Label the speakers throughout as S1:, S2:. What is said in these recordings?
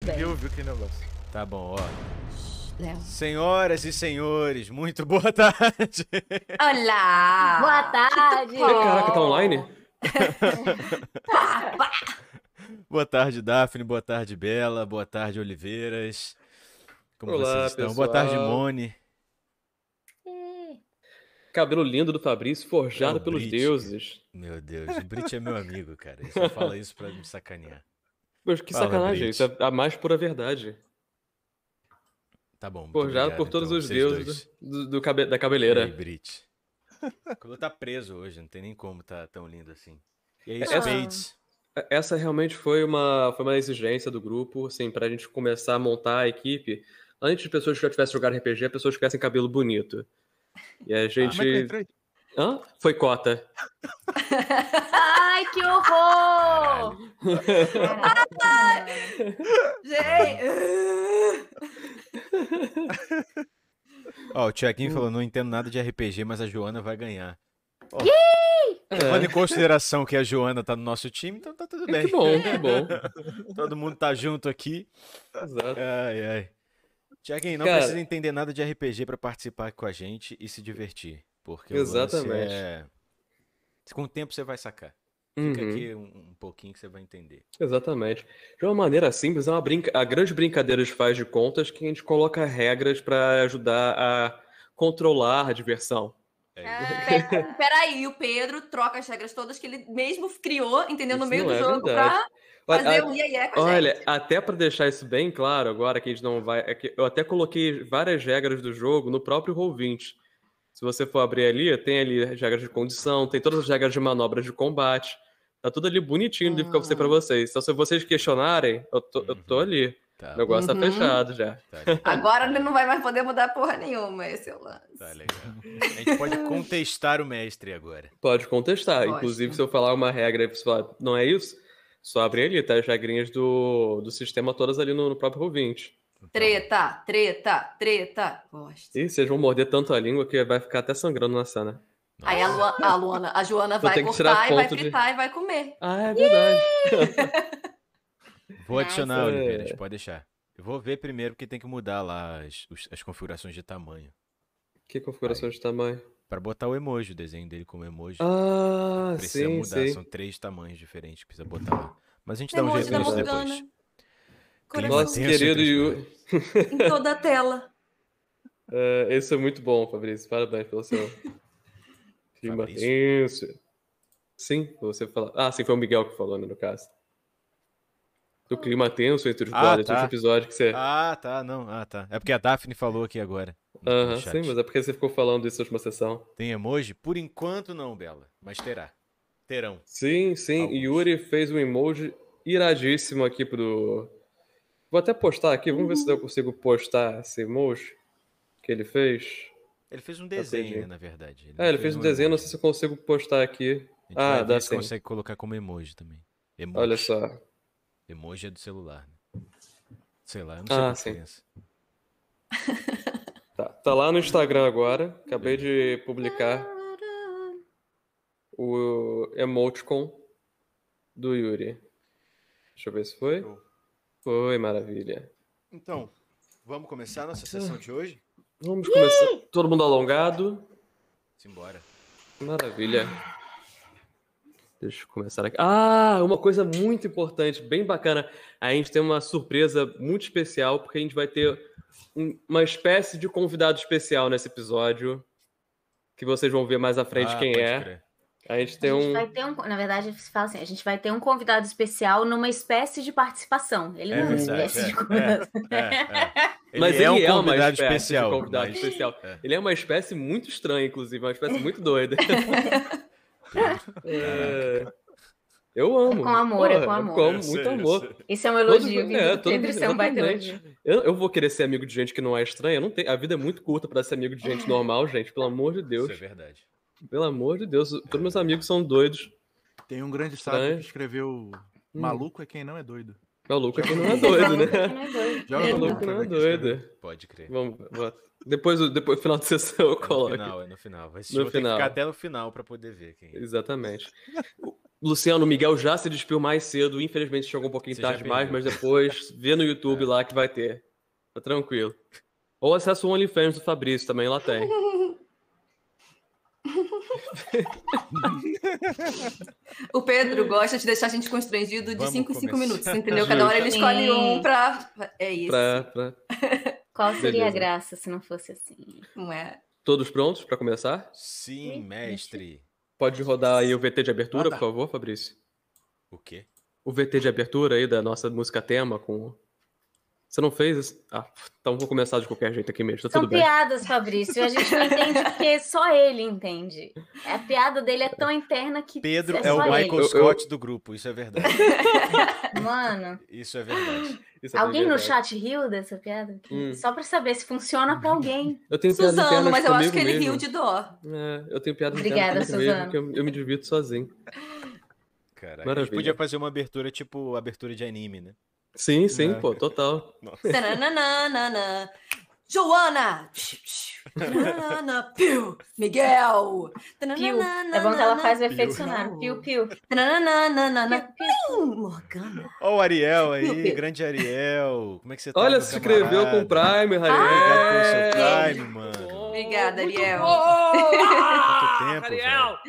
S1: bem.
S2: Eu vi aquele negócio.
S3: Tá bom, ó.
S1: Léo.
S3: Senhoras e senhores, muito boa tarde.
S1: Olá!
S4: Boa tarde!
S5: Caraca, tá online?
S3: Boa tarde, Daphne. Boa tarde, Bela. Boa tarde, Oliveiras. Como
S5: Olá,
S3: vocês estão?
S5: pessoal.
S3: Boa tarde, Mone.
S5: Cabelo lindo do Fabrício, forjado
S3: É o
S5: pelos
S3: Brit.
S5: deuses.
S3: Meu Deus, o Brit é meu amigo, cara. Ele só fala isso pra me sacanear.
S5: Mas que
S3: Fala,
S5: sacanagem,
S3: Brit.
S5: isso é a mais pura verdade.
S3: Tá bom, muito
S5: Forjado
S3: obrigado,
S5: por todos
S3: então,
S5: os
S3: vocês
S5: deuses
S3: dois.
S5: da
S3: E aí,
S5: cabeleira.
S3: Brit? O cabelo tá preso hoje, não tem nem como tá tão lindo assim. E aí,
S5: Essa-
S3: Spades?
S5: Essa realmente foi uma exigência do grupo, assim, pra gente começar a montar a equipe. Antes de pessoas que já tivessem jogado RPG, pessoas que tivessem cabelo bonito. E a gente...
S2: Como é que eu entrei?
S5: Hã? Foi cota.
S4: Ai, que horror!
S1: Gente!
S3: Ó, o Tiaguinho falou, não entendo nada de RPG, mas a Joana vai ganhar. Ó,
S5: É.
S3: levando em consideração que a Joana tá no nosso time, então tá tudo bem.
S5: Que bom, que bom.
S3: Todo mundo tá junto aqui.
S5: Exato.
S3: Ai, ai. Tiaguinho, não
S5: Cara-
S3: precisa entender nada de RPG pra participar com a gente e se divertir. Porque o lance
S5: Exatamente.
S3: com o tempo você vai sacar. Fica
S5: Uhum.
S3: aqui um pouquinho que você vai entender.
S5: Exatamente. De uma maneira simples, é a grande brincadeira de faz de contas que a gente coloca regras para ajudar a controlar a diversão.
S1: Peraí, o Pedro troca as regras todas que ele mesmo criou, entendeu? No
S5: Isso
S1: meio
S5: não
S1: do
S5: é
S1: jogo
S5: verdade.
S1: pra fazer
S5: Olha,
S1: um iê com a
S5: Olha,
S1: gente.
S5: até para deixar isso bem claro agora, que a gente não vai. É que eu até coloquei várias regras do jogo no próprio Roll20. Se você for abrir ali, tem ali as regras de condição, tem todas as regras de manobras de combate. Tá tudo ali bonitinho de ficar pra vocês. Então, se vocês questionarem, eu tô ali.
S3: Tá,
S5: O negócio tá
S1: Uhum.
S5: fechado já.
S3: tá legal.
S1: Agora ele não vai mais poder mudar porra nenhuma, esse é o lance.
S3: Tá legal. A gente pode contestar o mestre agora.
S5: Pode contestar.
S1: Gosto.
S5: Inclusive, se eu falar uma regra e você falar, não é isso, só abre ali, tá? As regrinhas do sistema todas ali no próprio Roll20.
S1: Treta, treta, treta. Gosto.
S5: E vocês vão morder tanto a língua que vai ficar até sangrando na cena.
S1: Aí a Joana vai
S5: tem que tirar
S1: cortar e vai
S5: ponto de-
S1: fritar e vai comer.
S5: Ah, é verdade.
S3: Vou adicionar,
S5: Nossa.
S3: Oliveiras, pode deixar. Eu vou ver primeiro porque tem que mudar lá as configurações de tamanho.
S5: Que configuração de tamanho?
S3: Pra botar o emoji, o desenho dele como emoji.
S5: Ah,
S3: Precisa
S5: sim,
S3: mudar,
S5: sim.
S3: são 3 tamanhos diferentes que precisa botar lá. Mas a gente dá um jeito
S1: Emoji da
S3: nisso
S1: Morgana.
S3: depois.
S1: Coração
S5: Nosso
S3: tenso
S5: querido
S3: entre os
S5: Yu.
S3: dois.
S1: em toda a tela.
S5: Esse é muito bom, Fabrício. Parabéns pelo seu clima
S3: Fabrício?
S5: tenso. Sim, você falou. Ah, sim, foi o Miguel que falou, né, no caso. Do clima tenso entre os
S3: Ah,
S5: brothers,
S3: tá.
S5: último episódio que você.
S3: Ah, tá, não. Ah, tá. É porque a Daphne falou aqui agora. no
S5: Aham,
S3: chat.
S5: sim, mas é porque você ficou falando isso na última sessão.
S3: Tem emoji? Por enquanto não, Bela. Mas terá. Terão.
S5: Sim, sim.
S3: Alguns.
S5: Yuri fez um emoji iradíssimo aqui pro. Vou até postar aqui, vamos ver se eu consigo postar esse emoji que ele fez.
S3: Ele fez um desenho,
S5: Rapidinho.
S3: né, na verdade.
S5: Ele fez um desenho, não
S3: emoji.
S5: sei se eu consigo postar aqui.
S3: A gente vai
S5: dá
S3: ver se
S5: sim.
S3: consegue colocar como emoji também. Emoji.
S5: Olha só.
S3: Emoji é do celular, né? Sei lá, eu não sei qual a
S5: sim.
S3: diferença.
S5: Tá lá no Instagram agora. Acabei de publicar o emoticon do Yuri. Deixa eu ver se foi.
S3: Show.
S5: Foi, maravilha.
S3: Então, vamos começar a nossa sessão de hoje?
S5: Vamos começar. Todo mundo alongado.
S3: Simbora.
S5: Maravilha. Deixa eu começar aqui. Ah, uma coisa muito importante, bem bacana. A gente tem uma surpresa muito especial, porque a gente vai ter uma espécie de convidado especial nesse episódio, que vocês vão ver mais à frente quem
S3: pode
S5: é.
S3: crer.
S5: A gente tem
S4: A gente
S5: um...
S4: vai ter na verdade, se fala assim, a gente vai ter um convidado especial numa espécie de participação. Ele não é uma
S3: verdade,
S4: espécie de convidado.
S5: Mas ele
S3: é um
S5: uma
S3: convidado
S5: espécie
S3: especial.
S5: de convidado
S3: mas-
S5: especial.
S3: é.
S5: Ele é uma espécie muito estranha, inclusive, uma espécie muito doida. É, Eu amo.
S4: É com amor, é com
S5: eu
S4: amor.
S5: amo
S3: Eu sei,
S5: muito
S3: eu
S5: amor.
S3: sei.
S4: Isso é um elogio,
S5: Todo-
S4: viu?
S5: todo-
S4: Sempre ser um baita
S5: exatamente.
S4: elogio.
S5: Eu vou querer ser amigo de gente que não é estranha. Eu não tenho, a vida é muito curta pra ser amigo de gente normal, gente. Pelo amor de Deus.
S3: Isso é verdade.
S5: Pelo amor de Deus. Todos meus amigos são doidos.
S2: Tem um grande sábio
S5: Estranho.
S2: que escreveu: Maluco é quem não é doido.
S5: Maluco aqui não é doido, né?
S4: Não é doido.
S2: Joga no
S5: Maluco
S2: Google
S5: não
S2: pra
S5: é
S2: ver quem escreveu.
S5: doido.
S3: Pode crer.
S5: Vamos. Depois no final de sessão eu
S3: É no
S5: coloco.
S3: final, é no final. Vai
S5: No
S3: vou ter que
S5: final.
S3: ficar até no final pra poder ver quem é.
S5: Exatamente. Luciano, o Miguel já se despiu mais cedo. Infelizmente chegou um pouquinho
S3: Você já
S5: tarde demais,
S3: perdeu.
S5: mas depois vê no YouTube lá que vai ter. Tá tranquilo. Ou acessa o OnlyFans do Fabrício também, lá tem.
S1: O Pedro gosta de deixar a gente constrangido de
S3: Vamos
S1: 5 em 5
S3: começar.
S1: minutos, entendeu? Cada hora ele escolhe
S4: Sim.
S1: um pra... É isso,
S4: Qual seria a
S5: Beleza.
S4: graça se não fosse assim?
S1: não é?
S5: Todos prontos pra começar?
S3: Sim, mestre.
S5: Pode rodar aí o VT de abertura,
S2: Manda.
S5: por favor, Fabrício?
S3: O quê?
S5: O VT de abertura aí da nossa música tema com... Você não fez isso? Ah, então vou começar de qualquer jeito aqui mesmo, tá
S4: São
S5: tudo bem.
S4: piadas, Fabrício. A gente não entende porque só ele entende. A piada dele é tão interna que
S3: Pedro
S4: é
S3: é o
S4: só
S3: Michael
S4: ele.
S3: Scott do grupo, isso é verdade.
S4: Mano,
S3: Isso é verdade.
S5: Isso é
S4: alguém no
S5: verdade.
S4: chat riu dessa piada?
S5: Hum.
S4: Só pra saber se funciona pra alguém.
S5: Eu tenho piadas
S1: Suzano,
S5: internas
S1: mas eu acho
S5: comigo
S1: que ele
S5: mesmo.
S1: riu de dó.
S5: É, eu tenho piadas
S4: Obrigada,
S5: internas comigo
S4: Suzano.
S5: que eu me divirto sozinho.
S3: Caraca, a gente
S5: Maravilha.
S3: podia fazer uma abertura tipo abertura de anime, né?
S5: Sim, sim,
S2: É.
S5: pô, total.
S1: Tananana. Joana! Tananana, piu! Miguel!
S4: Piu. É bom que ela faz o efeito sonoro. Piu, piu.
S1: Tananana, piu! Morgana!
S3: Ó o Ariel aí,
S1: Meu Deus.
S3: grande Ariel. Como é que você tá,
S5: Olha,
S3: meu
S5: se inscreveu com o
S3: camarada?
S5: Prime,
S3: Obrigado pelo seu
S5: Rariel.
S3: Prime, mano.
S1: Obrigada, Ariel.
S3: Quanto tempo,
S5: Ariel!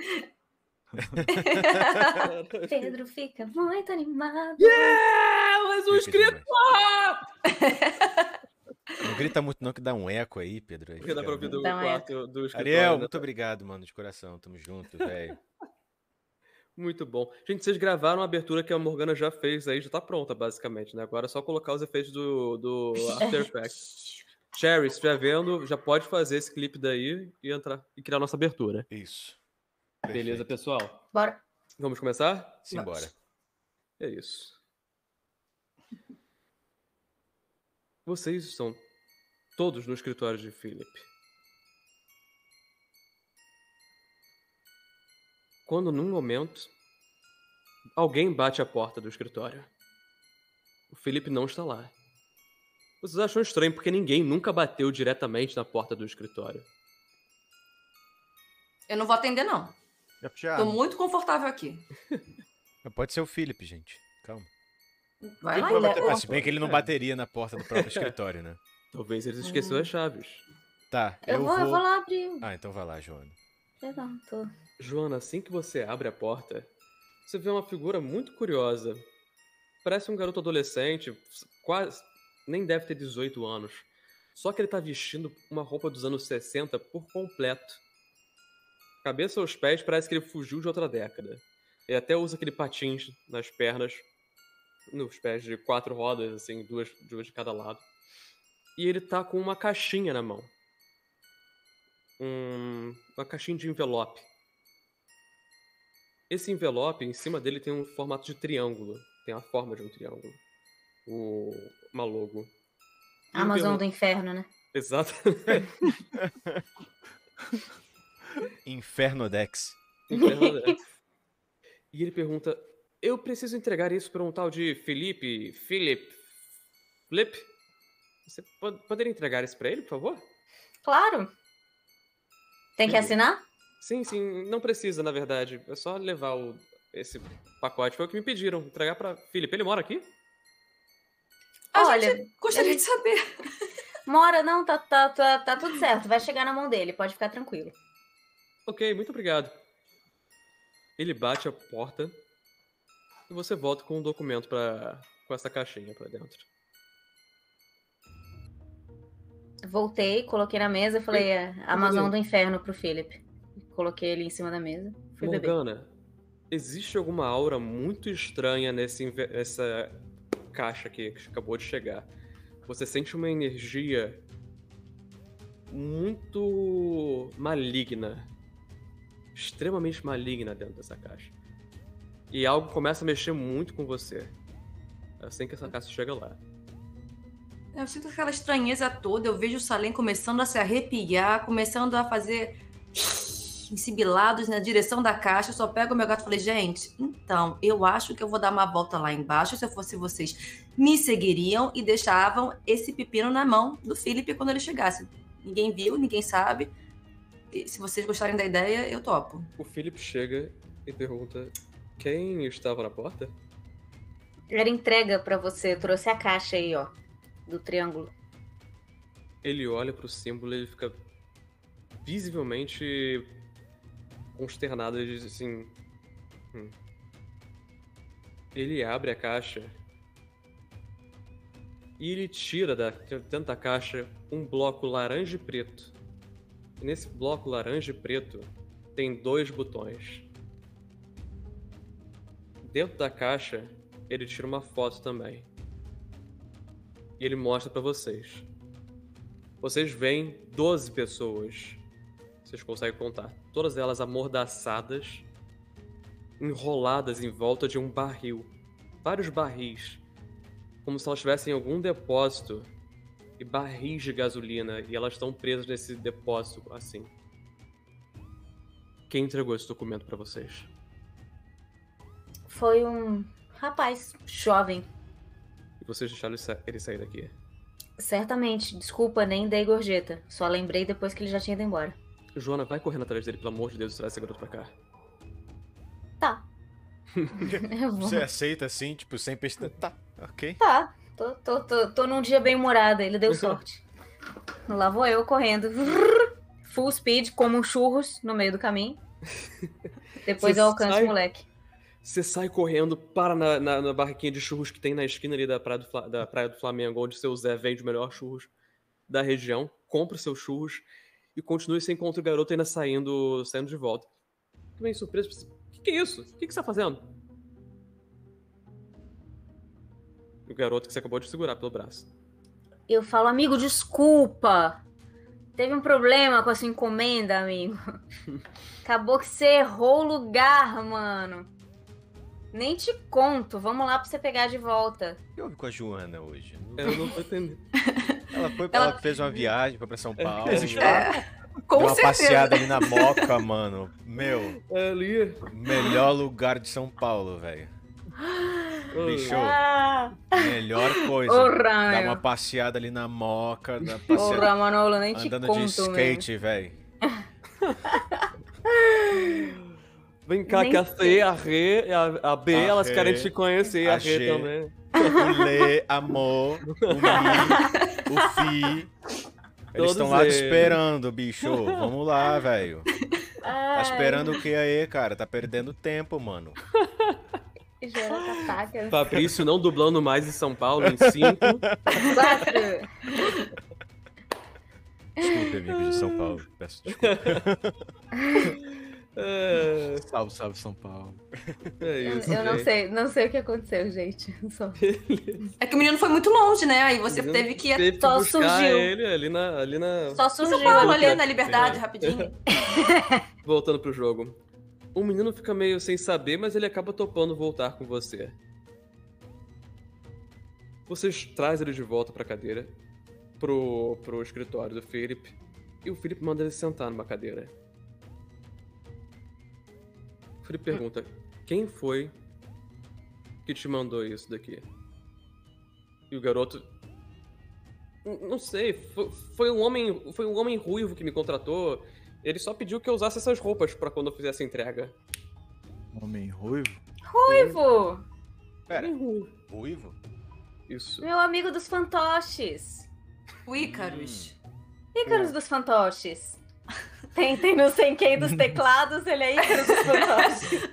S4: Pedro fica muito animado.
S5: Mais um
S3: Fica
S5: inscrito!
S3: demais. Não grita muito não que dá um eco aí, Pedro. Aí
S5: Porque dá
S3: fica
S5: pra ouvir do
S4: Então é.
S5: quarto do escritório,
S3: Ariel,
S5: né?
S3: muito obrigado, mano, de coração. Tamo junto, velho.
S5: Muito bom. Gente, vocês gravaram a abertura que a Morgana já fez aí, já tá pronta, basicamente, né? Agora é só colocar os efeitos do After Effects. Sherry, se estiver vendo, já pode fazer esse clipe daí e entrar e criar nossa abertura.
S3: Isso.
S5: Beleza,
S3: Perfeito.
S5: pessoal?
S4: Bora.
S5: Vamos começar?
S3: Simbora.
S5: É isso. Vocês estão todos no escritório de Philip. Quando, num momento, alguém bate a porta do escritório. O Philip não está lá. Vocês acham estranho porque ninguém nunca bateu diretamente na porta do escritório.
S1: Eu não vou atender, não.
S2: Já puxaram?
S1: Tô muito confortável aqui.
S3: Mas pode ser o Felipe, gente. Calma.
S1: Vai lá,
S2: Vai bater
S1: Léo.
S3: Ah, se bem que ele não bateria na porta do próprio escritório, né?
S5: Talvez eles esqueceram as chaves.
S3: Tá,
S4: Eu vou lá abrir.
S3: Ah, então vai lá, Joana.
S4: Perdão, tô.
S5: Joana, assim que você abre a porta, você vê uma figura muito curiosa. Parece um garoto adolescente, quase nem deve ter 18 anos. Só que ele tá vestindo uma roupa dos anos 60 por completo. Cabeça aos pés, parece que ele fugiu de outra década. Ele até usa aquele patins nas pernas, nos pés de 4 rodas, assim, duas de cada lado. E ele tá com uma caixinha na mão. Uma caixinha de envelope. Esse envelope, em cima dele, tem um formato de triângulo. Tem a forma de um triângulo. Uma logo. E eu
S4: Amazon
S5: pergunto-
S4: do Inferno, né?
S5: Exatamente.
S3: Infernodex.
S5: E ele pergunta: eu preciso entregar isso para um tal de Philip? Você poderia entregar isso para ele, por favor?
S4: Claro. Tem que
S5: Beleza.
S4: assinar?
S5: Sim, não precisa, na verdade. É só levar esse pacote. Foi o que me pediram, entregar para Philip. Ele mora aqui?
S1: A
S4: Olha,
S1: gente gostaria de saber.
S4: mora, não, tá tudo certo. Vai chegar na mão dele, pode ficar tranquilo.
S5: Ok, muito obrigado. Ele bate a porta e você volta com um documento com essa caixinha pra dentro.
S4: Voltei, coloquei na mesa e falei, Amazon do Inferno pro Philip. Coloquei ele em cima da mesa. Fui beber.
S5: Morgana, existe alguma aura muito estranha nessa caixa aqui que acabou de chegar. Você sente uma energia muito maligna. Extremamente maligna dentro dessa caixa. E algo começa a mexer muito com você. Assim que essa caixa chega lá.
S1: Eu sinto aquela estranheza toda. Eu vejo o Salem começando a se arrepiar, começando a fazer ensibilados na direção da caixa. Eu só pego o meu gato e falei, gente, então, eu acho que eu vou dar uma volta lá embaixo. Se eu fosse vocês, me seguiriam e deixavam esse pepino na mão do Philip quando ele chegasse. Ninguém viu, ninguém sabe. E se vocês gostarem da ideia, eu topo.
S5: O Philip chega e pergunta: Quem estava na porta?
S4: Era entrega pra você. Eu trouxe a caixa aí, ó. Do triângulo.
S5: Ele olha pro símbolo e ele fica visivelmente consternado. Ele diz assim... Ele abre a caixa e ele tira dentro da caixa um bloco laranja e preto. E nesse bloco laranja e preto tem 2 botões. Dentro da caixa, ele tira uma foto também. E ele mostra pra vocês. Vocês veem 12 pessoas. Vocês conseguem contar. Todas elas amordaçadas, enroladas em volta de um barril. Vários barris. Como se elas estivessem em algum depósito. E barris de gasolina. E elas estão presas nesse depósito, assim. Quem entregou esse documento pra vocês?
S4: Foi um rapaz jovem.
S5: E vocês deixaram ele sair daqui?
S4: Certamente. Desculpa, nem dei gorjeta. Só lembrei depois que ele já tinha ido embora.
S5: Joana, vai correndo atrás dele, pelo amor de Deus, e traz esse garoto pra cá.
S4: Tá. Eu vou.
S3: Você aceita assim, tipo, sem pesquisar? Tá, ok.
S4: Tá. Tô num dia bem humorado. Ele deu sorte. Lá vou eu correndo. Full speed, como um churros no meio do caminho. Depois
S5: Você
S4: eu alcanço
S5: sai-
S4: o moleque.
S5: Você sai correndo, para na barraquinha de churros que tem na esquina ali da Praia do Flamengo, onde seu Zé vende o melhor churros da região, compra os seus churros e continua e você encontra o garoto ainda saindo de volta. Fico meio surpreso. O que é isso? O que você tá fazendo? O garoto que você acabou de segurar pelo braço.
S4: Eu falo, amigo, desculpa. Teve um problema com a sua encomenda, amigo. Acabou que você errou o lugar, mano. Nem te conto. Vamos lá pra você pegar de volta.
S3: O que houve com a Joana hoje?
S5: Eu não tô entendendo.
S3: Ela fez uma viagem, foi pra São Paulo.
S1: Com
S3: Deu uma
S1: certeza.
S3: passeada ali na Moca, mano. Meu,
S5: É ali.
S3: melhor lugar de São Paulo, velho. Bicho,
S4: Ah,
S3: melhor coisa.
S4: Ô,
S3: Dar
S4: Raio.
S3: uma passeada ali na Moca,
S4: Porra, Manolo, nem te
S3: andando
S4: conto,
S3: de skate, velho.
S5: Vem cá,
S4: Nem
S5: que a
S4: sei.
S5: C, a R, a B,
S3: A
S5: elas
S3: Rê,
S5: querem te conhecer, a
S3: a
S5: R
S3: G.
S5: também.
S3: O Lê, amor, o Mi, o Fi. Eles estão lá
S5: Todos
S3: te
S5: eles.
S3: esperando, bicho. Vamos lá, velho. Tá
S4: Ai,
S3: esperando o que aí, cara? Tá perdendo tempo, mano.
S4: Jonathan Paca.
S5: Fabrício não dublando mais em São Paulo em 5.
S4: 4.
S3: Desculpe, amigos de São Paulo. Peço desculpa.
S2: Salve, salve São Paulo.
S5: É isso.
S4: Eu
S5: gente.
S4: não sei o que aconteceu, gente. Só.
S1: É que o menino foi muito longe, né? Aí você
S5: Ele
S1: teve que ir
S5: teve que
S4: Só
S5: buscar
S4: surgiu.
S5: ele ali na...
S4: Só
S1: em
S4: surgiu.
S1: São Paulo,
S4: ali.
S1: ali na Liberdade, rapidinho.
S5: Voltando pro jogo. O menino fica meio sem saber, mas ele acaba topando voltar com você. Vocês trazem ele de volta pra cadeira, pro escritório do Philip, e o Philip manda ele sentar numa cadeira. O Philip pergunta, quem foi que te mandou isso daqui? E o garoto... Não sei, foi um homem ruivo que me contratou. Ele só pediu que eu usasse essas roupas pra quando eu fizesse a entrega.
S2: Homem ruivo.
S4: Ruivo!
S3: Pera,
S5: Homem ruivo.
S3: ruivo?
S5: Isso.
S4: Meu amigo dos fantoches.
S1: O Ícaros.
S4: Ícaros dos fantoches. Tem no Senken dos teclados, ele é Ícaros dos fantoches.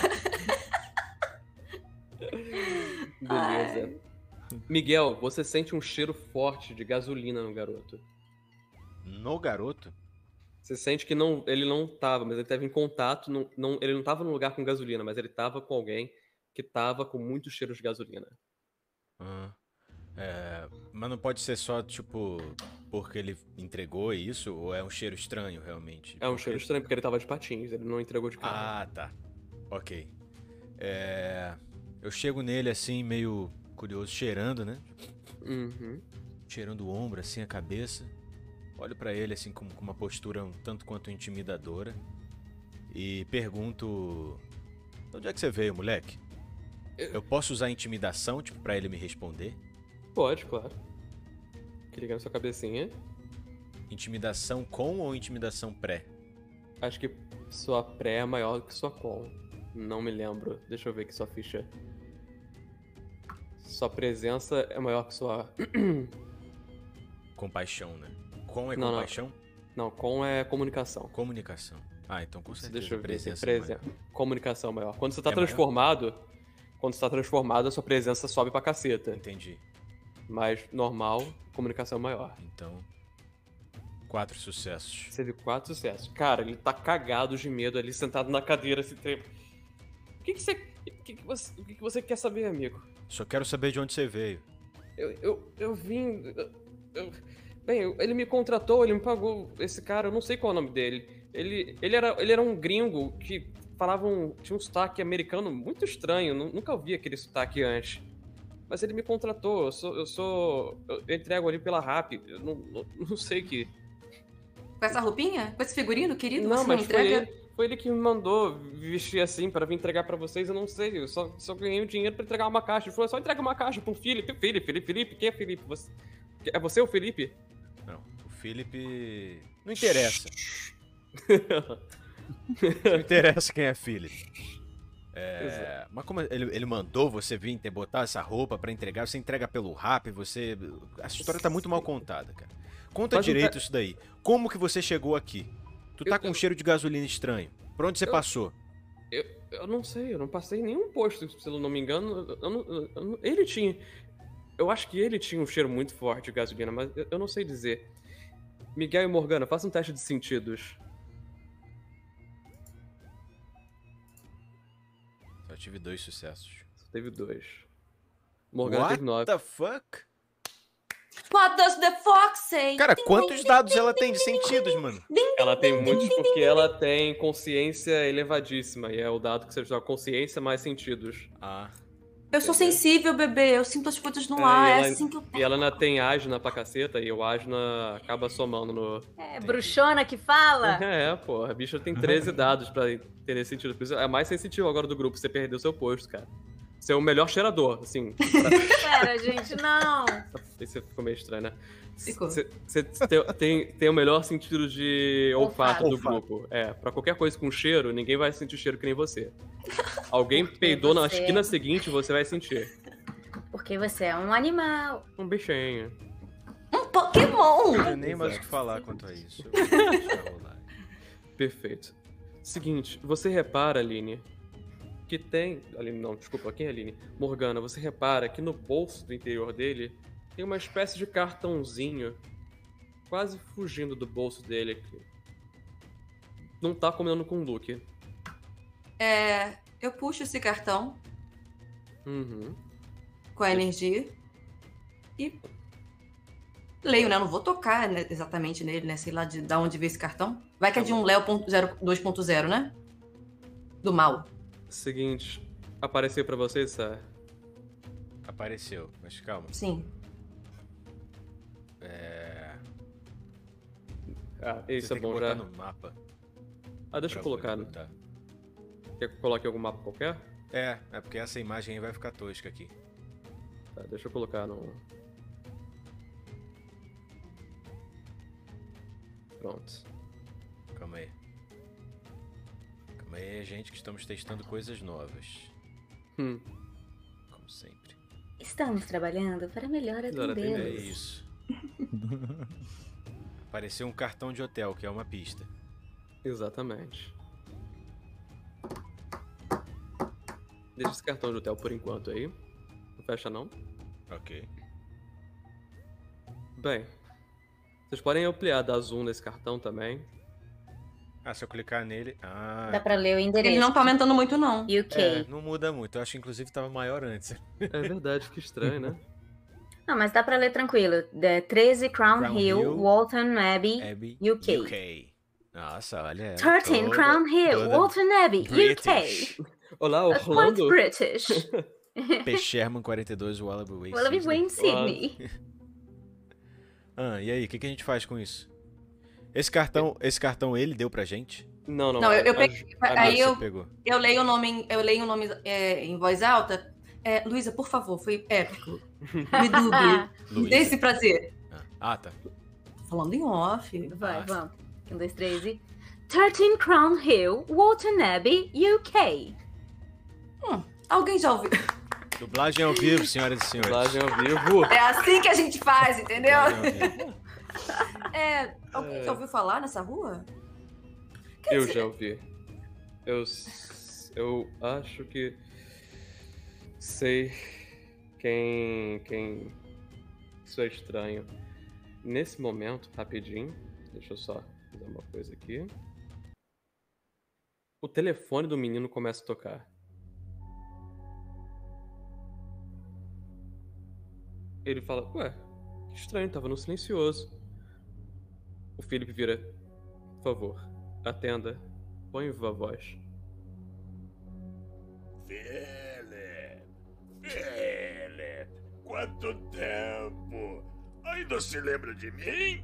S5: Beleza. Miguel, você sente um cheiro forte de gasolina no garoto.
S3: No garoto?
S5: Você sente que ele não tava, mas ele teve em contato. Ele não tava num lugar com gasolina, mas ele tava com alguém que tava com muito cheiro de gasolina.
S3: Ah, mas não pode ser só, tipo, porque ele entregou isso, ou é um cheiro estranho, realmente?
S5: É um cheiro estranho, porque ele tava de patins, ele não entregou de carro.
S3: Ah, tá. Ok. Eu chego nele assim, meio curioso, cheirando, né?
S5: Uhum.
S3: Cheirando o ombro, assim, a cabeça. Olho pra ele, assim, com uma postura um tanto quanto intimidadora. E pergunto... De onde é que você veio, moleque? Eu posso usar intimidação, tipo, pra ele me responder?
S5: Pode, claro. Clica na sua cabecinha.
S3: Intimidação com ou intimidação pré?
S5: Acho que sua pré é maior do que sua com. Não me lembro. Deixa eu ver aqui sua ficha. Sua presença é maior que sua...
S3: Compaixão, né? Com é
S5: Não, não.
S3: compaixão?
S5: Não, com é comunicação.
S3: Comunicação. Ah, então com certeza.
S5: Deixa eu ver.
S3: Presença
S5: Comunicação maior. Quando você tá
S3: É maior?
S5: transformado, a sua presença sobe pra caceta.
S3: Entendi.
S5: Mas normal, comunicação maior.
S3: Então, 4 sucessos.
S5: Você viu 4 sucessos. Cara, ele tá cagado de medo ali, sentado na cadeira, assim, O que você quer saber, amigo?
S3: Só quero saber de onde você veio.
S5: Eu vim... Bem, ele me contratou, ele me pagou. Esse cara, eu não sei qual é o nome dele. Ele era um gringo que tinha um sotaque americano muito estranho. Nunca ouvi aquele sotaque antes. Mas ele me contratou. Eu entrego ali pela Rappi. Eu não sei que...
S1: Com essa roupinha? Com esse figurino, querido?
S5: Não,
S1: você
S5: mas
S1: não entrega?
S5: foi ele que me mandou vestir assim pra vir entregar pra vocês. Eu não sei. Eu só ganhei o dinheiro pra entregar uma caixa. Ele falou, só entrega uma caixa pro Felipe. Felipe, quem é Felipe? É você o Felipe?
S3: Não, o Felipe... Não interessa. Não interessa quem é Felipe. Mas como ele mandou você vir botar essa roupa pra entregar, você entrega pelo Rappi, você... A história tá muito mal contada, cara. Conta direito isso daí. Como que você chegou aqui? Tu tá com um cheiro de gasolina estranho. Por onde você passou?
S5: Eu não sei, eu não passei nenhum posto, se eu não me engano. Ele tinha... Eu acho que ele tinha um cheiro muito forte de gasolina, mas eu não sei dizer. Miguel e Morgana, faça um teste de sentidos.
S3: Só tive 2 sucessos.
S5: Só teve 2. Morgana teve 9.
S3: What the fuck?
S1: What does the fox say?
S3: Cara, quantos dados ela tem de sentidos, mano?
S5: Ela tem muitos porque ela tem consciência elevadíssima. E é o dado que você joga consciência mais sentidos.
S3: Ah.
S1: Eu sou sensível, bebê. Eu sinto as coisas no ar. É assim que eu
S5: E ela ainda tem Asna pra caceta. E o Asna acaba somando no...
S4: É, bruxona que fala?
S5: Pô. A bicha tem 13 dados pra ter esse sentido. Por isso é mais sensitivo agora do grupo. Você perdeu seu posto, cara. Você é o melhor cheirador, assim.
S4: Pera, gente, não.
S5: Isso ficou meio estranho, né?
S1: Ficou.
S5: Você tem o melhor sentido de olfato do grupo. Pra qualquer coisa com cheiro, ninguém vai sentir cheiro que nem você. Alguém peidou na esquina seguinte, você vai sentir.
S4: Porque você é um animal.
S5: Um bichinho.
S1: Um Pokémon!
S3: Não tenho nem mais o que falar quanto a isso. Deixa rolar.
S5: Perfeito. Seguinte, você repara, Aline, que tem... Aline, não, desculpa, quem é Aline? Morgana, você repara que no bolso do interior dele tem uma espécie de cartãozinho quase fugindo do bolso dele aqui. Não tá combinando com o look.
S1: Eu puxo esse cartão
S5: Uhum.
S1: com a energia e leio, né? Eu não vou tocar, né, exatamente nele, né? Sei lá de onde veio esse cartão. Vai que é de um Léo 2.0, né? Do mal.
S5: Seguinte, apareceu pra vocês, Sá?
S3: Apareceu, mas calma.
S1: Sim.
S5: Isso
S3: Você
S5: é
S3: tem que
S5: bom
S3: botar
S5: já.
S3: no mapa.
S5: Deixa eu colocar.
S3: Botar.
S5: Quer que eu coloque algum mapa qualquer?
S3: É porque essa imagem aí vai ficar tosca aqui.
S5: Tá, deixa eu colocar no... Pronto.
S3: Calma aí. Calma aí, gente, que estamos testando coisas novas. Como sempre.
S4: Estamos trabalhando para melhor
S5: Melhor
S3: É
S5: atendê-los.
S4: atendê-los.
S3: isso. Apareceu um cartão de hotel, que é uma pista.
S5: Exatamente. Deixa esse cartão de hotel por enquanto aí. Não fecha não.
S3: Ok.
S5: Bem, vocês podem ampliar, dar zoom nesse cartão também.
S3: Se eu clicar nele...
S4: Dá pra ler o endereço.
S1: Ele não tá aumentando muito, não.
S4: UK.
S3: não muda muito. Eu acho que inclusive tava maior antes.
S5: É verdade, que estranho, né?
S4: Não, mas dá pra ler tranquilo. 13 Crown
S3: Crown
S4: Hill,
S3: Hill,
S4: Walton Abbey,
S3: Abby,
S4: UK.
S3: Nossa, olha.
S4: 13 Crown Hill, Walton Abbey,
S3: British.
S4: UK.
S5: Olá,
S4: Quite
S5: Orlando.
S4: British.
S3: P. Sherman 42, Wallaby Way.
S4: Wallaby Way,
S3: Sydney.
S4: Sydney.
S3: E aí, o que a gente faz com isso? Esse cartão ele deu pra gente?
S5: Não.
S1: Não, eu peguei. Aí
S3: Você pegou.
S1: eu leio o nome em voz alta. Luísa, por favor, foi épico. Me duble.
S3: Luísa.
S1: Dê esse prazer.
S3: Tá.
S1: Falando em off.
S4: Vai,
S3: Nossa.
S4: vamos. 1, 2, 3 e... 13 Crown Hill, Walton Abbey, UK.
S1: Alguém já ouviu?
S3: Dublagem ao vivo, senhoras e senhores.
S5: Dublagem ao vivo.
S1: É assim que a gente faz, entendeu?
S3: Dublagem ao vivo.
S1: Alguém já ouviu falar nessa rua?
S5: Eu já ouvi. Eu acho que sei quem isso é estranho. Nesse momento, rapidinho, deixa eu só fazer uma coisa aqui. O telefone do menino começa a tocar. Ele fala, ué, que estranho, tava no silencioso. O Felipe vira, por favor, atenda, põe viva voz.
S6: Philip, quanto tempo? Ainda se lembra de mim?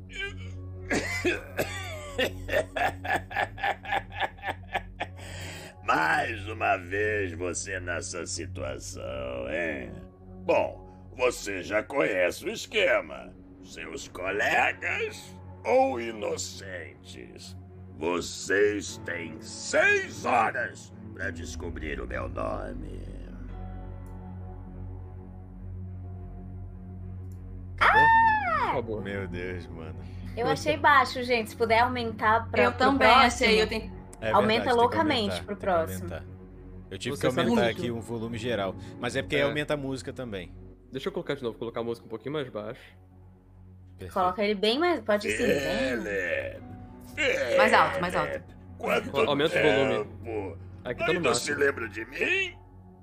S6: Mais uma vez você nessa situação, hein? Bom, você já conhece o esquema. Seus colegas ou inocentes? Vocês têm 6 horas para descobrir o meu nome.
S5: Acabou.
S3: Meu Deus, mano.
S4: Eu achei baixo, gente. Se puder aumentar pra
S1: Eu
S4: pro
S1: também
S4: próximo.
S1: achei. Eu tenho...
S4: Aumenta
S3: tem que
S4: loucamente
S3: aumentar,
S4: pro
S3: tem que
S4: próximo.
S3: aumentar. Eu tive
S5: Você
S3: que
S5: sabe
S3: aumentar
S1: muito.
S3: aqui o volume geral. Mas é porque aí aumenta a música também.
S5: Deixa eu colocar de novo, colocar a música um pouquinho mais baixo.
S3: Perfeito.
S4: Coloca ele bem mais. Pode ser bem.
S6: Philip,
S1: Mais alto, mais alto.
S6: Quanto
S5: Aumenta o
S6: tempo?
S5: Aqui tá no
S6: Ainda se
S5: máximo.
S6: lembra de mim?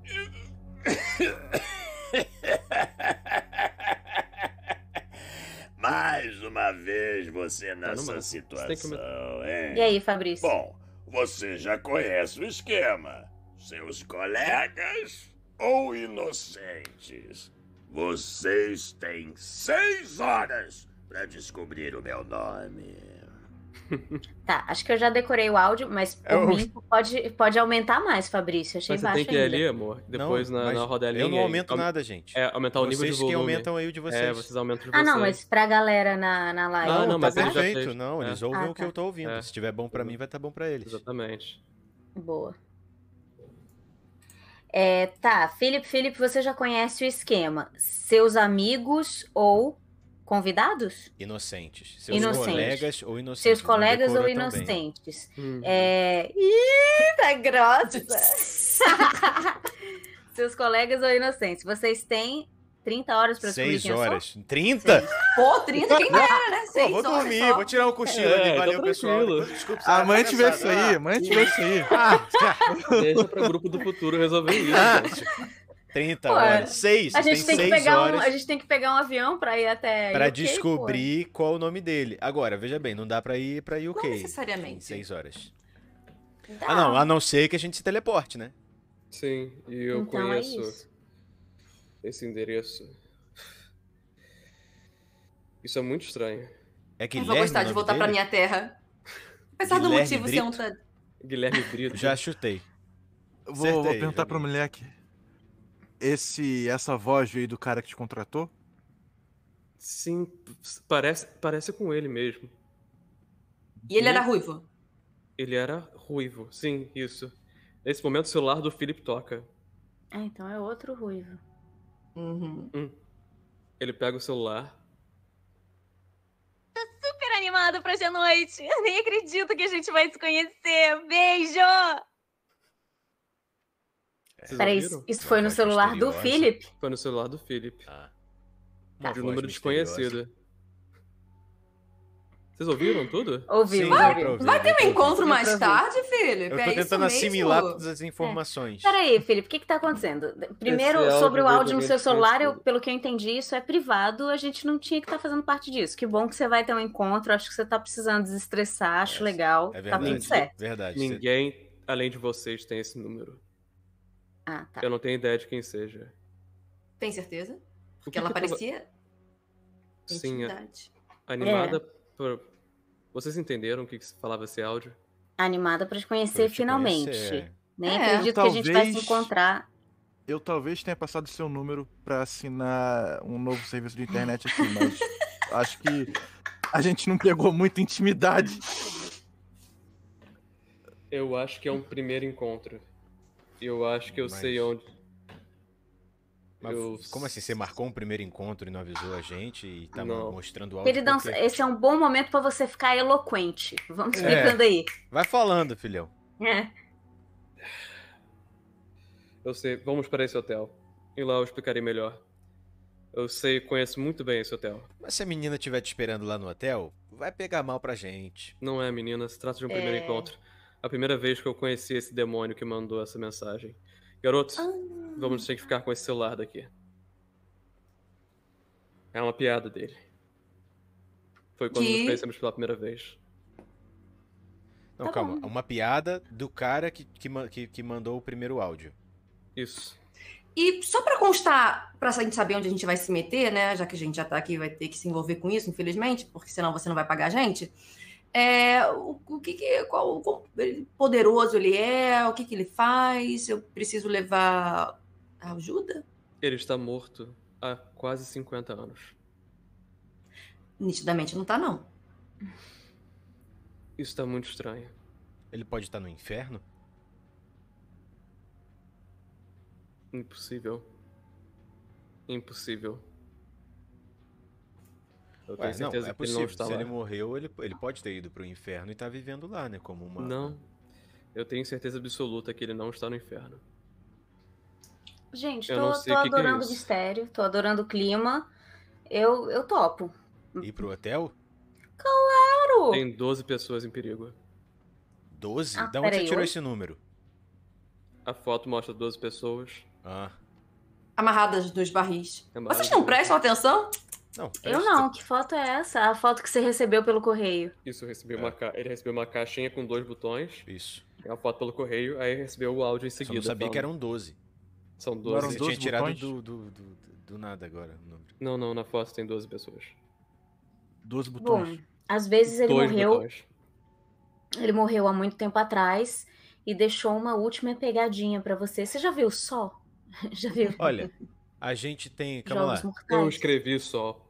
S6: Mais uma vez você
S5: no
S6: nessa
S5: máximo. Você tem que
S6: situação, hein?
S4: E aí, Fabrício?
S6: Bom, você já conhece o esquema. Seus colegas ou inocentes? Vocês têm 6 horas para descobrir o meu nome.
S4: Tá, acho que eu já decorei o áudio, mas por mim pode aumentar mais, Fabrício. Achei
S5: Mas você
S4: baixo
S5: tem que ir
S4: ainda.
S5: ali, amor. Depois
S3: Não, mas
S5: na rodelinha.
S3: eu não aumento
S5: aí,
S3: nada, gente.
S5: aumentar o nível de
S3: Vocês
S5: volume.
S3: que aumentam aí o de vocês.
S5: Vocês aumentam de
S4: Ah, não,
S5: vocês.
S4: mas pra galera na live.
S5: Ah, não,
S3: Tá
S5: mas ele já
S3: perfeito.
S5: fez.
S3: Não, eles
S5: É.
S3: ouvem
S4: Ah,
S3: o que
S4: tá.
S3: eu tô ouvindo.
S5: É.
S3: Se tiver bom pra mim, vai estar bom pra eles.
S5: Exatamente.
S4: Boa. Tá, Felipe, você já conhece o esquema. Seus amigos ou convidados?
S3: Inocentes. Seus
S4: Inocentes.
S3: colegas ou inocentes.
S4: Seus
S3: Não
S4: colegas ou
S3: decorou tão bem.
S4: inocentes?
S5: Uhum.
S4: Ih, tá grossa. Seus colegas ou inocentes? Vocês têm 30 horas pra descobrir
S3: 6
S4: quem eu sou?
S3: horas. 30?
S1: Pô, 30 quem dera, né?
S3: Pô,
S1: 6
S3: vou
S1: horas
S3: dormir,
S1: só.
S3: vou tirar um cochilo ali.
S5: É,
S3: Valeu,
S5: tá
S3: pessoal.
S5: tranquilo.
S3: Depois, desculpa,
S2: Amanhã
S3: tá
S2: tiver isso
S3: cansado.
S2: aí, amanhã tiver isso aí.
S5: Deixa pro grupo do futuro resolver isso.
S3: Ah,
S5: gente.
S3: 30
S4: Pô,
S3: horas. 6.
S4: A gente tem que
S3: 6
S4: pegar
S3: horas
S4: a gente tem que pegar um avião pra ir até
S3: pra
S4: UK,
S3: descobrir qual o nome dele. Agora, veja bem, não dá pra ir pra UK.
S1: Não necessariamente.
S3: 6 horas.
S1: Dá.
S3: Ah, não. A não ser que a gente se teleporte, né?
S5: Sim, e eu
S4: Então
S5: conheço
S4: é isso.
S5: esse endereço. Isso é muito estranho.
S3: É
S1: Eu
S3: Guilherme.
S1: vou gostar
S3: o
S1: de
S3: nome
S1: voltar pra
S3: dele?
S1: minha terra. Apesar do
S3: Guilherme
S1: motivo ser um...
S3: Brito?
S5: Guilherme Brito.
S3: Já chutei.
S2: Vou
S3: Acertei,
S2: perguntar pro
S3: joguei.
S2: moleque. Essa voz veio do cara que te contratou?
S5: Sim, parece com ele mesmo.
S1: E ele era ruivo.
S5: Ele era ruivo, sim, isso. Nesse momento o celular do Felipe toca.
S4: Ah, então é outro ruivo.
S1: Uhum.
S5: Ele pega o celular.
S7: Super animado pra essa noite. Eu nem acredito que a gente vai se conhecer. Beijo!
S5: Vocês
S4: Peraí,
S5: ouviram?
S4: isso foi no
S3: voz
S4: celular do
S3: misteriosa.
S4: Felipe?
S5: Foi no celular do Felipe.
S3: Ah.
S4: Tá.
S5: De um
S3: voz
S5: número
S3: misteriosa.
S5: desconhecido. Vocês ouviram tudo?
S4: Ouviu,
S3: Sim,
S4: ouviu.
S3: deu pra ouvir,
S1: Vai ter
S3: deu
S1: um
S3: pra ouvir.
S1: encontro mais
S4: Deu pra
S1: tarde, Felipe?
S3: Eu
S1: É
S3: tô
S1: isso
S3: tentando
S1: mesmo?
S3: assimilar todas as informações.
S4: Peraí, Felipe, o que tá acontecendo? Primeiro,
S5: Esse áudio
S4: sobre o
S5: veio
S4: áudio no
S5: também
S4: seu celular,
S5: desconhecido.
S4: pelo que eu entendi, isso é privado, a gente não tinha que estar fazendo parte disso. Que bom que você vai ter um encontro, acho que você tá precisando desestressar, acho legal,
S3: É
S4: tá
S3: verdade.
S4: tudo certo.
S3: Verdade.
S5: Ninguém, além de vocês, tem esse número.
S4: Ah, tá.
S5: Eu não tenho ideia de quem seja.
S1: Tem certeza?
S5: O
S1: Porque ela
S5: que eu tava-
S1: parecia...
S5: Sim,
S1: Intimidade.
S5: animada por... Vocês entenderam o que falava esse áudio?
S4: Animada pra te
S3: Pra
S4: conhecer
S3: te
S4: finalmente.
S3: conhecer.
S4: Nem
S1: É.
S4: acredito que a gente vai se
S2: Talvez-
S4: encontrar.
S2: Eu talvez tenha passado seu número pra assinar um novo serviço de internet aqui, mas acho que a gente não pegou muita intimidade.
S5: Eu acho que é um primeiro encontro. Eu acho que eu
S3: Mas-
S5: sei onde.
S3: Mas como assim? Você marcou um primeiro encontro e não avisou a gente e tá
S5: Não.
S3: mostrando o áudio?
S4: Queridão,
S3: Porque...
S4: esse é um bom momento pra você ficar eloquente. Vamos explicando aí.
S3: Vai falando, filhão.
S4: É.
S5: Eu sei, vamos para esse hotel. E lá eu explicarei melhor. Eu sei, conheço muito bem esse hotel.
S3: Mas se a menina estiver te esperando lá no hotel, vai pegar mal pra gente.
S5: Não é, menina, se trata de um primeiro encontro. A primeira vez que eu conheci esse demônio que mandou essa mensagem. Garoto, vamos ter que ficar com esse celular daqui. É uma piada dele. Foi quando nos conhecemos pela primeira vez.
S3: Não,
S4: Tá
S3: calma.
S4: bom.
S3: Uma piada do cara que mandou o primeiro áudio.
S5: Isso.
S1: E só pra constar, pra gente saber onde a gente vai se meter, né? Já que a gente já tá aqui, vai ter que se envolver com isso, infelizmente, porque senão você não vai pagar a gente. Quão poderoso ele é, o que ele faz, eu preciso levar ajuda?
S5: Ele está morto há quase 50 anos.
S1: Nitidamente não tá, não.
S5: Isso está muito estranho.
S3: Ele pode estar no inferno?
S5: Impossível. Impossível. Eu
S3: Ué,
S5: tenho
S3: não,
S5: certeza
S3: é
S5: que ele
S3: possível.
S5: não está
S3: Se
S5: lá.
S3: ele morreu, ele pode ter ido pro inferno e tá vivendo lá, né? Como uma...
S5: Não. Eu tenho certeza absoluta que ele não está no inferno.
S4: Gente,
S5: Eu
S4: tô
S5: não sei o que que é
S4: adorando o
S5: isso.
S4: mistério, tô adorando o clima. Eu topo.
S3: Ir pro hotel?
S4: Claro!
S5: Tem 12 pessoas em perigo.
S3: 12?
S4: Ah,
S3: Da onde você
S4: peraí,
S3: tirou
S4: oi?
S3: esse número?
S5: A foto mostra 12 pessoas.
S3: Ah,
S1: Amarradas nos barris.
S5: Amarradas
S1: Vocês não
S5: nos
S1: prestam atenção?
S3: não.
S4: Eu
S3: presta.
S4: não, que foto é essa? A foto que você recebeu pelo correio.
S5: Isso, ele recebeu uma caixinha com 2 botões.
S3: Isso.
S5: É uma foto pelo correio, aí recebeu o áudio em
S3: Só
S5: seguida.
S3: não sabia
S5: falando.
S3: que eram 12.
S5: São
S2: Não
S5: 12.
S2: eram
S3: Você
S2: 12
S3: tinha tirado
S2: botões?
S3: do nada agora o número.
S5: Não, na foto tem 12 pessoas.
S2: 12
S4: Bom,
S2: botões.
S4: às vezes ele
S5: 2
S4: morreu.
S5: botões.
S4: Ele morreu há muito tempo atrás e deixou uma última pegadinha pra você. Você já viu Só? Já viu?
S3: Olha, a gente tem... Calma
S4: Jogos
S3: lá.
S4: Mortais.
S5: Eu escrevi só.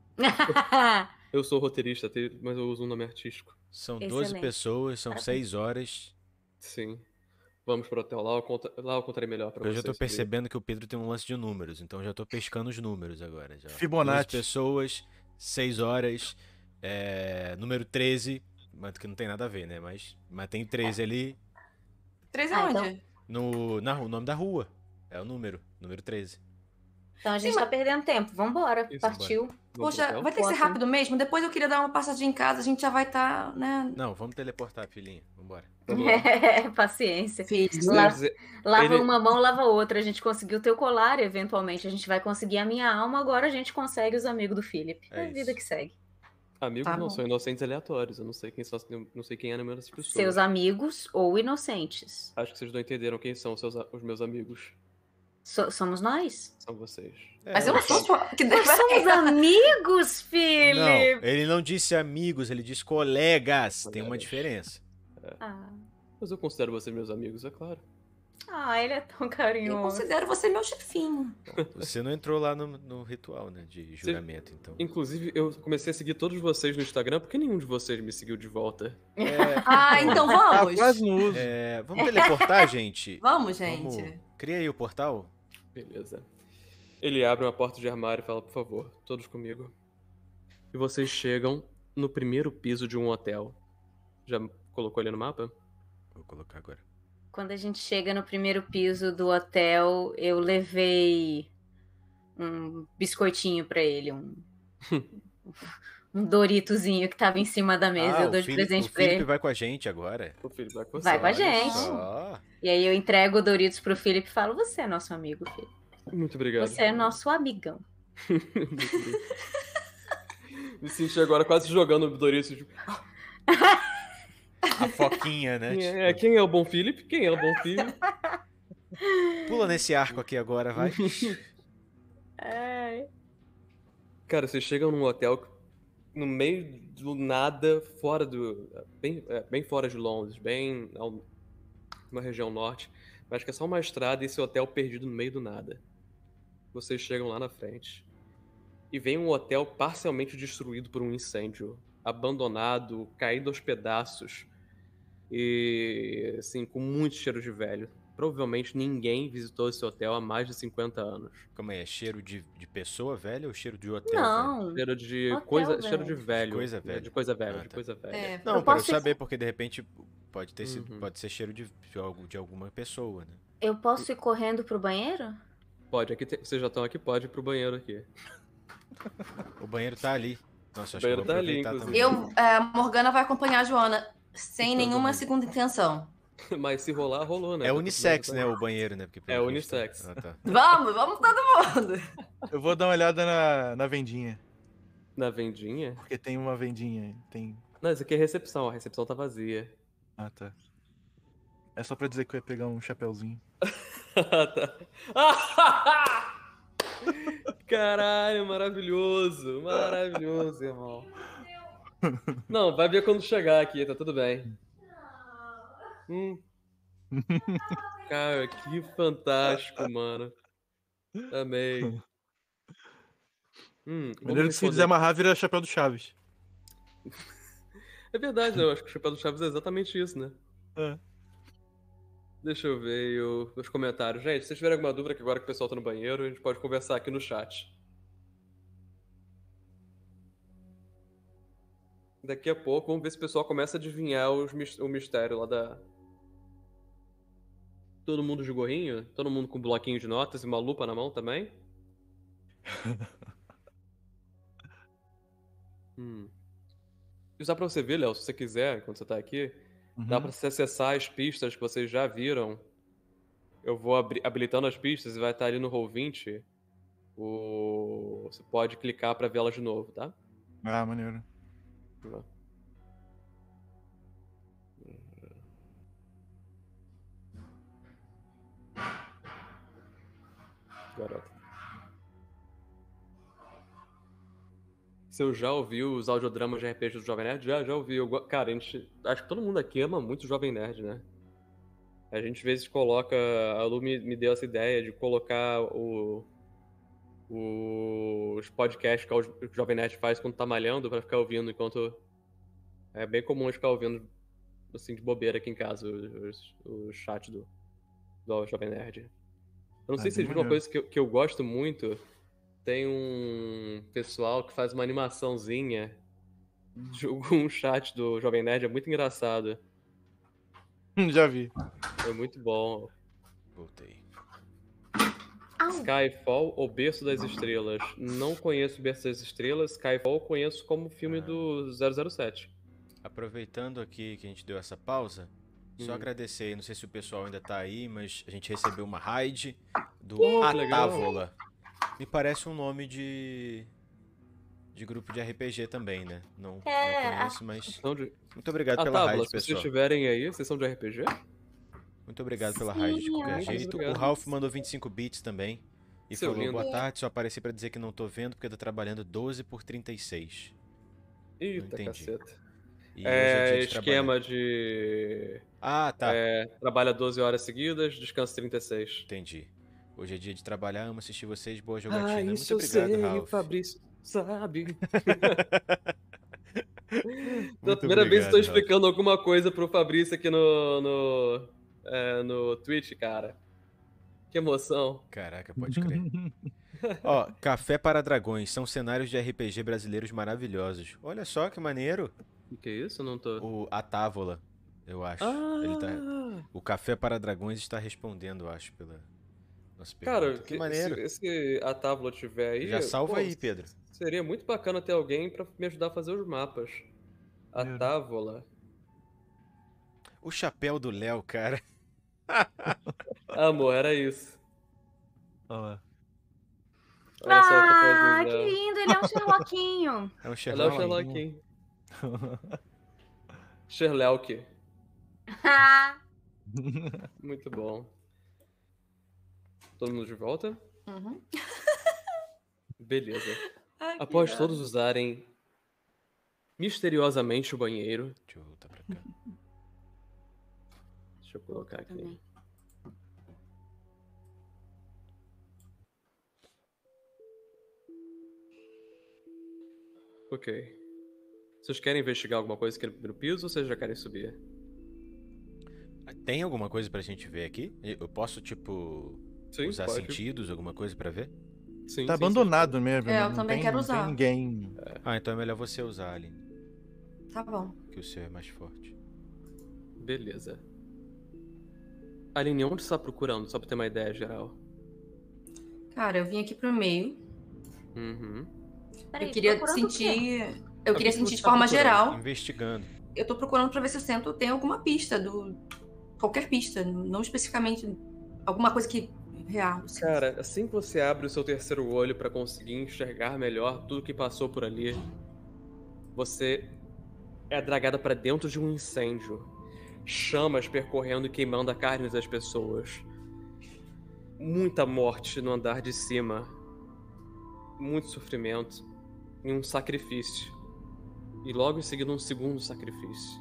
S5: Eu sou roteirista, mas eu uso um nome artístico.
S3: São 12
S4: Excelente.
S3: pessoas, são
S4: Parabéns.
S3: 6 horas.
S5: Sim. Vamos pro hotel. Lá eu contarei melhor pra
S3: Eu
S5: vocês.
S3: já tô
S5: sobre-
S3: percebendo que o Pedro tem um lance de números, então eu já tô pescando os números agora. Já. 12
S2: Fibonacci.
S3: pessoas, 6 horas, número 13, mas que não tem nada a ver, né? Mas tem 13 ali
S1: 13
S4: Ah,
S1: aonde?
S3: no nome da rua. É o número 13.
S4: Então a gente
S1: Sim,
S4: tá perdendo tempo. Vambora.
S5: Isso,
S4: Partiu.
S5: Vamos pro
S1: Poxa,
S5: hotel?
S1: vai ter que ser
S4: Ótimo.
S1: rápido mesmo. Depois eu queria dar uma passadinha em casa, a gente já vai estar, né?
S3: Não, vamos teleportar, filhinha. Vambora.
S5: Vamos lá.
S4: Paciência.
S1: Fiz.
S4: Lá-
S5: Quer dizer,
S4: Lava
S5: Ele-
S4: uma mão, lava outra. A gente conseguiu teu colar, eventualmente a gente vai conseguir a minha alma, agora a gente consegue os amigos do Philip.
S3: É
S4: É a vida
S3: isso.
S4: que segue.
S5: amigos
S1: Tá
S5: não,
S1: bom.
S5: são inocentes aleatórios. Eu não sei quem são, não sei quem é nenhuma dessas pessoas.
S4: Seus amigos ou inocentes.
S5: Acho que vocês não entenderam quem são os meus amigos.
S4: Somos nós?
S5: São vocês.
S1: Mas eu não sou. Que
S4: Nós somos amigos,
S3: Não,
S4: Philip!
S3: ele não disse amigos, ele disse colegas. Tem uma
S5: Colegas.
S3: diferença.
S4: Ah.
S5: Mas eu considero vocês meus amigos, é claro.
S4: Ah, ele é tão
S1: Eu
S4: carinhoso.
S1: considero você meu chefinho.
S3: Você não entrou lá no ritual, né? De juramento, então.
S5: Inclusive, eu comecei a seguir todos vocês no Instagram, porque nenhum de vocês me seguiu de volta.
S1: Ah, então
S2: Ah,
S1: vamos.
S2: quase não uso.
S3: Vamos teleportar, gente?
S1: Vamos, gente.
S3: Vamos. Cria aí o portal.
S5: Beleza. Ele abre uma porta de armário e fala, por favor, todos comigo. E vocês chegam no primeiro piso de um hotel. Já colocou ali no mapa?
S3: Vou colocar agora.
S4: Quando a gente chega no primeiro piso do hotel, eu levei um biscoitinho pra ele, um Doritozinho que tava em cima da mesa. Eu dou de presente
S3: o
S4: pra
S3: Felipe
S4: ele.
S3: vai com a gente agora.
S5: O filho vai com você.
S4: Vai com a
S3: Olha
S4: gente.
S3: só.
S4: E aí eu entrego o Doritos pro Felipe e falo: Você é nosso amigo, Felipe.
S5: Muito obrigado.
S4: Você é nosso amigão.
S5: Me senti agora quase jogando o Doritos. Tipo,
S3: A foquinha, né? Tipo,
S5: quem é o bom Felipe? Quem é o bom Felipe?
S3: pula nesse arco aqui agora, vai.
S4: Ai.
S5: Cara, vocês chegam num hotel no meio do nada, fora do. Bem fora de Londres, numa região norte. Mas que é só uma estrada e esse hotel perdido no meio do nada. Vocês chegam lá na frente. E vem um hotel parcialmente destruído por um incêndio. Abandonado, caído aos pedaços. E assim, com muito cheiro de velho. provavelmente ninguém visitou esse hotel há mais de 50 anos.
S3: Como é? Cheiro de pessoa velha ou cheiro de hotel velho?
S4: Não.
S5: Cheiro de
S4: Hotel
S5: coisa,
S4: velho.
S5: cheiro de velho.
S3: De coisa
S5: né?
S3: velha.
S5: De coisa velha,
S3: Ah,
S5: de
S3: tá.
S5: coisa velha.
S1: É,
S3: Não,
S4: Eu
S3: pra eu
S4: posso-
S3: saber, porque de repente pode ter sido,
S5: Uhum.
S3: pode ser cheiro de alguma pessoa, né?
S4: Eu posso ir correndo pro banheiro?
S5: Pode, vocês já estão aqui, pode ir pro banheiro aqui.
S3: O banheiro tá ali. Nossa,
S5: O
S3: acho que eu vou
S5: banheiro tá ali,
S3: aproveitar
S5: inclusive.
S3: também.
S1: A Morgana vai acompanhar a Joana sem
S5: Todo
S1: nenhuma
S5: mundo.
S1: segunda intenção.
S5: Mas se rolar, rolou, né?
S3: É
S5: Tá
S3: unissex,
S5: tudo
S3: né?
S5: bem.
S3: O banheiro, né? Porque,
S5: É
S3: pelo visto-
S5: unissex.
S3: Ah, tá.
S1: Vamos todo mundo.
S2: Eu vou dar uma olhada na vendinha.
S5: Na vendinha?
S2: Porque tem uma vendinha. Tem.
S5: Não, isso aqui é recepção, a recepção tá vazia.
S2: Ah, tá. É só pra dizer que eu ia pegar um chapeuzinho.
S5: Tá. Caralho, maravilhoso. Maravilhoso, irmão. Não, vai ver quando chegar aqui, tá tudo bem. Cara, que fantástico, mano. Amei. Vamos
S2: Maneiro que se
S5: responder.
S2: quiser amarrar, vira chapéu do Chaves.
S5: É verdade, né? Eu acho que o Chapéu do Chaves é exatamente isso, né?
S2: É.
S5: Deixa eu ver os comentários. Gente, se vocês tiverem alguma dúvida, que agora que o pessoal tá no banheiro, a gente pode conversar aqui no chat. Daqui a pouco, vamos ver se o pessoal começa a adivinhar o mistério lá da... Todo mundo de gorrinho? Todo mundo com bloquinho de notas e uma lupa na mão também? Isso dá pra você ver, Léo, se você quiser, quando você tá aqui. Dá pra você acessar as pistas que vocês já viram. Eu vou habilitando as pistas e vai estar ali no Roll20. Você pode clicar pra ver elas de novo, tá?
S2: Ah, maneiro.
S5: Garoto. Se eu já ouvi os audiodramas de RPG do Jovem Nerd, já ouvi. Cara, acho que todo mundo aqui ama muito o Jovem Nerd, né? A gente às vezes coloca... A Lu me deu essa ideia de colocar os podcasts que o Jovem Nerd faz quando tá malhando pra ficar ouvindo enquanto... É bem comum ficar ouvindo, assim, de bobeira aqui em casa, o chat do Jovem Nerd. Eu não sei se vocês viram uma coisa que eu gosto muito... Tem um pessoal que faz uma animaçãozinha de algum chat do Jovem Nerd, é muito engraçado.
S2: Já vi.
S5: É muito bom.
S3: Voltei.
S5: Skyfall ou Berço das Estrelas? Não conheço Berço das Estrelas. Skyfall eu conheço como filme do 007.
S3: Aproveitando aqui que a gente deu essa pausa, só agradecer aí, não sei se o pessoal ainda tá aí, mas a gente recebeu uma raid do Atávola. Me parece um nome de grupo de RPG também, né? Não conheço, mas... Muito obrigado pela raid,
S5: se vocês
S3: pessoal.
S5: estiverem aí, vocês são de RPG?
S3: Muito obrigado pela raid de qualquer
S5: muito
S3: jeito.
S5: obrigado.
S3: O Ralph mandou 25 bits também. E
S5: Seu
S3: falou,
S5: lindo.
S3: boa tarde, só apareci pra dizer que não tô vendo porque tô trabalhando 12 por 36.
S5: Eita,
S3: entendi.
S5: caceta.
S3: E hoje é dia de
S5: Esquema de...
S3: Ah, tá.
S5: Trabalha 12 horas seguidas, descansa 36.
S3: Entendi. Hoje é dia de trabalhar, amo assistir vocês, boa jogatina.
S5: Isso
S3: Muito obrigado,
S5: eu sei,
S3: Ralph.
S5: Fabrício sabe.
S3: Muito
S5: Pela primeira vez eu tô
S3: obrigado,
S5: explicando alguma coisa pro Fabrício aqui no Twitch, cara. Que emoção.
S3: Caraca, pode crer. Ó, Café para Dragões, são cenários de RPG brasileiros maravilhosos. Olha só que maneiro.
S5: O que é isso? Eu não tô...
S3: O Atávola, eu acho. O Café para Dragões está respondendo, eu acho, pela nossa pergunta.
S5: Cara,
S3: que maneiro.
S5: se a tábua tiver aí...
S3: Já salva aí, Pedro.
S5: Seria muito bacana ter alguém pra me ajudar a fazer os mapas. A távola.
S3: O chapéu do Léo, cara.
S5: Amor, era isso.
S2: Olha lá.
S5: Olha só o chapéuzinho
S4: Que
S5: dela.
S4: lindo, ele é um Sherlockinho.
S3: É um
S5: Ela é o
S3: Sherlock.
S5: Sherlockinho. Sherlock. Muito bom. Todo mundo de volta?
S1: Uhum.
S5: Beleza.
S1: Ai,
S5: Após
S1: que
S5: todos usarem misteriosamente o banheiro.
S3: Deixa eu voltar pra cá.
S5: Deixa eu colocar aqui.
S4: Também.
S5: Ok. Vocês querem investigar alguma coisa aqui no piso ou vocês já querem subir?
S3: Tem alguma coisa pra gente ver aqui? Eu posso, tipo,
S5: Sim,
S3: usar
S5: pode.
S3: sentidos, alguma coisa pra ver?
S5: Sim,
S2: Tá
S5: sim,
S2: abandonado mesmo.
S1: É, eu
S2: não
S1: também
S2: tem,
S1: quero
S2: não tem
S1: usar.
S2: ninguém.
S3: Ah, então é melhor você usar, Aline,
S1: Tá bom.
S3: que o seu é mais forte.
S5: Beleza. Aline, onde você tá procurando? Só pra ter uma ideia geral.
S1: Cara, eu vim aqui pro meio.
S5: Uhum.
S4: Peraí,
S1: Eu queria
S4: procurando o quê?
S1: sentir. Eu queria
S5: que
S1: sentir
S5: você
S1: de
S5: tá
S1: forma
S5: procurando?
S1: geral.
S3: Investigando.
S1: Eu tô procurando pra ver se eu tem alguma pista do. Qualquer pista, não especificamente alguma coisa que. Real. Assim.
S5: Cara, assim que você abre o seu terceiro olho pra conseguir enxergar melhor tudo que passou por ali, você é dragada pra dentro de um incêndio. Chamas percorrendo e queimando a carne das pessoas. Muita morte no andar de cima. Muito sofrimento. E um sacrifício. E logo em seguida um segundo sacrifício.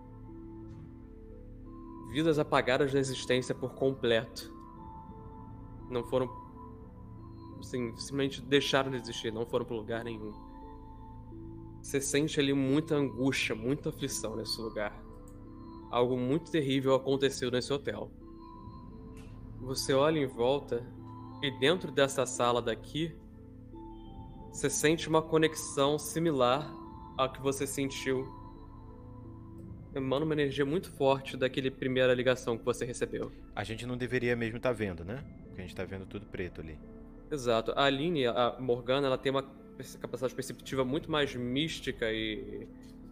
S5: Vidas apagadas da existência por completo. Não foram... Assim, simplesmente deixaram de existir. Não foram pra lugar nenhum. Você sente ali muita angústia, muita aflição nesse lugar. Algo muito terrível aconteceu nesse hotel. Você olha em volta e dentro dessa sala daqui, você sente uma conexão similar ao que você sentiu. Emana uma energia muito forte daquele primeira ligação que você recebeu.
S3: A gente não deveria mesmo estar vendo, né? Porque a gente tá vendo tudo preto ali.
S5: Exato. A Aline, a Morgana, ela tem uma capacidade perceptiva muito mais mística e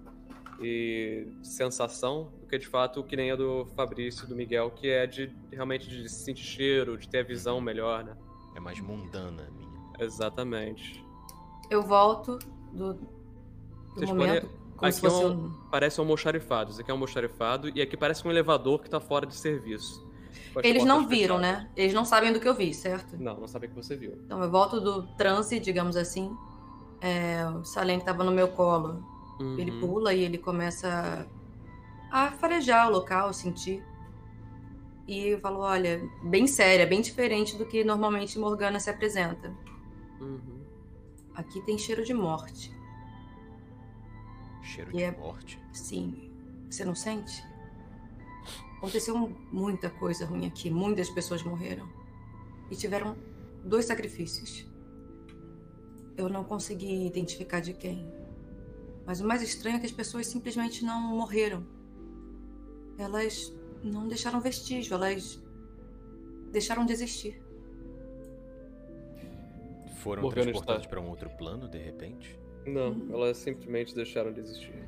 S5: sensação do que de fato que nem a do Fabrício e do Miguel, que é de realmente de sentir cheiro, de ter a visão melhor, né?
S3: É mais mundana a minha.
S5: Exatamente.
S1: Eu volto do
S5: Vocês
S1: momento.
S5: podem...
S1: Como
S5: Aqui
S1: se fosse
S5: parece um almoxarifado. Isso aqui é um almoxarifado e aqui parece um elevador que tá fora de serviço. Com as
S1: Eles não
S5: portas
S1: viram,
S5: fechadas.
S1: né? Eles não sabem do que eu vi, certo?
S5: Não sabem que você viu.
S1: Então eu volto do transe, digamos assim. O Salem que tava no meu colo. Ele pula e ele começa a farejar o local, sentir. E eu falo, olha, bem séria, bem diferente do que normalmente Morgana se apresenta.
S5: Uhum.
S1: Aqui tem cheiro de morte.
S3: Cheiro
S1: E
S3: de
S1: é-
S3: morte.
S1: Sim, você não sente? Aconteceu muita coisa ruim aqui, muitas pessoas morreram. E tiveram 2 sacrifícios. Eu não consegui identificar de quem. Mas o mais estranho é que as pessoas simplesmente não morreram. Elas não deixaram vestígio, elas deixaram de existir.
S3: Foram
S5: Morgana
S3: transportados
S5: está-
S3: pra um outro plano, de repente?
S5: Não, elas simplesmente deixaram de existir.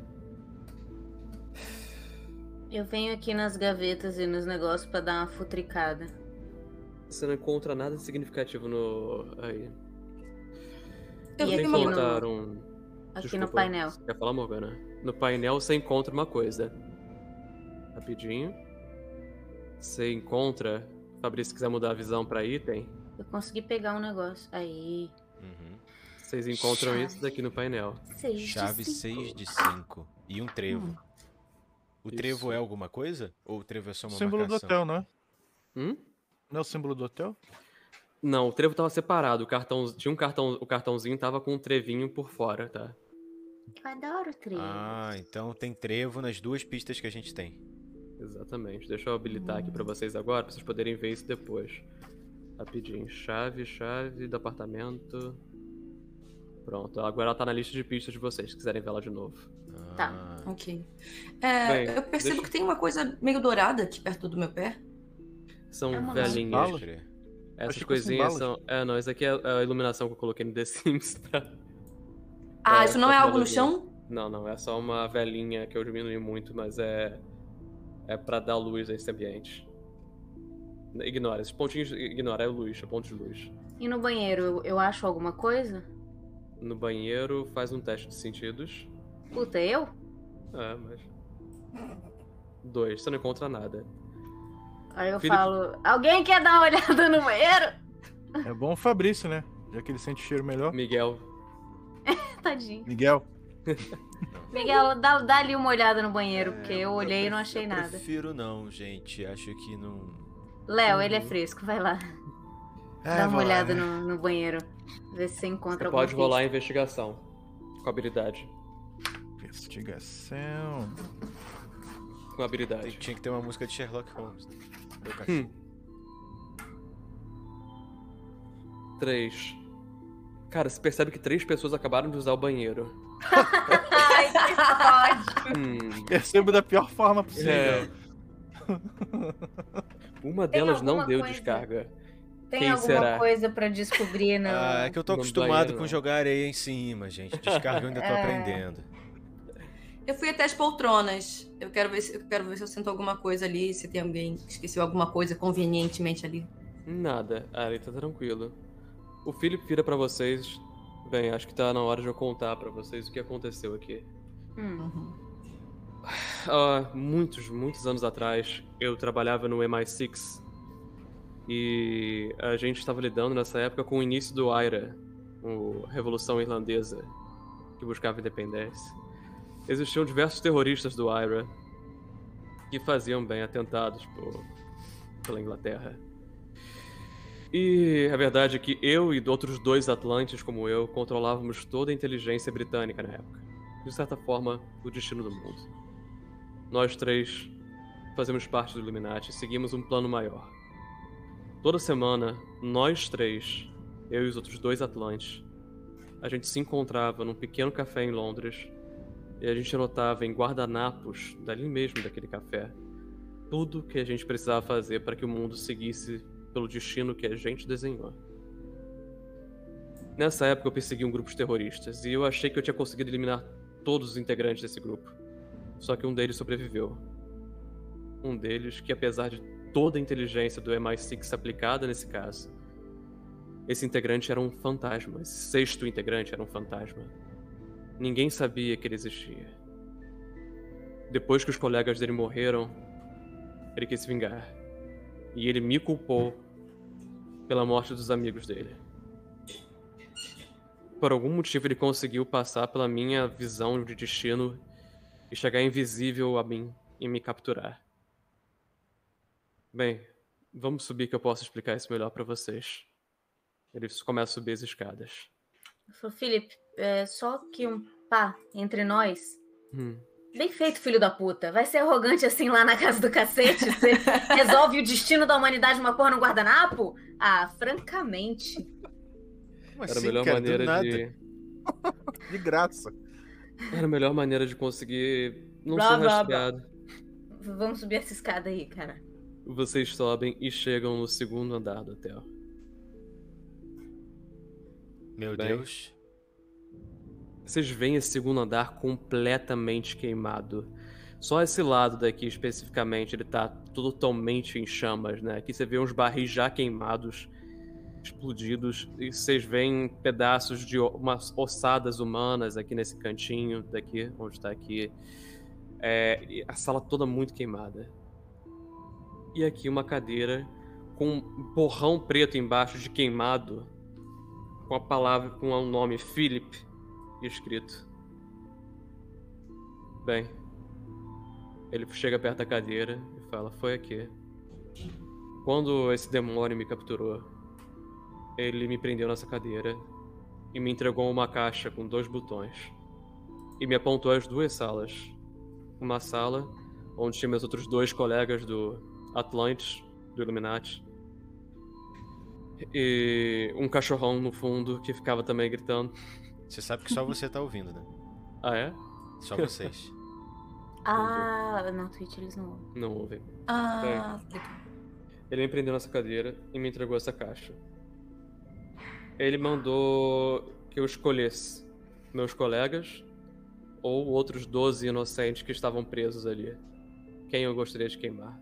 S4: Eu venho aqui nas gavetas e nos negócios pra dar uma futricada.
S5: Você não encontra nada significativo no... aí.
S1: Eu
S4: E
S1: vi
S4: aqui
S1: uma
S4: no-
S5: Encontraram...
S4: Aqui
S5: Desculpa,
S4: no painel.
S5: você quer falar, Morgana? No painel você encontra uma coisa. Rapidinho. Você encontra... Fabrício, se quiser mudar a visão pra item,
S4: Eu consegui pegar um negócio. Aí.
S3: Uhum.
S5: vocês encontram
S4: Chave.
S5: isso daqui no painel.
S4: 6
S3: Chave 6 de 5. E um trevo. O
S5: Isso.
S3: trevo é alguma coisa? Ou o trevo é só uma
S2: Símbolo do
S3: marcação?
S2: hotel, não é?
S5: Hum?
S2: Não é o símbolo do hotel?
S5: Não, o trevo tava separado. O cartão, tinha um cartão, o cartãozinho tava com um trevinho por fora, tá?
S4: Eu adoro trevo.
S3: Ah, então tem trevo nas 2 pistas que a gente tem.
S5: Exatamente. Deixa eu habilitar aqui pra vocês agora, pra vocês poderem ver isso depois. Rapidinho. Chave do apartamento. Pronto. Agora ela tá na lista de pistas de vocês, se quiserem ver ela de novo.
S4: Tá.
S1: Ok.
S5: Bem,
S1: eu percebo
S5: deixa-
S1: que tem uma coisa meio dourada aqui perto do meu pé.
S5: São
S4: É uma
S5: velhinhas.
S2: bala?
S3: Crer.
S5: Essas
S2: Achei que fossem
S5: coisinhas
S2: balas.
S5: são... não, isso aqui é a iluminação que eu coloquei no The Sims pra...
S1: Isso não é
S5: pra
S1: algo no
S5: poder ver.
S1: chão?
S5: Não, é só uma velhinha que eu diminui muito, mas é pra dar luz a esse ambiente. Ignora, esses pontinhos, ignora, é luz, é ponto de luz.
S4: E no banheiro, eu acho alguma coisa?
S5: No banheiro, faz um teste de sentidos.
S4: Puta, eu?
S5: Mas... 2, você não encontra nada.
S4: Aí eu
S5: Felipe-
S4: falo, alguém quer dar uma olhada no banheiro?
S2: É bom o Fabrício, né? Já que ele sente cheiro melhor.
S5: Miguel,
S4: Tadinho.
S2: Miguel.
S4: Miguel, dá ali uma olhada no banheiro, porque eu olhei e não achei
S3: eu
S4: nada.
S3: prefiro não, gente. Acho que não...
S4: Léo, ele é fresco, vai lá. Dá uma
S2: vou lá,
S4: olhada
S2: né?
S4: no banheiro. Ver se você encontra
S5: você
S4: alguma
S5: pode rolar a
S4: pista.
S5: investigação. Com habilidade.
S2: Investigação.
S5: com habilidade.
S3: Tinha que ter uma música de Sherlock Holmes. Meu cachorro.
S5: 3. Cara, você percebe que 3 pessoas acabaram de usar o banheiro.
S4: Ai, que ódio.
S2: Percebo da pior forma possível.
S5: É. Uma delas não
S4: alguma
S5: deu
S4: coisa?
S5: descarga.
S4: Tem
S5: Quem
S4: alguma
S5: será?
S4: coisa pra descobrir no...
S3: É que eu tô
S5: No
S3: acostumado
S5: banheiro,
S3: com
S5: não.
S3: jogar areia em cima, gente. Descarga eu ainda tô aprendendo.
S1: Eu fui até as poltronas. Eu quero ver se eu sinto alguma coisa ali, se tem alguém que esqueceu alguma coisa convenientemente ali.
S5: Nada. Ali tá tranquilo. O Philip vira pra vocês. Bem, acho que tá na hora de eu contar pra vocês o que aconteceu aqui. Muitos anos atrás, eu trabalhava no MI6 e a gente estava lidando nessa época com o início do IRA, a Revolução Irlandesa, que buscava independência. Existiam diversos terroristas do IRA que faziam bem atentados pela Inglaterra. E a verdade é que eu e outros 2 atlantes como eu controlávamos toda a inteligência britânica na época. De certa forma, o destino do mundo. Nós 3 fazemos parte do Illuminati e seguimos um plano maior. Toda semana, nós 3, eu e os outros 2 atlantes, a gente se encontrava num pequeno café em Londres e a gente anotava em guardanapos, dali mesmo daquele café, tudo que a gente precisava fazer para que o mundo seguisse pelo destino que a gente desenhou. Nessa época eu persegui um grupo de terroristas e eu achei que eu tinha conseguido eliminar todos os integrantes desse grupo. Só que um deles sobreviveu. Um deles que, apesar de toda a inteligência do MI6 aplicada nesse caso, esse integrante era um fantasma. Esse 6º integrante era um fantasma. Ninguém sabia que ele existia. Depois que os colegas dele morreram, ele quis se vingar. E ele me culpou pela morte dos amigos dele. Por algum motivo ele conseguiu passar pela minha visão de destino e chegar invisível a mim e me capturar. Bem, vamos subir que eu posso explicar isso melhor pra vocês. Ele começa a subir as escadas.
S4: Philip, só que um pá entre nós.
S5: Hum.
S4: Bem feito, filho da puta. Vai ser arrogante assim lá na casa do cacete? Você resolve o destino da humanidade uma porra no guardanapo? Ah, francamente.
S3: Como
S5: Era a
S3: assim,
S5: melhor
S3: cara?
S5: maneira
S3: Do nada.
S5: de...
S2: De graça.
S5: Era a melhor maneira de conseguir não
S4: Blá,
S5: ser
S4: blá, blá.
S5: rastreado.
S4: Vamos subir essa escada aí, cara.
S5: Vocês sobem e chegam no 2º andar do hotel.
S3: Meu
S5: Bem.
S3: Deus.
S5: Vocês veem esse 2º andar completamente queimado. Só esse lado daqui especificamente, ele tá totalmente em chamas, né? Aqui você vê uns barris já queimados, explodidos, e vocês veem pedaços de umas ossadas humanas aqui nesse cantinho daqui, onde tá aqui. E a sala toda muito queimada. E aqui uma cadeira com um borrão preto embaixo de queimado, com a palavra, com o nome Philip escrito. Bem, ele chega perto da cadeira e fala: foi aqui. Quando esse demônio me capturou, ele me prendeu nessa cadeira e me entregou uma caixa com 2 botões e me apontou as 2 salas. Uma sala onde tinha meus outros 2 colegas do Atlantis, do Illuminati, e um cachorrão no fundo que ficava também gritando.
S3: Você sabe que só você tá ouvindo, né?
S5: Ah, é?
S3: Só vocês.
S4: Ah, na Twitch eles não ouvem.
S5: Não ouvem.
S1: Ah,
S5: Ele me prendeu nessa cadeira e me entregou essa caixa. Ele mandou que eu escolhesse meus colegas ou outros 12 inocentes que estavam presos ali. Quem eu gostaria de queimar?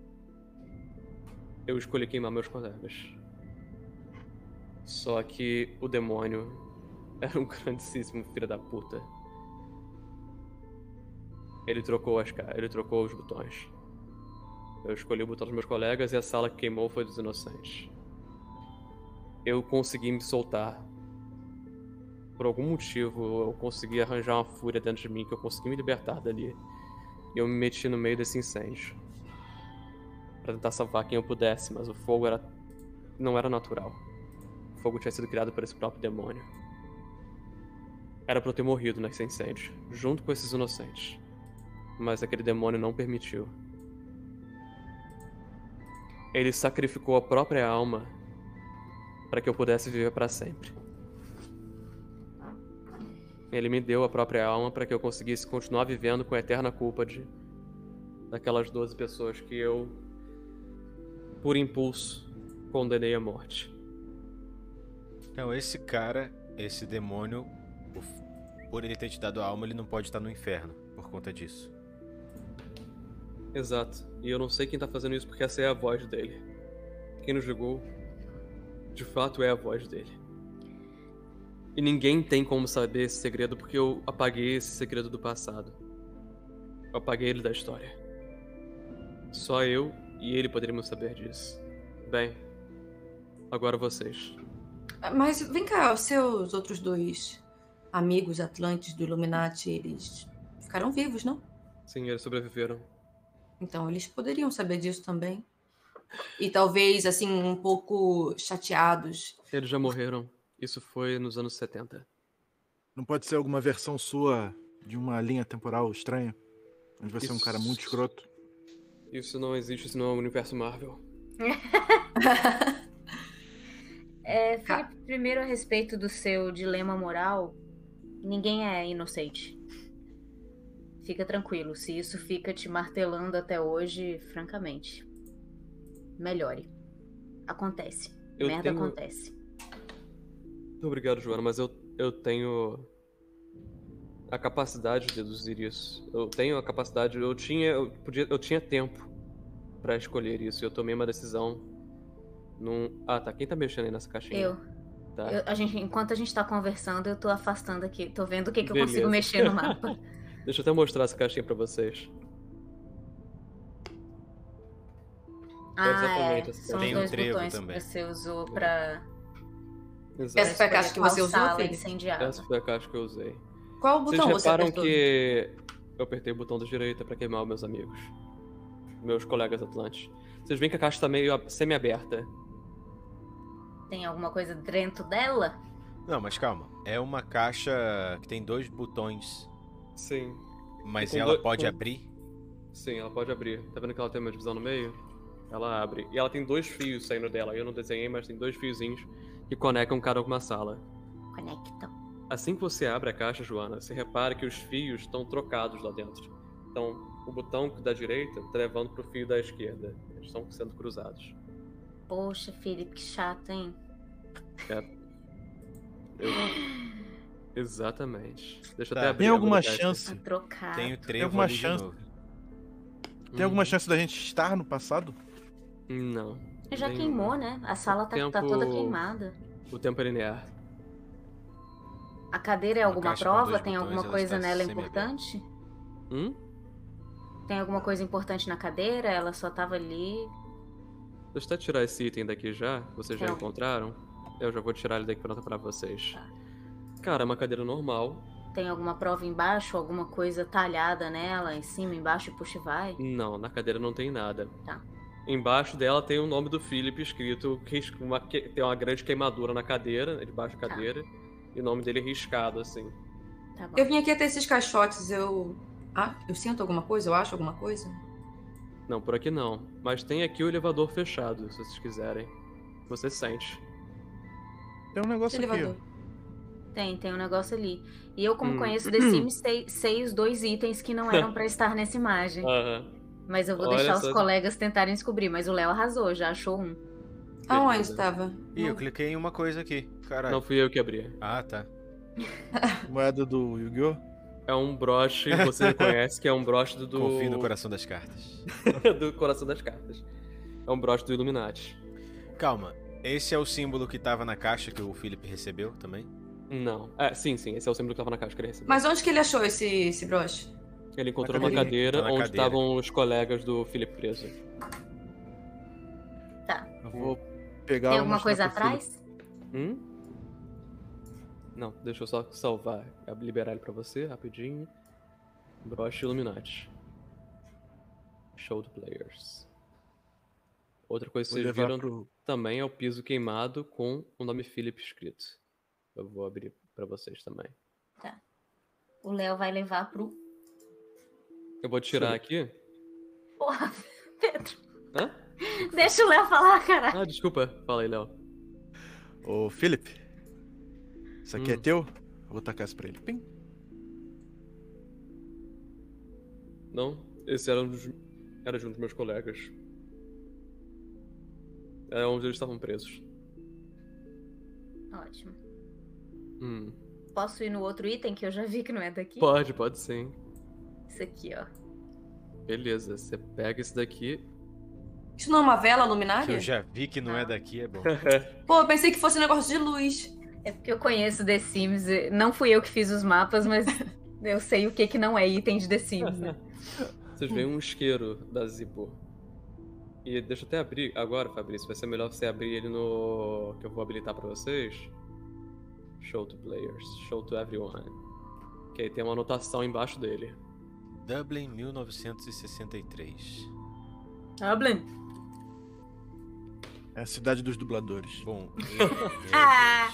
S5: Eu escolhi queimar meus colegas. Só que o demônio era um grandíssimo filho da puta. Ele trocou os botões. Eu escolhi o botão dos meus colegas e a sala que queimou foi dos inocentes. Eu consegui me soltar. Por algum motivo, eu consegui arranjar uma fúria dentro de mim, que eu consegui me libertar dali. E eu me meti no meio desse incêndio. Pra tentar salvar quem eu pudesse, mas o fogo não era natural. O fogo tinha sido criado por esse próprio demônio. Era pra eu ter morrido nesse incêndio, junto com esses inocentes. Mas aquele demônio não permitiu. Ele sacrificou a própria alma para que eu pudesse viver para sempre. Ele me deu a própria alma para que eu conseguisse continuar vivendo com a eterna culpa daquelas 12 pessoas que eu, por impulso, condenei à morte.
S3: Então, esse cara, esse demônio, por ele ter te dado a alma, ele não pode estar no inferno por conta disso.
S5: Exato. E eu não sei quem tá fazendo isso porque essa é a voz dele. Quem nos ligou, de fato, é a voz dele. E ninguém tem como saber esse segredo porque eu apaguei esse segredo do passado. Eu apaguei ele da história. Só eu e ele poderíamos saber disso. Bem, agora vocês.
S1: Mas vem cá, os seus outros 2 amigos Atlantes do Illuminati, eles ficaram vivos, não?
S5: Sim, eles sobreviveram.
S1: Então eles poderiam saber disso também. E talvez, assim, um pouco chateados.
S5: Eles já morreram. Isso foi nos anos 70.
S2: Não pode ser alguma versão sua de uma linha temporal estranha? Onde você é um cara muito escroto?
S5: Isso não existe, isso não é o universo Marvel.
S4: Felipe, primeiro a respeito do seu dilema moral, ninguém é inocente. Fica tranquilo, se isso fica te martelando até hoje, francamente, melhore. Acontece. Acontece.
S5: Obrigado, Joana, mas eu tenho a capacidade de deduzir isso. Eu tenho a capacidade, eu tinha tempo pra escolher isso. Eu tomei uma decisão Ah, tá. Quem tá mexendo aí nessa caixinha?
S4: Eu.
S5: Tá.
S4: Enquanto a gente tá conversando, eu tô afastando aqui. Tô vendo o que eu
S5: Beleza.
S4: consigo mexer no mapa.
S5: Deixa eu até mostrar essa caixinha pra vocês. Exatamente, essa
S4: São os
S3: Tem um
S4: 2
S3: trevo
S4: botões
S3: também.
S4: que você usou pra...
S5: Exato.
S1: Essa foi a caixa que você usou,
S4: sala
S1: Felipe?
S4: incendiada.
S5: Essa foi a caixa que eu usei.
S1: Qual
S5: Vocês
S1: botão você
S5: reparam
S1: apertou?
S5: que eu apertei o botão da direita pra queimar os meus amigos. Meus colegas atlantes. Vocês veem que a caixa tá meio semi-aberta.
S4: Tem alguma coisa dentro dela?
S3: Não, mas calma. É uma caixa que tem 2 botões,
S5: Sim.
S3: mas
S5: Com
S3: ela
S5: dois-
S3: pode
S5: com-
S3: abrir?
S5: Sim, ela pode abrir. Tá vendo que ela tem uma divisão no meio? Ela abre. E ela tem 2 fios saindo dela. Eu não desenhei, mas tem 2 fiozinhos que conectam cada uma sala.
S4: Conectam.
S5: Assim que você abre a caixa, Joana, você repara que os fios estão trocados lá dentro. Então, o botão da direita tá levando pro fio da esquerda. Eles estão sendo cruzados.
S4: Poxa, Felipe, que chato, hein?
S5: Exatamente. Deixa eu
S3: Tá.
S5: até abrir.
S2: Tem
S5: eu vou
S2: alguma
S5: ligar esse-
S2: chance?
S4: Pra trocar.
S3: Tem o trevo
S2: alguma
S3: ali de
S2: chance?
S3: novo.
S2: Tem alguma chance da gente estar no passado?
S5: Não.
S4: Já
S5: Nenhuma.
S4: queimou, né? A sala tá
S5: Tempo-
S4: toda queimada.
S5: O tempo é linear.
S4: A cadeira é
S3: Uma
S4: alguma
S3: caixa com
S4: prova?
S3: 2
S4: Tem
S3: botões,
S4: alguma
S3: ela
S4: coisa
S3: está
S4: nela
S3: semi-aberta.
S4: importante?
S5: Hum?
S4: Tem alguma coisa importante na cadeira? Ela só tava ali.
S5: Deixa eu até tirar esse item daqui já. Vocês já
S4: Não.
S5: encontraram? Eu já vou tirar ele daqui pronto pra vocês.
S4: Tá.
S5: Cara, é uma cadeira normal.
S4: Tem alguma prova embaixo? Alguma coisa talhada nela? Em cima, embaixo, puxa e vai?
S5: Não, na cadeira não tem nada.
S4: Tá.
S5: Embaixo dela tem o nome do Philip escrito, tem uma grande queimadura na cadeira, debaixo da cadeira, e o nome dele riscado, assim.
S4: Tá bom.
S1: Eu vim aqui até esses caixotes, eu sinto alguma coisa? Eu acho alguma coisa?
S5: Não, por aqui não. Mas tem aqui o elevador fechado, se vocês quiserem. Você sente.
S2: Tem um negócio aqui,
S1: Elevador.
S2: ó.
S4: Tem um negócio ali. E eu, como conheço The Sims, sei os 2 itens que não eram pra estar nessa imagem.
S5: Aham.
S4: Mas eu vou
S5: Olha
S4: deixar
S5: só.
S4: os colegas tentarem descobrir. Mas o Léo arrasou, já achou um.
S1: Aonde
S5: Beleza.
S1: estava?
S3: Ih, eu cliquei em uma coisa aqui. Caralho.
S5: Não fui eu que abri.
S3: Ah, tá.
S2: Moeda do Yu-Gi-Oh!
S5: É um broche, você conhece, que é um broche do...
S3: Confio no coração das cartas.
S5: do coração das cartas. É um broche do Illuminati.
S3: Calma. Esse é o símbolo que tava na caixa que o Felipe recebeu também?
S5: Não. Sim, esse é o símbolo que tava na caixa que ele recebeu.
S1: Mas onde que ele achou esse broche?
S5: Ele encontrou
S2: Na
S5: uma cadeira
S3: Tá na
S5: onde
S3: cadeira.
S5: estavam os colegas do Philip preso.
S2: Eu vou pegar
S4: Tem
S2: e
S4: alguma
S2: mostrar
S4: coisa
S2: pro Felipe.
S4: atrás?
S5: Não, deixa eu só salvar, liberar ele pra você, rapidinho. Broche Illuminati. Show the players. Outra coisa que
S2: Vou
S5: vocês
S2: levar
S5: viram
S2: pro...
S5: também é o piso queimado com o nome Philip escrito. Eu vou abrir pra vocês também.
S4: O Léo vai levar pro
S5: Eu vou tirar aqui.
S4: Porra, Pedro.
S5: Hã?
S4: Deixa o Léo falar, cara.
S5: Ah, desculpa. Fala aí, Léo.
S2: Ô, Felipe. Isso aqui é teu? Eu vou tacar isso pra ele. Pim.
S5: Não, esse era de um dos meus colegas. É onde eles estavam presos.
S4: Ótimo.
S5: Hum.
S4: Posso ir no outro item que eu já vi que não é daqui?
S5: Pode sim.
S4: Isso aqui, ó.
S5: Beleza, você pega esse daqui.
S1: Isso não é uma vela
S3: Que
S1: luminária?
S3: eu já vi que não é daqui, é bom.
S1: Pô, eu pensei que fosse um negócio de luz.
S4: É porque eu conheço The Sims. Não fui eu que fiz os mapas, mas eu sei o que não é item de The Sims, né?
S5: Vocês veem um isqueiro da Zippo. E deixa eu até abrir agora, Fabrício. Vai ser melhor você abrir ele no... que eu vou habilitar pra vocês. Show to players. Show to everyone. Que aí tem uma anotação embaixo dele.
S3: Dublin, 1963.
S4: Dublin.
S2: É a cidade dos dubladores.
S3: Bom,
S4: Ah!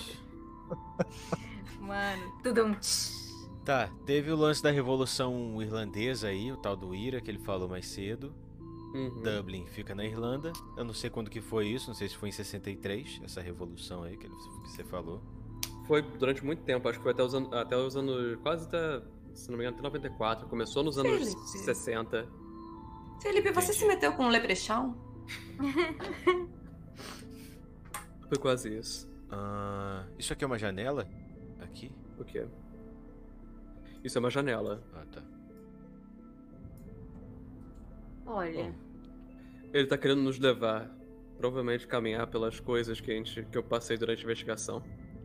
S4: Mano, tudo um...
S3: tá, teve o lance da Revolução Irlandesa aí, o tal do IRA, que ele falou mais cedo. Dublin fica na Irlanda. Eu não sei quando que foi isso, não sei se foi em 63, essa revolução aí que você falou.
S5: Foi durante muito tempo, acho que foi até os anos quase até, se não me engano, até 94. Começou nos anos
S1: Felipe.
S5: 60.
S1: Felipe, você
S3: Entendi.
S1: se meteu com um leprechaun?
S5: Foi quase isso.
S3: Isso aqui é uma janela? Aqui?
S5: O quê? Isso é uma janela.
S3: Ah, tá.
S4: Olha,
S3: Bom,
S5: Ele tá querendo nos levar, provavelmente caminhar pelas coisas que eu passei durante a investigação.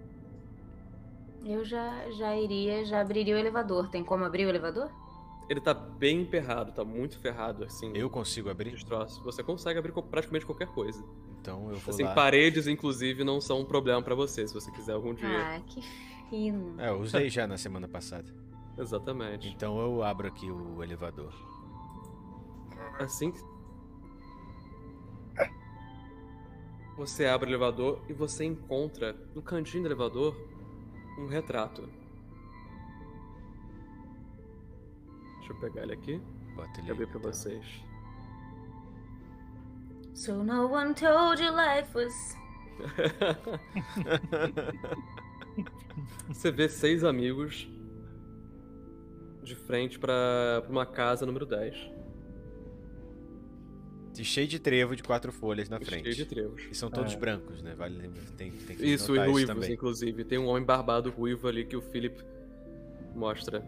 S4: eu já iria, já abriria o elevador. Tem como abrir o elevador?
S5: Ele tá bem emperrado, tá muito ferrado, assim.
S3: eu consigo abrir?
S5: Destroço. Você consegue abrir praticamente qualquer coisa.
S3: Então eu vou
S5: Assim,
S3: lá.
S5: paredes, inclusive, não são um problema pra você, se você quiser algum dia.
S4: Ah, que fino.
S3: É, eu usei já na semana passada.
S5: Exatamente.
S3: Então eu abro aqui o elevador.
S5: Assim que você abre o elevador e você encontra no cantinho do elevador um retrato. Deixa eu pegar ele aqui
S3: Bota
S5: e
S3: ele
S5: abrir
S3: aí,
S5: pra
S3: então.
S5: vocês.
S4: So no one told you life was...
S5: Você vê 6 amigos de frente pra uma casa número 10.
S3: E cheio de trevo de 4 folhas na
S5: Cheio
S3: frente.
S5: de trevos.
S3: E são todos brancos, né? Vale lembrar. Tem que
S5: Isso, e
S3: notar
S5: ruivos,
S3: também.
S5: inclusive. Tem um homem barbado ruivo ali que o Philip mostra.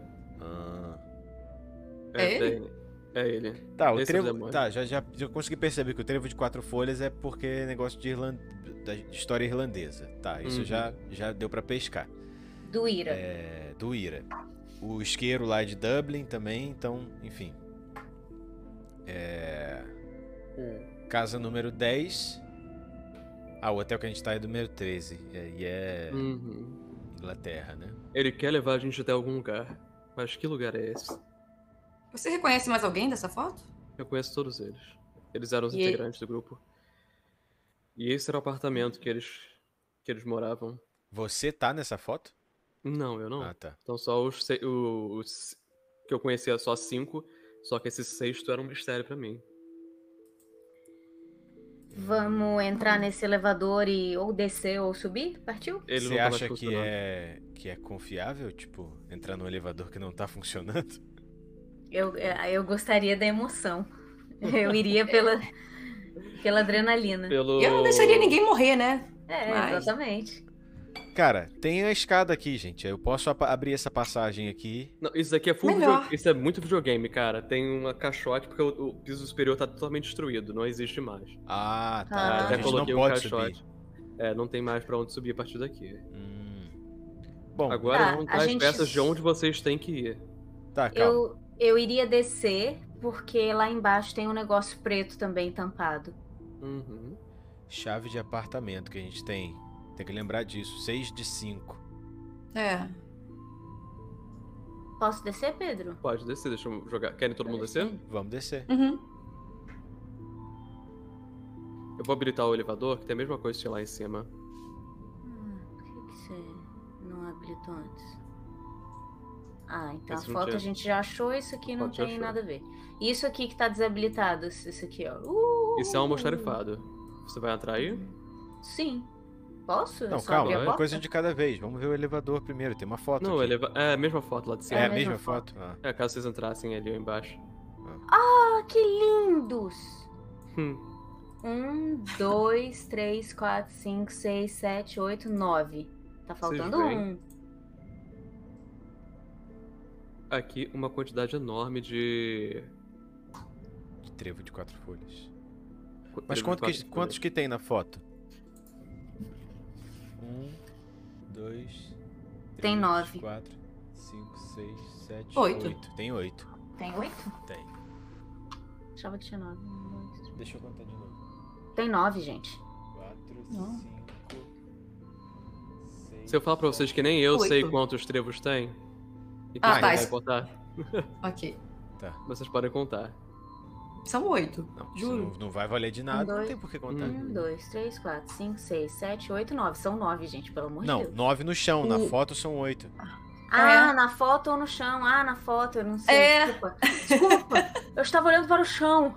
S1: É ele?
S5: É ele.
S3: Tá, o
S5: Esse é o
S3: trevo.
S5: demônio.
S3: Tá, já consegui perceber que o trevo de 4 folhas é porque é negócio da história irlandesa. Tá, isso
S5: Uhum.
S3: já deu pra pescar.
S4: Do Ira.
S3: É, do IRA. O isqueiro lá de Dublin também, então, enfim. Casa número 10. O hotel que a gente tá é número 13. E é
S5: Uhum.
S3: Inglaterra, né?
S5: Ele quer levar a gente até algum lugar. Mas que lugar é esse?
S1: Você reconhece mais alguém dessa foto?
S5: Eu conheço todos eles. Eles eram os
S1: E-
S5: integrantes do grupo. E esse era o apartamento que eles moravam.
S3: Você tá nessa foto?
S5: Não, eu não.
S3: Ah, tá.
S5: Então só os que eu conhecia só 5, só que esse 6º era um mistério pra mim.
S4: Vamos entrar nesse elevador e ou descer ou subir? Partiu?
S5: Ele
S3: Você
S5: não tá mais
S3: acha que
S5: funcionando.
S3: é confiável, tipo, entrar num elevador que não tá funcionando?
S4: Eu gostaria da emoção. Eu iria pela adrenalina.
S5: Pelo...
S1: Eu não deixaria ninguém morrer, né? Mas-
S4: Exatamente.
S3: Cara, tem a escada aqui, gente. Eu posso abrir essa passagem aqui.
S5: Não, isso aqui é full
S1: Melhor.
S5: Isso é muito videogame, cara. Tem uma caixote porque o piso superior tá totalmente destruído, não existe mais.
S3: Ah, tá.
S4: Ah.
S3: Então a
S5: Até
S3: gente não
S5: coloquei um
S3: pode
S5: caixote.
S3: subir.
S5: Não tem mais pra onde subir a partir daqui.
S3: Bom,
S5: Agora
S4: Tá,
S5: vão
S4: a
S5: dar as
S4: gente-
S5: peças de onde vocês têm que ir.
S3: tá, calma.
S4: Eu iria descer, porque lá embaixo tem um negócio preto também tampado.
S5: Uhum.
S3: Chave de apartamento que a gente tem. Tem que lembrar disso. 6 de 5.
S1: É.
S4: Posso descer, Pedro?
S5: Pode descer, deixa eu jogar. Querem todo mundo descer?
S3: Vamos descer.
S1: Uhum.
S5: Eu vou habilitar o elevador, que tem a mesma coisa que tinha lá em cima.
S4: Por que você não habilitou antes? Ah, então
S5: Esse
S4: a
S5: não
S4: foto
S5: tinha.
S4: a gente já achou, isso aqui não
S5: Foto já
S4: tem
S5: achou.
S4: nada a ver. E isso aqui que tá desabilitado, isso aqui, ó.
S5: Isso é um almoxarifado. Você vai entrar aí?
S4: Sim. Posso?
S3: Não,
S4: Eu só
S3: calma,
S4: abrir a
S3: uma
S4: porta?
S3: coisa de cada vez. Vamos ver o elevador primeiro. Tem uma foto
S5: Não,
S3: aqui.
S5: é a mesma foto lá de
S3: É
S5: cima.
S3: a
S4: a
S3: mesma
S4: mesma
S3: foto? Ah.
S5: É, caso vocês entrassem ali embaixo.
S4: Ah, que lindos!
S5: Hum.
S4: 1, 2, 3, 4, 5, 6, 7, 8, 9. Tá faltando
S5: veem?
S4: um.
S5: Aqui uma quantidade enorme de.
S3: De trevo de 4 folhas.
S5: trevo
S3: Mas
S5: de
S3: quantos
S5: folhas.
S3: que tem na foto? 1, 2,
S4: Tem 9.
S3: 4, 5, 6, 7,
S1: 8.
S3: 8. Tem 8.
S4: Tem 8?
S3: Tem.
S4: Achava que tinha 9.
S3: Deixa eu contar de novo.
S4: Tem 9, gente.
S3: 4,
S4: Não.
S3: 5, 6.
S5: Se eu falar pra vocês que nem eu
S1: 8.
S5: sei quantos trevos tem, e que
S1: Ah,
S5: ninguém
S1: tá,
S5: vai
S1: isso-
S5: contar,
S1: Ok.
S5: vocês podem contar.
S1: São 8.
S3: Não,
S1: Juro.
S3: isso não vai valer de nada, não
S4: dois.
S3: tem por que contar.
S4: 1, 2, 3, 4, 5, 6, 7, 8, 9. São 9, gente, pelo amor de
S3: Não,
S4: Deus.
S3: 9 no chão, na
S1: O-
S3: foto são 8.
S4: Ah, na foto ou no chão? Ah, na foto, eu não sei.
S1: É.
S4: Desculpa. Desculpa, eu estava olhando para o chão.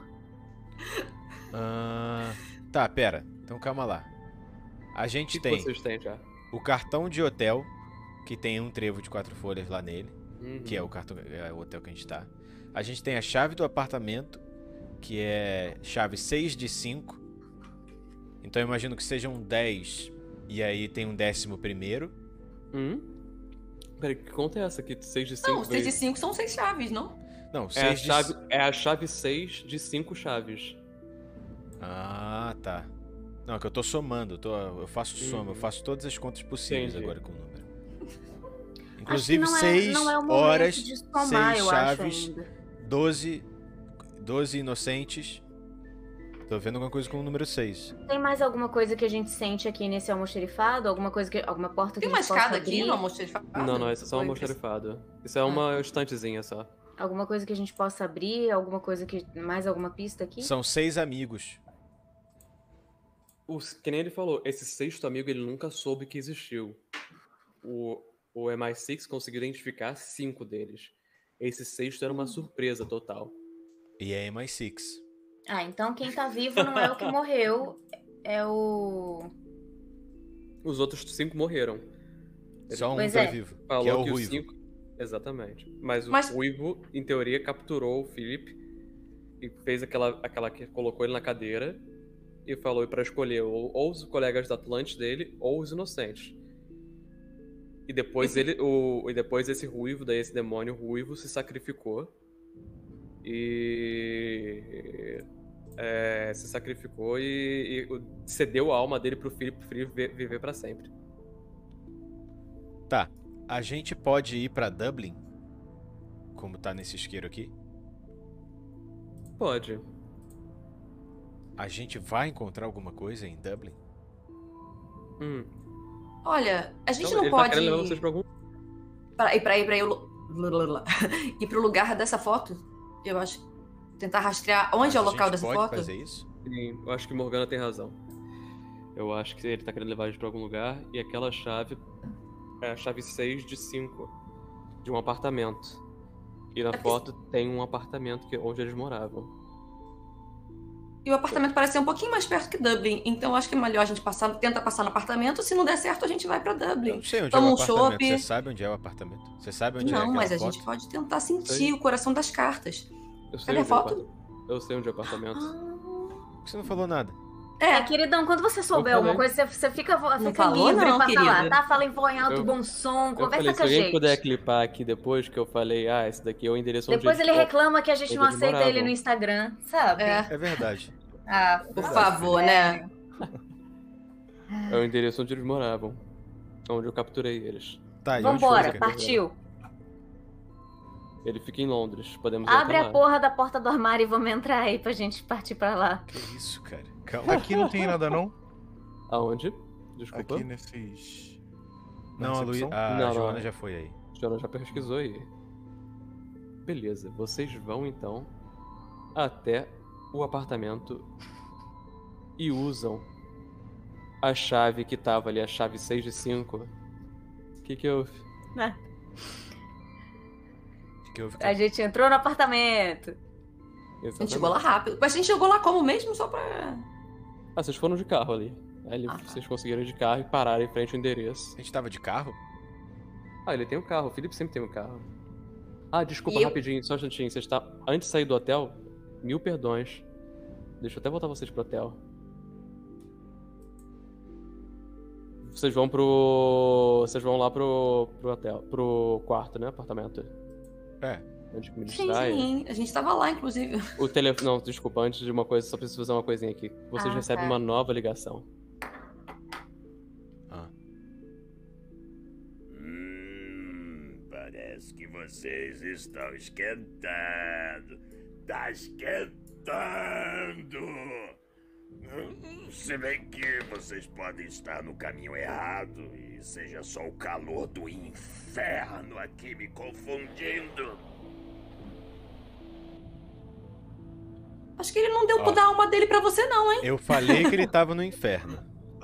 S3: Tá, pera. Então calma lá. A
S5: O
S3: gente
S5: que
S3: tem
S5: vocês têm já?
S3: o cartão de hotel, que tem um trevo de 4 folhas lá nele,
S5: Uhum.
S3: que é o cartão, é o hotel que a gente tá. A gente tem a chave do apartamento, que é chave 6 de 5. Então eu imagino que sejam 10 e aí tem um 11º.
S5: Peraí, que conta é essa aqui? 6 de 5
S1: Não, 6 de 5 são 6 chaves, não?
S3: Não,
S5: É a
S3: 6 de...
S5: chave, é a chave 6 de 5 chaves.
S3: Ah, tá. Não, é que eu tô somando, eu faço soma, eu faço todas as contas possíveis
S5: Entendi.
S3: agora com o número.
S4: Acho que
S3: Inclusive
S4: não é,
S3: 6
S4: não é o momento
S3: horas,
S4: de somar,
S3: 6
S4: eu
S3: chaves,
S4: acho ainda.
S3: 12 inocentes. Tô vendo alguma coisa com o número 6.
S4: Tem mais alguma coisa que a gente sente aqui nesse almoxerifado? Alguma porta que
S1: Tem
S4: a
S1: uma
S4: gente possa
S1: escada aqui
S4: abrir?
S1: no almoxarifado?
S5: Não, isso é só um
S1: Foi
S5: almoxarifado. Isso é uma estantezinha só.
S4: Alguma coisa que a gente possa abrir? Alguma coisa que... Mais alguma pista aqui?
S3: São 6 amigos.
S5: Que nem ele falou, esse sexto amigo ele nunca soube que existiu. O MI6 conseguiu identificar 5 deles. Esse sexto era uma surpresa total.
S3: E é MI6.
S4: Ah, então quem tá vivo não é o que morreu, é o...
S5: Os outros 5 morreram.
S3: Só um
S4: Pois
S3: tá
S4: é.
S3: vivo,
S5: Falou
S3: que é o
S5: que os
S3: Ruivo.
S5: 5. Exatamente. Mas o
S1: Mas-
S5: Ruivo, em teoria, capturou o Philip e fez aquela que colocou ele na cadeira e falou pra escolher ou os colegas da Atlantis dele ou os inocentes. E depois depois esse Ruivo, daí esse demônio Ruivo se sacrificou e cedeu a alma dele pro Philip viver pra sempre.
S3: Tá, a gente pode ir pra Dublin? Como tá nesse isqueiro aqui?
S5: Pode.
S3: A gente vai encontrar alguma coisa em Dublin?
S1: Olha, a gente
S5: Então,
S1: não
S5: ele
S1: pode
S5: tá querendo levar vocês pra algum...
S1: ir pro lugar dessa foto? Eu acho. Tentar rastrear onde
S3: Mas
S1: é o
S3: a
S1: local
S3: gente
S1: dessa
S3: pode
S1: foto?
S3: fazer isso?
S5: Sim, eu acho que Morgana tem razão. Eu acho que ele tá querendo levar a gente pra algum lugar e aquela chave é a chave 6 de 5 de um apartamento. E na foto tem um apartamento onde eles moravam.
S1: E o apartamento parece ser um pouquinho mais perto que Dublin, então eu acho que é melhor a gente tentar passar no apartamento. Se não der certo, a gente vai pra
S3: Eu
S1: Dublin.
S3: não sei onde
S1: Toma
S3: é o
S1: um
S3: apartamento.
S1: chopp.
S3: Você sabe onde é o apartamento? Você sabe onde é
S1: Não,
S3: aquela
S1: mas a
S3: foto?
S1: gente pode tentar sentir
S5: Sei.
S1: o coração das cartas.
S5: Eu sei
S1: Cadê a
S5: onde é o
S1: foto?
S5: Eu sei onde é o apartamento.
S3: Por que você não falou nada?
S4: É, queridão, quando você souber
S5: Eu
S4: alguma
S5: falei.
S4: coisa, você fica
S1: falou,
S4: livre
S1: não,
S4: pra falar,
S1: querida.
S4: tá? Fala em voz em alto,
S5: Eu-
S4: bom som,
S5: Eu
S4: conversa
S5: falei,
S4: com
S5: se
S4: a
S5: alguém
S4: gente.
S5: puder clipar aqui depois que eu falei, esse daqui é o endereço onde
S4: Depois
S5: eles
S4: ele reclama que a gente
S5: onde
S4: não
S5: eles
S4: aceita ele
S5: moravam.
S4: no Instagram, sabe?
S1: É,
S3: É verdade.
S4: Ah,
S1: por favor, né?
S5: É o endereço onde eles moravam. Onde eu capturei eles.
S3: Tá, e onde
S4: Vambora,
S3: fica?
S4: partiu.
S5: Ele fica em Londres, podemos
S4: Abre
S5: ir
S4: a
S5: até lá.
S4: porra da porta do armário e vamos entrar aí pra gente partir pra lá.
S3: Que isso, cara? Calma.
S2: Aqui não tem nada, não?
S5: Aonde? Desculpa.
S2: Aqui nesses...
S3: Não,
S2: na
S3: a,
S2: recepção?
S5: Não,
S3: Joana
S5: não.
S3: já foi aí.
S5: A Joana já pesquisou aí. Beleza, vocês vão então até o apartamento e usam a chave que tava ali, a chave 6 de 5. O que houve?
S3: Que houve,
S4: A
S3: cara?
S4: gente entrou no apartamento.
S1: A gente chegou lá rápido. Mas a gente chegou lá como mesmo? Só pra...
S5: Ah, vocês foram de carro ali. Aí
S1: Ah, tá.
S5: vocês conseguiram ir de carro e pararam em frente ao endereço.
S3: A gente tava de carro?
S5: Ah, ele tem um carro. O Felipe sempre tem um carro. Ah, desculpa,
S1: E eu-
S5: rapidinho, só um instantinho. Você está... Antes de sair do hotel, 1000 perdões. Deixa eu até voltar vocês pro hotel. Vocês vão lá pro hotel. Pro quarto, né? Apartamento.
S3: É.
S5: Antes que me
S1: Sim,
S5: distraia.
S1: sim. A gente tava lá, inclusive.
S5: O telefone. Não, desculpa, antes de uma coisa, só preciso fazer uma coisinha aqui. Vocês
S4: Ah,
S5: recebem
S4: tá.
S5: uma nova ligação.
S3: Ah.
S6: Parece que vocês estão esquentando. Tá esquentando. Se bem que vocês podem estar no caminho errado e seja só o calor do inferno aqui me confundindo.
S1: Acho que ele não deu
S3: Ó.
S1: da alma dele pra você, não, hein?
S3: Eu falei que ele tava no inferno.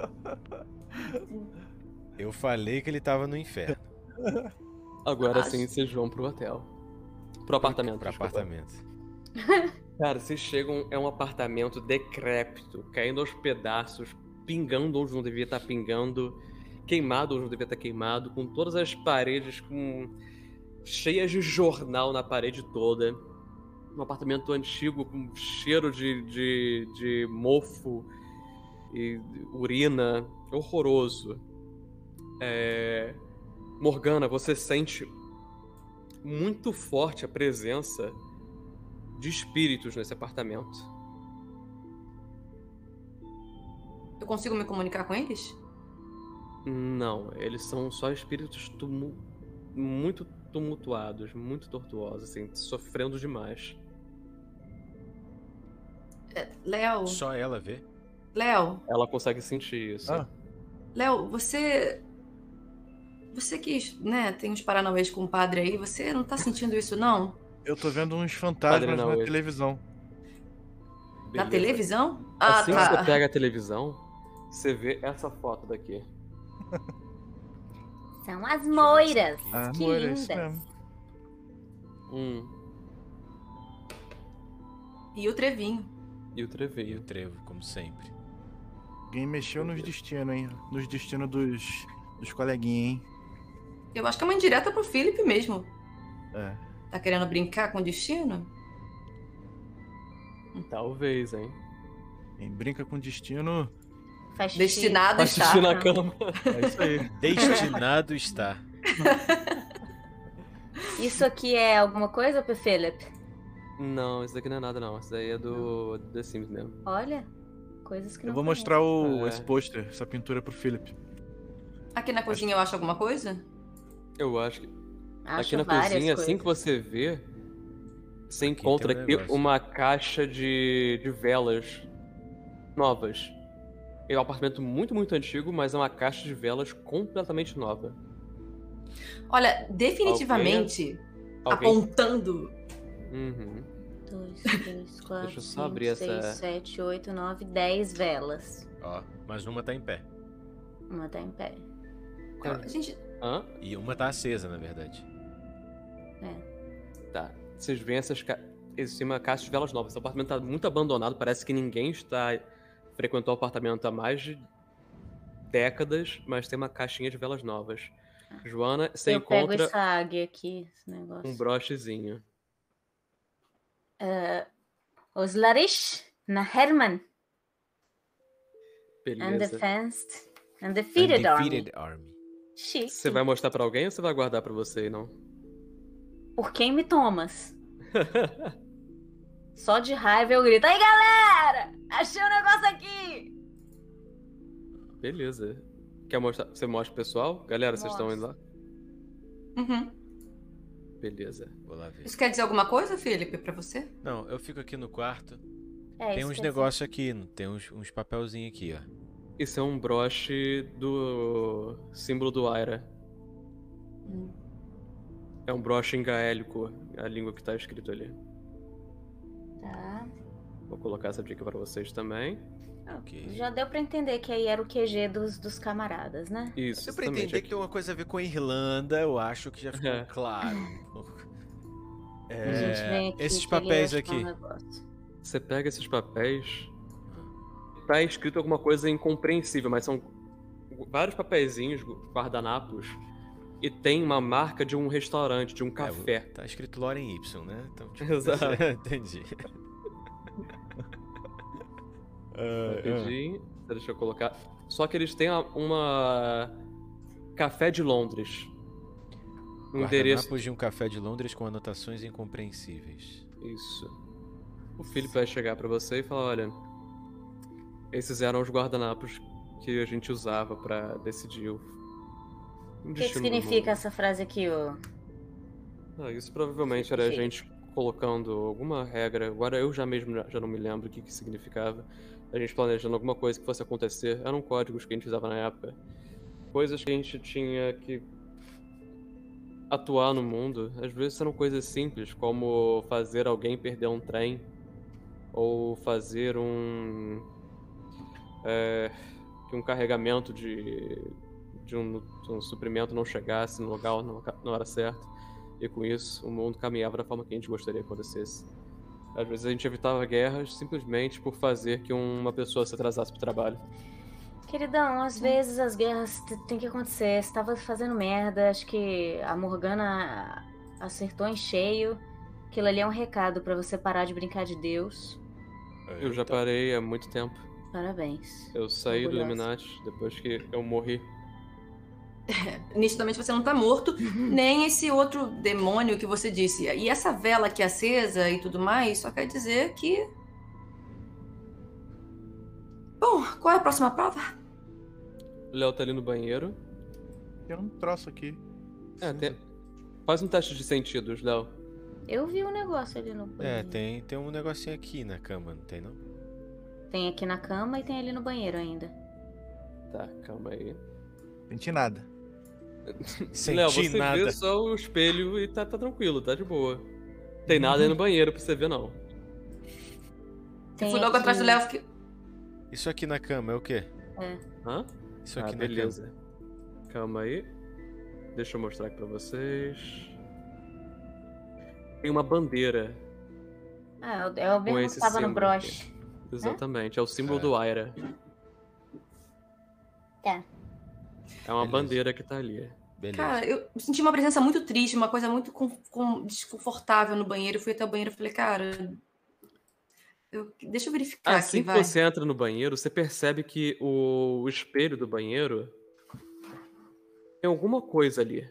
S3: Eu falei que ele tava no inferno.
S5: Agora
S1: Acho-
S5: sim, vocês vão pro hotel. Pro apartamento.
S3: Pro
S5: desculpa.
S3: apartamento.
S5: Cara, vocês chegam, é um apartamento decrépito, caindo aos pedaços, pingando onde não devia estar pingando, queimado onde não devia estar queimado, com todas as paredes cheias de jornal na parede toda. Um apartamento antigo com cheiro de mofo e urina, horroroso. Morgana, você sente muito forte a presença de espíritos nesse apartamento.
S1: Eu consigo me comunicar com eles?
S5: Não, eles são só espíritos muito tumultuados, muito tortuosos, assim, sofrendo demais.
S1: Léo,
S3: Só ela vê?
S1: Léo,
S5: Ela consegue sentir isso.
S2: Ah.
S1: Léo, você que, né, tem uns paranauês com o padre aí, você não tá sentindo isso, não?
S2: Eu tô vendo uns fantasmas
S5: Padre
S2: na
S5: Nauê.
S2: televisão.
S1: Na
S5: Beleza.
S1: televisão? Ah,
S5: Assim que
S1: tá.
S5: você pega a televisão, você vê essa foto daqui.
S4: São as moiras.
S2: Ah,
S4: que
S2: amor, é
S4: lindas.
S2: isso mesmo.
S1: E o Trevinho.
S5: E o
S3: E o
S5: treveio.
S3: trevo, como sempre.
S2: Alguém mexeu nos destinos, hein? Nos destinos dos coleguinhas, hein?
S1: Eu acho que é uma indireta pro Felipe mesmo.
S2: É.
S1: Tá querendo brincar com o destino?
S5: Talvez, hein?
S2: Quem brinca com destino.
S4: Faz xixi.
S1: Destinado
S5: Vai
S1: está.
S5: assistir na cama.
S2: É isso aí.
S3: Destinado está.
S4: Isso aqui é alguma coisa, P. Philip?
S5: Não, isso daqui não é nada, não. Isso daí é do The Sims mesmo.
S4: Olha, coisas que não
S2: Eu vou
S4: conheço.
S2: mostrar
S5: É.
S2: esse pôster, essa pintura pro Philip.
S1: Aqui na cozinha eu acho alguma coisa?
S5: Eu acho que
S4: Acho
S5: aqui na
S4: várias
S5: cozinha,
S4: coisas.
S5: assim que você vê, você
S3: Aqui
S5: encontra
S3: tem um
S5: aqui
S3: negócio.
S5: uma caixa de velas novas. É um apartamento muito, muito antigo, mas é uma caixa de velas completamente nova.
S1: Olha, definitivamente,
S5: Alguém?
S1: apontando.
S5: Uhum.
S4: 2, 3, 4,
S5: Deixa eu só
S4: 5,
S5: abrir
S4: 6,
S5: essa-
S4: 7, 8, 9, 10 velas.
S3: Ó, mas uma tá em pé.
S4: Uma tá em pé.
S1: A gente.
S5: Hã?
S3: E uma tá acesa, na verdade.
S5: Tá. Vocês veem esse uma caixa de velas novas. Esse apartamento tá muito abandonado. Parece que ninguém frequentou o apartamento há mais de décadas, mas tem uma caixinha de velas novas. Joana, você
S4: Eu pego
S5: encontra
S4: essa águia aqui, esse negócio.
S5: um brochezinho.
S4: Os Larish na Herman.
S5: Beleza.
S4: Undefenced. Undefeated Army.
S3: Undefeated Army.
S4: Chique.
S5: Você vai mostrar pra alguém ou você vai guardar pra você, não?
S4: Por quem me tomas? Só de raiva eu grito. Aí, galera! Achei um negócio aqui!
S5: Beleza. Quer mostrar? Você mostra pro pessoal? Galera, vocês estão indo lá?
S1: Uhum.
S5: Beleza.
S3: Vou lá ver.
S1: Isso quer dizer alguma coisa, Felipe, pra você?
S3: Não, eu fico aqui no quarto.
S4: É,
S3: Tem
S4: isso
S3: uns
S4: que eu
S3: negócios aqui, tem uns papelzinhos aqui, ó.
S5: Isso é um broche do símbolo do Aira. É um broche em gaélico, a língua que tá escrito ali.
S4: sei. Tá.
S5: Vou colocar essa dica pra vocês também.
S3: Ok.
S4: Já deu pra entender que aí era o QG dos camaradas, né?
S5: Isso,
S3: Deu pra
S5: exatamente.
S3: entender que tem uma coisa a ver com a Irlanda, eu acho que já ficou
S5: É.
S3: claro.
S4: A gente vem aqui,
S3: esses
S4: que ele
S3: papéis
S4: acha que é um
S3: aqui.
S4: negócio.
S5: Você pega esses papéis, tá escrito alguma coisa incompreensível, mas são vários papeizinhos, guardanapos, e tem uma marca de um restaurante, de um café.
S3: Tá escrito Loren Y, né? Então, tipo,
S5: Exato.
S3: entendi.
S5: Rapidinho, deixa eu colocar. Só que eles têm uma Café de Londres. Um endereço.
S3: Guardanapos de um café de Londres com anotações incompreensíveis.
S5: Isso. O Felipe vai chegar pra você e falar, olha, esses eram os guardanapos que a gente usava pra decidir o
S4: O que significa essa frase aqui, ô?
S5: Isso provavelmente era a gente colocando alguma regra. Agora eu já não me lembro o que significava. A gente planejando alguma coisa que fosse acontecer. Eram códigos que a gente usava na época. Coisas que a gente tinha que atuar no mundo. Às vezes eram coisas simples, como fazer alguém perder um trem. Ou fazer que um carregamento de um suprimento não chegasse no lugar na hora certa. E com isso, o mundo caminhava da forma que a gente gostaria que acontecesse. Às vezes a gente evitava guerras simplesmente por fazer que uma pessoa se atrasasse pro trabalho.
S4: Queridão, às vezes as guerras têm que acontecer. Você tava fazendo merda, acho que a Morgana acertou em cheio. Aquilo ali é um recado pra você parar de brincar de Deus.
S5: Eu já parei há muito tempo.
S4: Parabéns.
S5: Eu saí do
S4: Orgulhosa.
S5: Illuminati depois que eu morri.
S1: Nitidamente você não tá morto, nem esse outro demônio que você disse. E essa vela aqui acesa e tudo mais, só quer dizer que... Bom, qual é a próxima prova?
S5: O Léo tá ali no banheiro.
S2: Tem um troço aqui.
S5: Faz um teste de sentidos, Léo.
S4: Eu vi um negócio ali no banheiro.
S3: Tem um negocinho aqui na cama, não tem não?
S4: Tem aqui na cama e tem ali no banheiro ainda.
S5: Tá, calma aí.
S2: Senti nada.
S5: Léo,
S3: Senti
S5: você
S3: nada.
S5: vê só o espelho e tá tranquilo, tá de boa. Tem nada aí no banheiro pra você ver, não.
S1: Eu fui logo atrás do Léo. Fiquei...
S3: Isso aqui na cama é o quê?
S5: Hã?
S3: Isso aqui na
S5: beleza. Calma aí. Deixa eu mostrar aqui pra vocês. Tem uma bandeira.
S4: É o
S5: com
S4: mesmo
S5: esse
S4: que tava no
S5: símbolo
S4: broche.
S5: aqui. Exatamente, é o símbolo do Aira.
S4: Tá.
S5: É uma
S3: Beleza.
S5: bandeira que tá ali.
S3: Beleza.
S1: Cara, eu senti uma presença muito triste, uma coisa muito desconfortável no banheiro. Eu fui até o banheiro e falei, cara... Deixa eu verificar
S5: Assim
S1: aqui,
S5: que
S1: vai.
S5: você entra no banheiro, você percebe que o espelho do banheiro tem alguma coisa ali.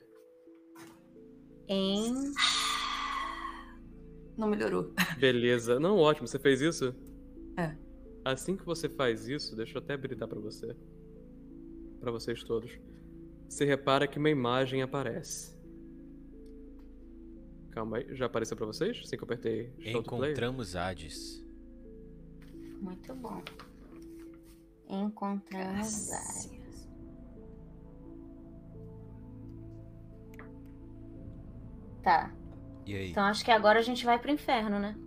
S1: Não melhorou.
S5: Beleza. Não, ótimo. Você fez isso?
S1: É.
S5: Assim que você faz isso, deixa eu até habilitar pra você. Pra vocês todos. Você repara que uma imagem aparece. Calma aí. Já apareceu pra vocês? Assim que eu apertei Show to Play?
S3: Encontramos Hades.
S4: Muito bom. Encontramos áreas. Tá.
S3: E aí?
S4: Então acho que agora a gente vai pro inferno, né?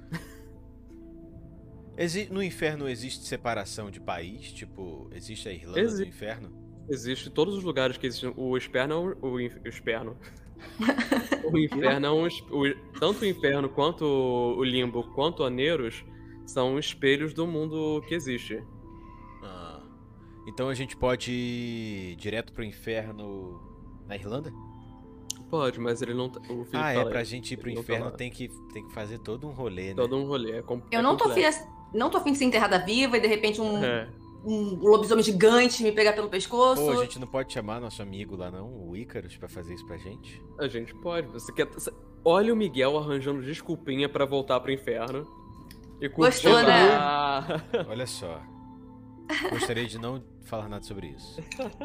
S3: No inferno existe separação de país? Tipo, existe a Irlanda do inferno?
S5: Existe todos os lugares que existem. O inferno é o inferno. O inferno é tanto o inferno quanto o limbo, quanto a Neros, são espelhos do mundo que existe.
S3: Então a gente pode ir direto pro inferno na Irlanda?
S5: Pode, mas ele não tá. O Felipe fala,
S3: pra gente ir pro
S5: ele não
S3: inferno
S5: tá lá.
S3: tem que fazer todo um rolê, né?
S5: Todo um rolê.
S1: Eu não tô afim de ser enterrada viva e de repente um lobisomem gigante me pegar pelo pescoço.
S3: Pô, a gente não pode chamar nosso amigo lá não, o Ícaros, pra fazer isso pra gente?
S5: A gente pode. Olha o Miguel arranjando desculpinha pra voltar pro inferno. E
S1: Gostou, né?
S3: Olha só. Gostaria de não falar nada sobre isso.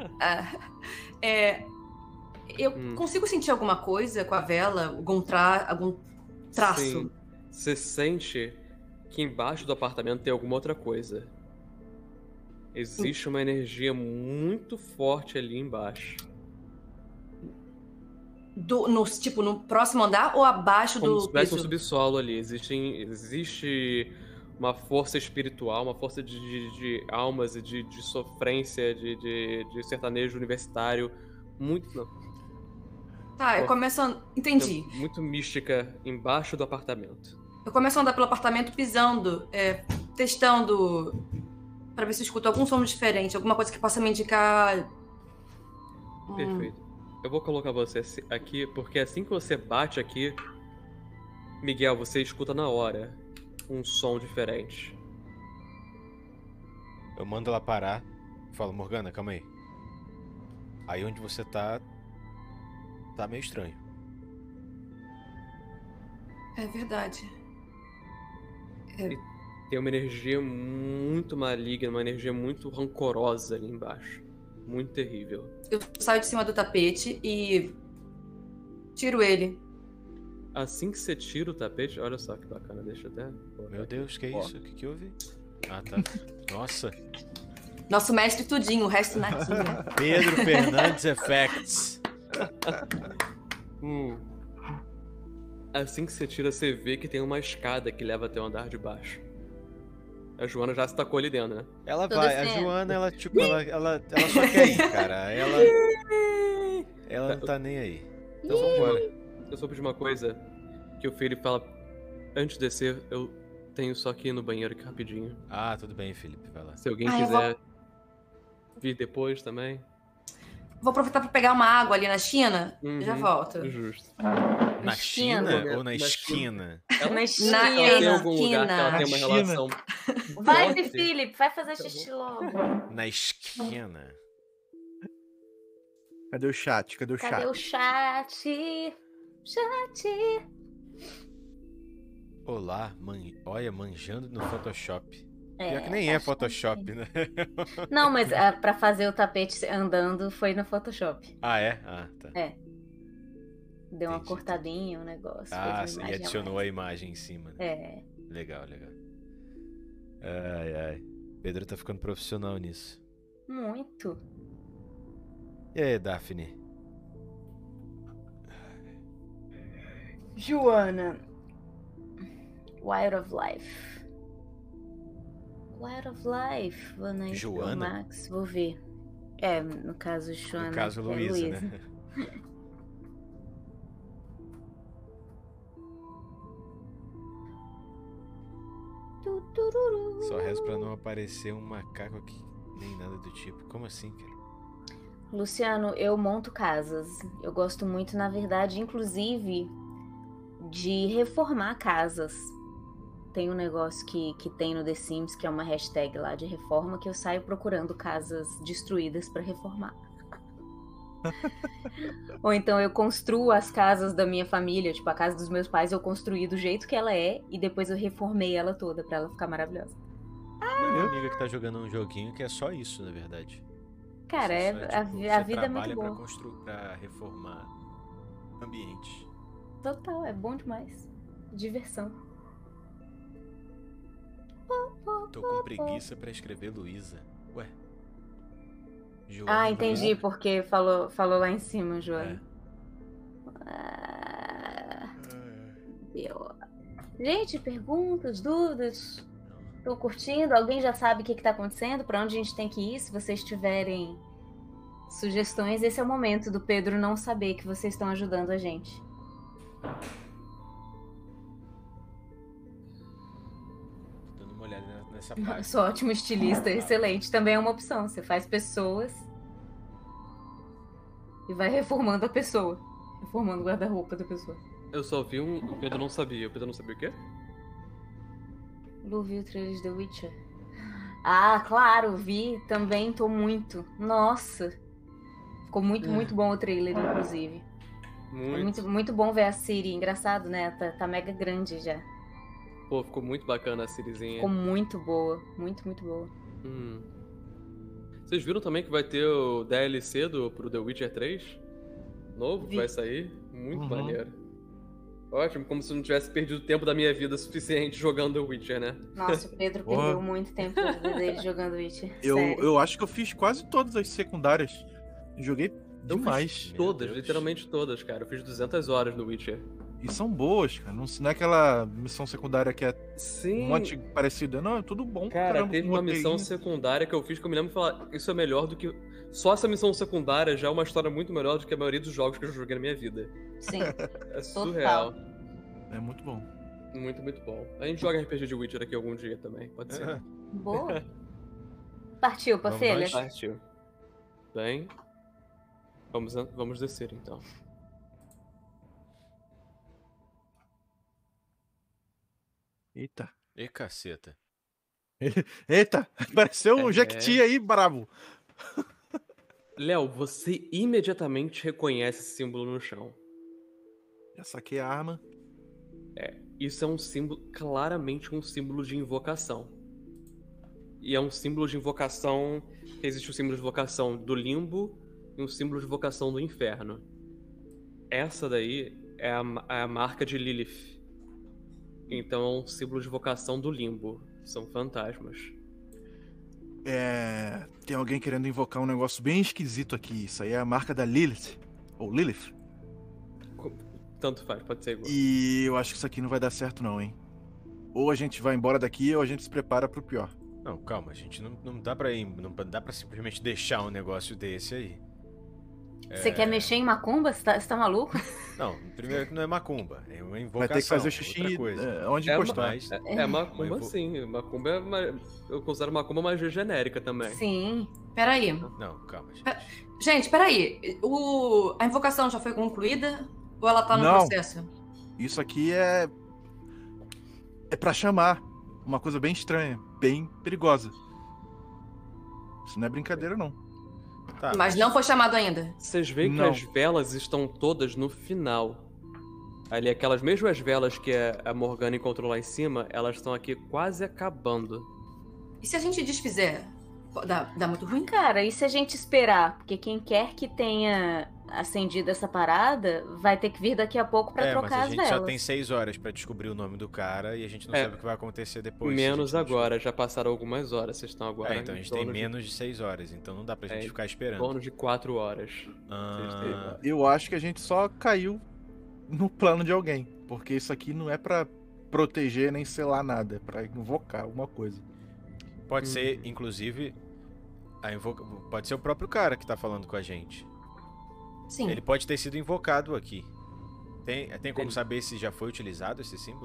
S1: Eu consigo sentir alguma coisa com a vela? Algum traço?
S5: Sim. Você sente que embaixo do apartamento tem alguma outra coisa. Existe uma energia muito forte ali embaixo.
S1: No próximo andar ou abaixo
S5: Como
S1: do
S5: se tivesse um
S1: piso?
S5: subsolo ali. Existe uma força espiritual, uma força de almas e de sofrência, de sertanejo universitário. Muito.
S1: Tá, eu começo a... Entendi.
S5: Muito mística embaixo do apartamento.
S1: Eu começo a andar pelo apartamento pisando, testando pra ver se eu escuto algum som diferente, alguma coisa que possa me indicar...
S5: Perfeito. Eu vou colocar você aqui, porque assim que você bate aqui, Miguel, você escuta na hora um som diferente.
S3: Eu mando ela parar. Falo, Morgana, calma aí. Aí onde você tá meio estranho.
S1: É verdade.
S5: Tem uma energia muito maligna, uma energia muito rancorosa ali embaixo. Muito terrível.
S1: Eu saio de cima do tapete e tiro ele.
S5: Assim que você tira o tapete, olha só que bacana, deixa eu até...
S3: Meu Deus, que é isso? O que houve? Ah, tá. Nossa.
S1: Nosso mestre tudinho, o resto naquinho.
S3: Pedro Fernandes Effects.
S5: Assim que você tira, você vê que tem uma escada que leva até o andar de baixo. A Joana já se tacou ali dentro, né?
S3: Ela
S4: Tô
S3: vai, a
S4: descendo.
S3: Joana, ela tipo, ela só quer ir, cara. Ela não tá nem aí. Então vambora.
S5: Eu só pedir uma coisa que o Felipe fala antes de descer, eu tenho só que ir no banheiro aqui rapidinho.
S3: Ah, tudo bem, Felipe, vai lá.
S5: Se alguém
S1: eu
S5: quiser vir depois também.
S1: Vou aproveitar pra pegar uma água ali na China, já volto.
S5: Justo.
S3: Na China
S4: China.
S3: ou na esquina?
S4: Na
S5: Ela tem algum lugar que ela tem uma
S2: China.
S5: relação.
S4: Vai,
S5: forte.
S4: Felipe, vai fazer xixi logo.
S3: Na esquina.
S2: Cadê o chat?
S4: Cadê o chat? Chat.
S3: Olá, olha, manjando no Photoshop.
S4: É,
S3: Pior que nem é Photoshop, né?
S4: Não, mas pra fazer o tapete andando foi no Photoshop.
S3: Ah, é? Ah, tá.
S4: É. Deu uma
S3: Entendi,
S4: cortadinha, um negócio.
S3: Ah,
S4: fez uma
S3: e
S4: imagem a
S3: adicionou
S4: mais.
S3: a imagem em cima, né?
S4: É.
S3: Legal, legal. Ai, ai. Pedro tá ficando profissional nisso.
S4: Muito.
S3: E aí, Daphne?
S4: Joana. Wild of Life. Wild of Life. Vou na HBO
S3: Joana?
S4: Max, vou ver. É, no caso, Joana.
S3: No caso,
S4: é
S3: Luísa, né? Só rezo pra não aparecer um macaco aqui, nem nada do tipo. Como assim, cara?
S4: Luciano, eu monto casas. Eu gosto muito, na verdade, inclusive, de reformar casas. Tem um negócio que tem no The Sims, que é uma hashtag lá de reforma, que eu saio procurando casas destruídas pra reformar. Ou então eu construo as casas da minha família, tipo a casa dos meus pais eu construí do jeito que ela é e depois eu reformei ela toda pra ela ficar maravilhosa.
S3: Minha amiga que tá jogando um joguinho que é só isso, na verdade.
S4: Cara,
S3: Você só,
S4: a
S3: você
S4: vida é muito
S3: trabalha
S4: boa.
S3: pra reformar ambientes.
S4: Total, é bom demais. Diversão.
S3: Tô com preguiça pra escrever Luísa. Ué. Joana,
S4: Ah, entendi, porque falou lá em cima, Joana.
S3: É.
S4: Ah, deu. Gente, perguntas, dúvidas? Tô curtindo? Alguém já sabe o que tá acontecendo? Pra onde a gente tem que ir? Se vocês tiverem sugestões, esse é o momento do Pedro não saber que vocês estão ajudando a gente.
S3: Tô dando uma olhada nessa página.
S4: Sou ótimo estilista, excelente. Também é uma opção. Você faz pessoas e vai reformando a pessoa. Reformando o guarda-roupa da pessoa.
S5: Eu só vi um. O Pedro não sabia. O Pedro não sabia o quê?
S4: Lu viu o trailer de The Witcher? Ah, claro, vi. Também tô muito. Nossa. Ficou muito bom o trailer, inclusive.
S5: Muito.
S4: Muito bom ver a Ciri. Engraçado, né? Tá mega grande já.
S5: Pô, ficou muito bacana a Sirizinha.
S4: Ficou muito boa. Muito boa.
S5: Vocês viram também que vai ter o DLC pro The Witcher 3? Novo, que
S4: Vi.
S5: vai sair? Muito
S2: Uhum.
S5: maneiro. Ótimo, como se eu não tivesse perdido tempo da minha vida suficiente jogando The Witcher, né?
S4: Nossa, o Pedro
S2: Porra.
S4: perdeu muito tempo da vida dele jogando Witcher.
S2: Eu,
S4: Sério.
S2: eu acho que eu fiz quase todas as secundárias. Joguei
S5: Eu
S2: demais.
S5: fiz
S3: Meu
S5: todas,
S3: Deus.
S5: literalmente todas, cara. Eu fiz 200 horas no Witcher.
S2: E são boas, cara. Não é aquela missão secundária que é
S5: Sim.
S2: um monte parecida. Não, é tudo bom.
S5: Cara,
S2: caramba,
S5: teve
S2: com
S5: uma missão
S2: roteirinho.
S5: secundária que eu fiz que eu me lembro de falar, isso é melhor do que Só essa missão secundária já é uma história muito melhor do que a maioria dos jogos que eu já joguei na minha vida.
S4: Sim.
S5: É surreal.
S2: É muito bom.
S5: Muito, muito bom. A gente joga RPG de Witcher aqui algum dia também, pode ser.
S4: Boa. Partiu, Pafelha.
S5: Partiu. Bem, vamos descer então.
S2: Eita.
S3: E caceta.
S2: Eita, apareceu um Jequiti aí, bravo.
S5: Léo, você imediatamente reconhece esse símbolo no chão.
S2: Já saquei a arma.
S5: Isso é um símbolo, claramente um símbolo de invocação. E é um símbolo de invocação, existe o símbolo de invocação do limbo e um símbolo de invocação do inferno. Essa daí é a marca de Lilith. Então é um símbolo de invocação do limbo. São fantasmas.
S2: Tem alguém querendo invocar um negócio bem esquisito aqui. Isso aí é a marca da Lilith. Ou Lilith.
S5: Tanto faz, pode ser igual.
S2: E eu acho que isso aqui não vai dar certo não, hein? Ou a gente vai embora daqui ou a gente se prepara pro pior.
S3: Não, calma, gente. Não dá pra ir. Não dá pra simplesmente deixar um negócio desse aí.
S4: Você quer mexer em macumba? Você tá maluco?
S3: Não, primeiro que não é macumba. É uma invocação.
S2: Vai ter que fazer
S3: outra
S2: xixi
S3: coisa.
S2: onde encostar.
S5: É macumba sim. Macumba eu considero macumba mais genérica também.
S4: Sim.
S1: Peraí.
S3: Não, calma, gente.
S1: Gente, peraí. A invocação já foi concluída? Ou ela tá no
S2: Não.
S1: processo?
S2: Isso aqui é pra chamar. Uma coisa bem estranha, bem perigosa. Isso não é brincadeira, não.
S3: Tá,
S1: Mas não foi chamado ainda.
S5: Vocês veem que
S2: Não.
S5: as velas estão todas no final. Ali, aquelas mesmas velas que a Morgana encontrou lá em cima, elas estão aqui quase acabando.
S1: E se a gente desfizer? Dá muito ruim?
S4: Cara, e se a gente esperar? Porque quem quer que tenha acendido essa parada vai ter que vir daqui a pouco pra
S3: mas
S4: trocar
S3: a
S4: as
S3: gente
S4: velas.
S3: só tem 6 horas pra descobrir o nome do cara e a gente não sabe o que vai acontecer depois.
S5: Menos agora, já passaram algumas horas. Vocês estão agora.
S3: Então a gente tem menos de 6 horas, então não dá pra gente ficar
S5: Em
S3: esperando.
S5: torno de 4 horas.
S2: Eu acho que a gente só caiu no plano de alguém. Porque isso aqui não é pra proteger nem selar nada. É pra invocar alguma coisa.
S3: Pode ser, inclusive, pode ser o próprio cara que tá falando com a gente.
S1: Sim.
S3: Ele pode ter sido invocado aqui. Tem como saber se já foi utilizado esse símbolo?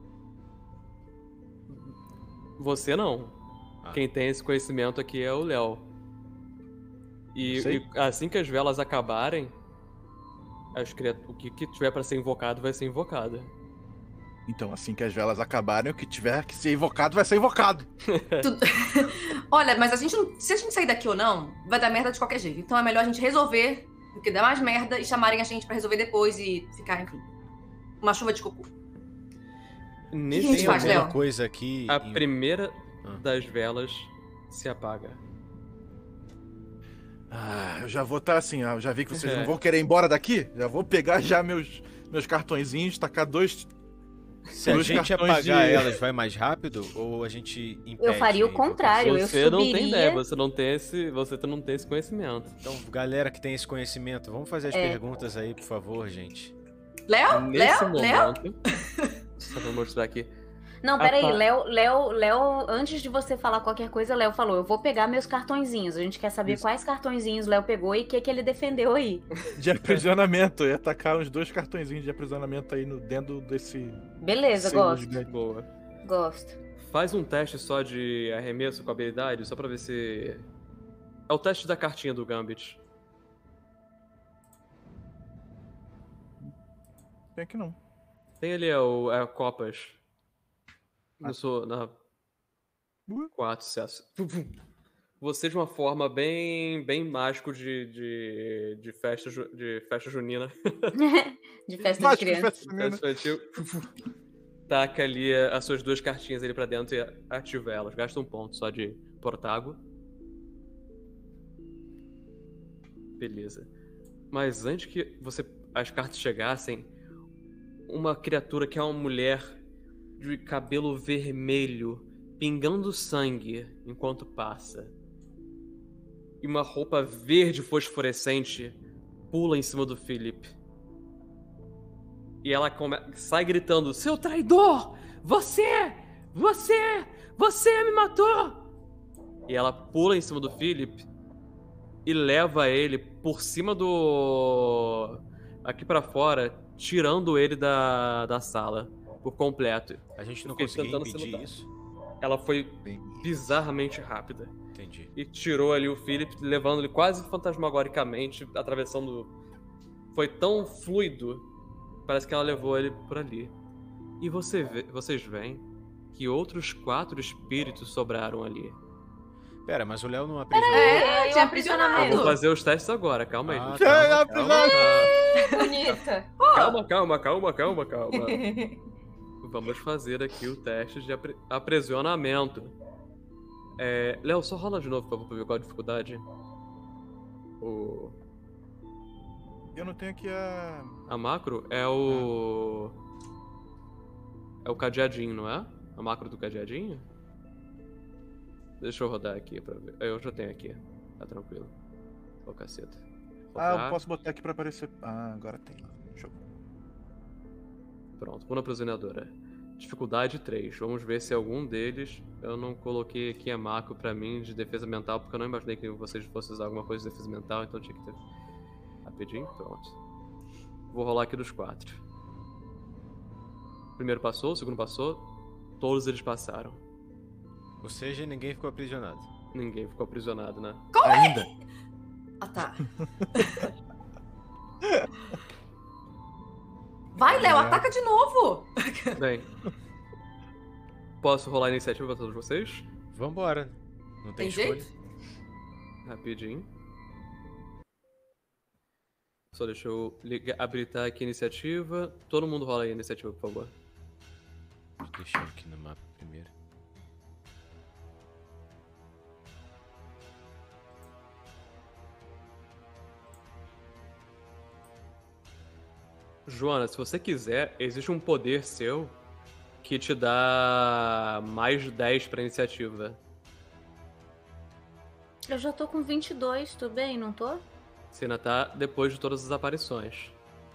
S5: Você não. Quem tem esse conhecimento aqui é o Léo. E assim que as velas acabarem, o que tiver pra ser invocado vai ser invocado.
S2: Então, assim que as velas acabarem, o que tiver que ser invocado vai ser invocado.
S1: Olha, mas se a gente sair daqui ou não, vai dar merda de qualquer jeito. Então é melhor a gente resolver do que dar mais merda e chamarem a gente pra resolver depois e ficar, enfim, uma chuva de cocô.
S5: Nesse
S1: a gente faz,
S3: Tem alguma
S1: Léo?
S3: coisa aqui...
S5: A primeira das velas se apaga.
S2: Eu já vou estar assim, eu já vi que vocês não vão querer ir embora daqui. Já vou pegar já meus cartõezinhos, tacar dois...
S3: Se a gente apagar elas, vai mais rápido ou a gente impede?
S4: Eu faria o contrário, eu
S5: Você
S4: subiria...
S5: não tem ideia, você não tem esse conhecimento.
S3: Então, galera que tem esse conhecimento, vamos fazer as perguntas aí, por favor, gente.
S1: Léo?
S5: Nesse
S1: Léo?
S5: momento... Só vou mostrar aqui.
S4: Não, peraí, Léo, antes de você falar qualquer coisa, Léo falou, eu vou pegar meus cartõezinhos. A gente quer saber quais cartõezinhos Léo pegou e o que ele defendeu aí.
S2: De aprisionamento. Eu ia tacar uns 2 cartõezinhos de aprisionamento aí dentro desse...
S4: Beleza, gosto.
S5: Boa.
S4: Gosto.
S5: Faz um teste só de arremesso com habilidade, só pra ver se... É o teste da cartinha do Gambit.
S2: Tem que não.
S5: Tem ali a copas. Na 4 sucesso. Você de uma forma bem mágico de festa junina.
S4: De festa de criança.
S5: Festa infantil. Taca ali as suas 2 cartinhas ali pra dentro e ativa elas. Gasta um ponto só de portágua. Beleza. Mas antes que as cartas chegassem, uma criatura que é uma mulher de cabelo vermelho, pingando sangue enquanto passa, e uma roupa verde fosforescente pula em cima do Philip. E ela sai gritando: seu traidor! Você me matou! E ela pula em cima do Philip e leva ele por cima do... aqui pra fora, tirando ele da sala por completo.
S3: A gente não
S5: Fiquei
S3: conseguiu
S5: tentando
S3: impedir
S5: simular.
S3: isso?
S5: Ela foi bizarramente rápida.
S3: Entendi.
S5: E tirou ali o Philip, levando ele quase fantasmagoricamente, atravessando... Foi tão fluido, parece que ela levou ele por ali. E vocês veem que outros 4 espíritos sobraram ali.
S3: Pera, mas o Léo não aprisionou.
S1: É, tinha
S5: Eu
S1: aprisionamento.
S5: vou fazer os testes agora, calma aí.
S3: Ah,
S5: gente.
S3: tá.
S4: Bonita.
S5: Calma. Vamos fazer aqui o teste de aprisionamento. Léo, só rola de novo, por favor, pra ver qual a dificuldade.
S2: Eu não tenho aqui a...
S5: A macro é o... É o cadeadinho, não é? A macro do cadeadinho? Deixa eu rodar aqui pra ver. Eu já tenho aqui. Tá tranquilo. Ô, caceta. Rodar.
S2: eu posso botar aqui pra aparecer... Ah, agora tem. Show.
S5: Pronto, Puna Aprisionadora. Dificuldade 3. Vamos ver se algum deles... Eu não coloquei aqui a macro pra mim de defesa mental, porque eu não imaginei que vocês fossem usar alguma coisa de defesa mental, então tinha que ter... Rapidinho, pronto. Vou rolar aqui dos 4. O primeiro passou, o segundo passou. Todos eles passaram.
S3: Ou seja, ninguém ficou aprisionado.
S5: Ninguém ficou aprisionado, né?
S3: Ainda.
S1: Ah, tá. Vai, Léo, ataca de novo.
S5: Bem. Posso rolar a iniciativa pra todos vocês?
S3: Vambora. Não tem
S1: Tem
S3: escolha.
S1: jeito?
S5: Rapidinho. Só deixa eu habilitar aqui a iniciativa. Todo mundo rola aí a iniciativa, por favor.
S3: Deixa eu aqui no mapa primeiro.
S5: Joana, se você quiser, existe um poder seu que te dá mais 10 pra iniciativa.
S4: Eu já tô com 22, tô bem, não tô?
S5: Você ainda tá depois de todas as aparições.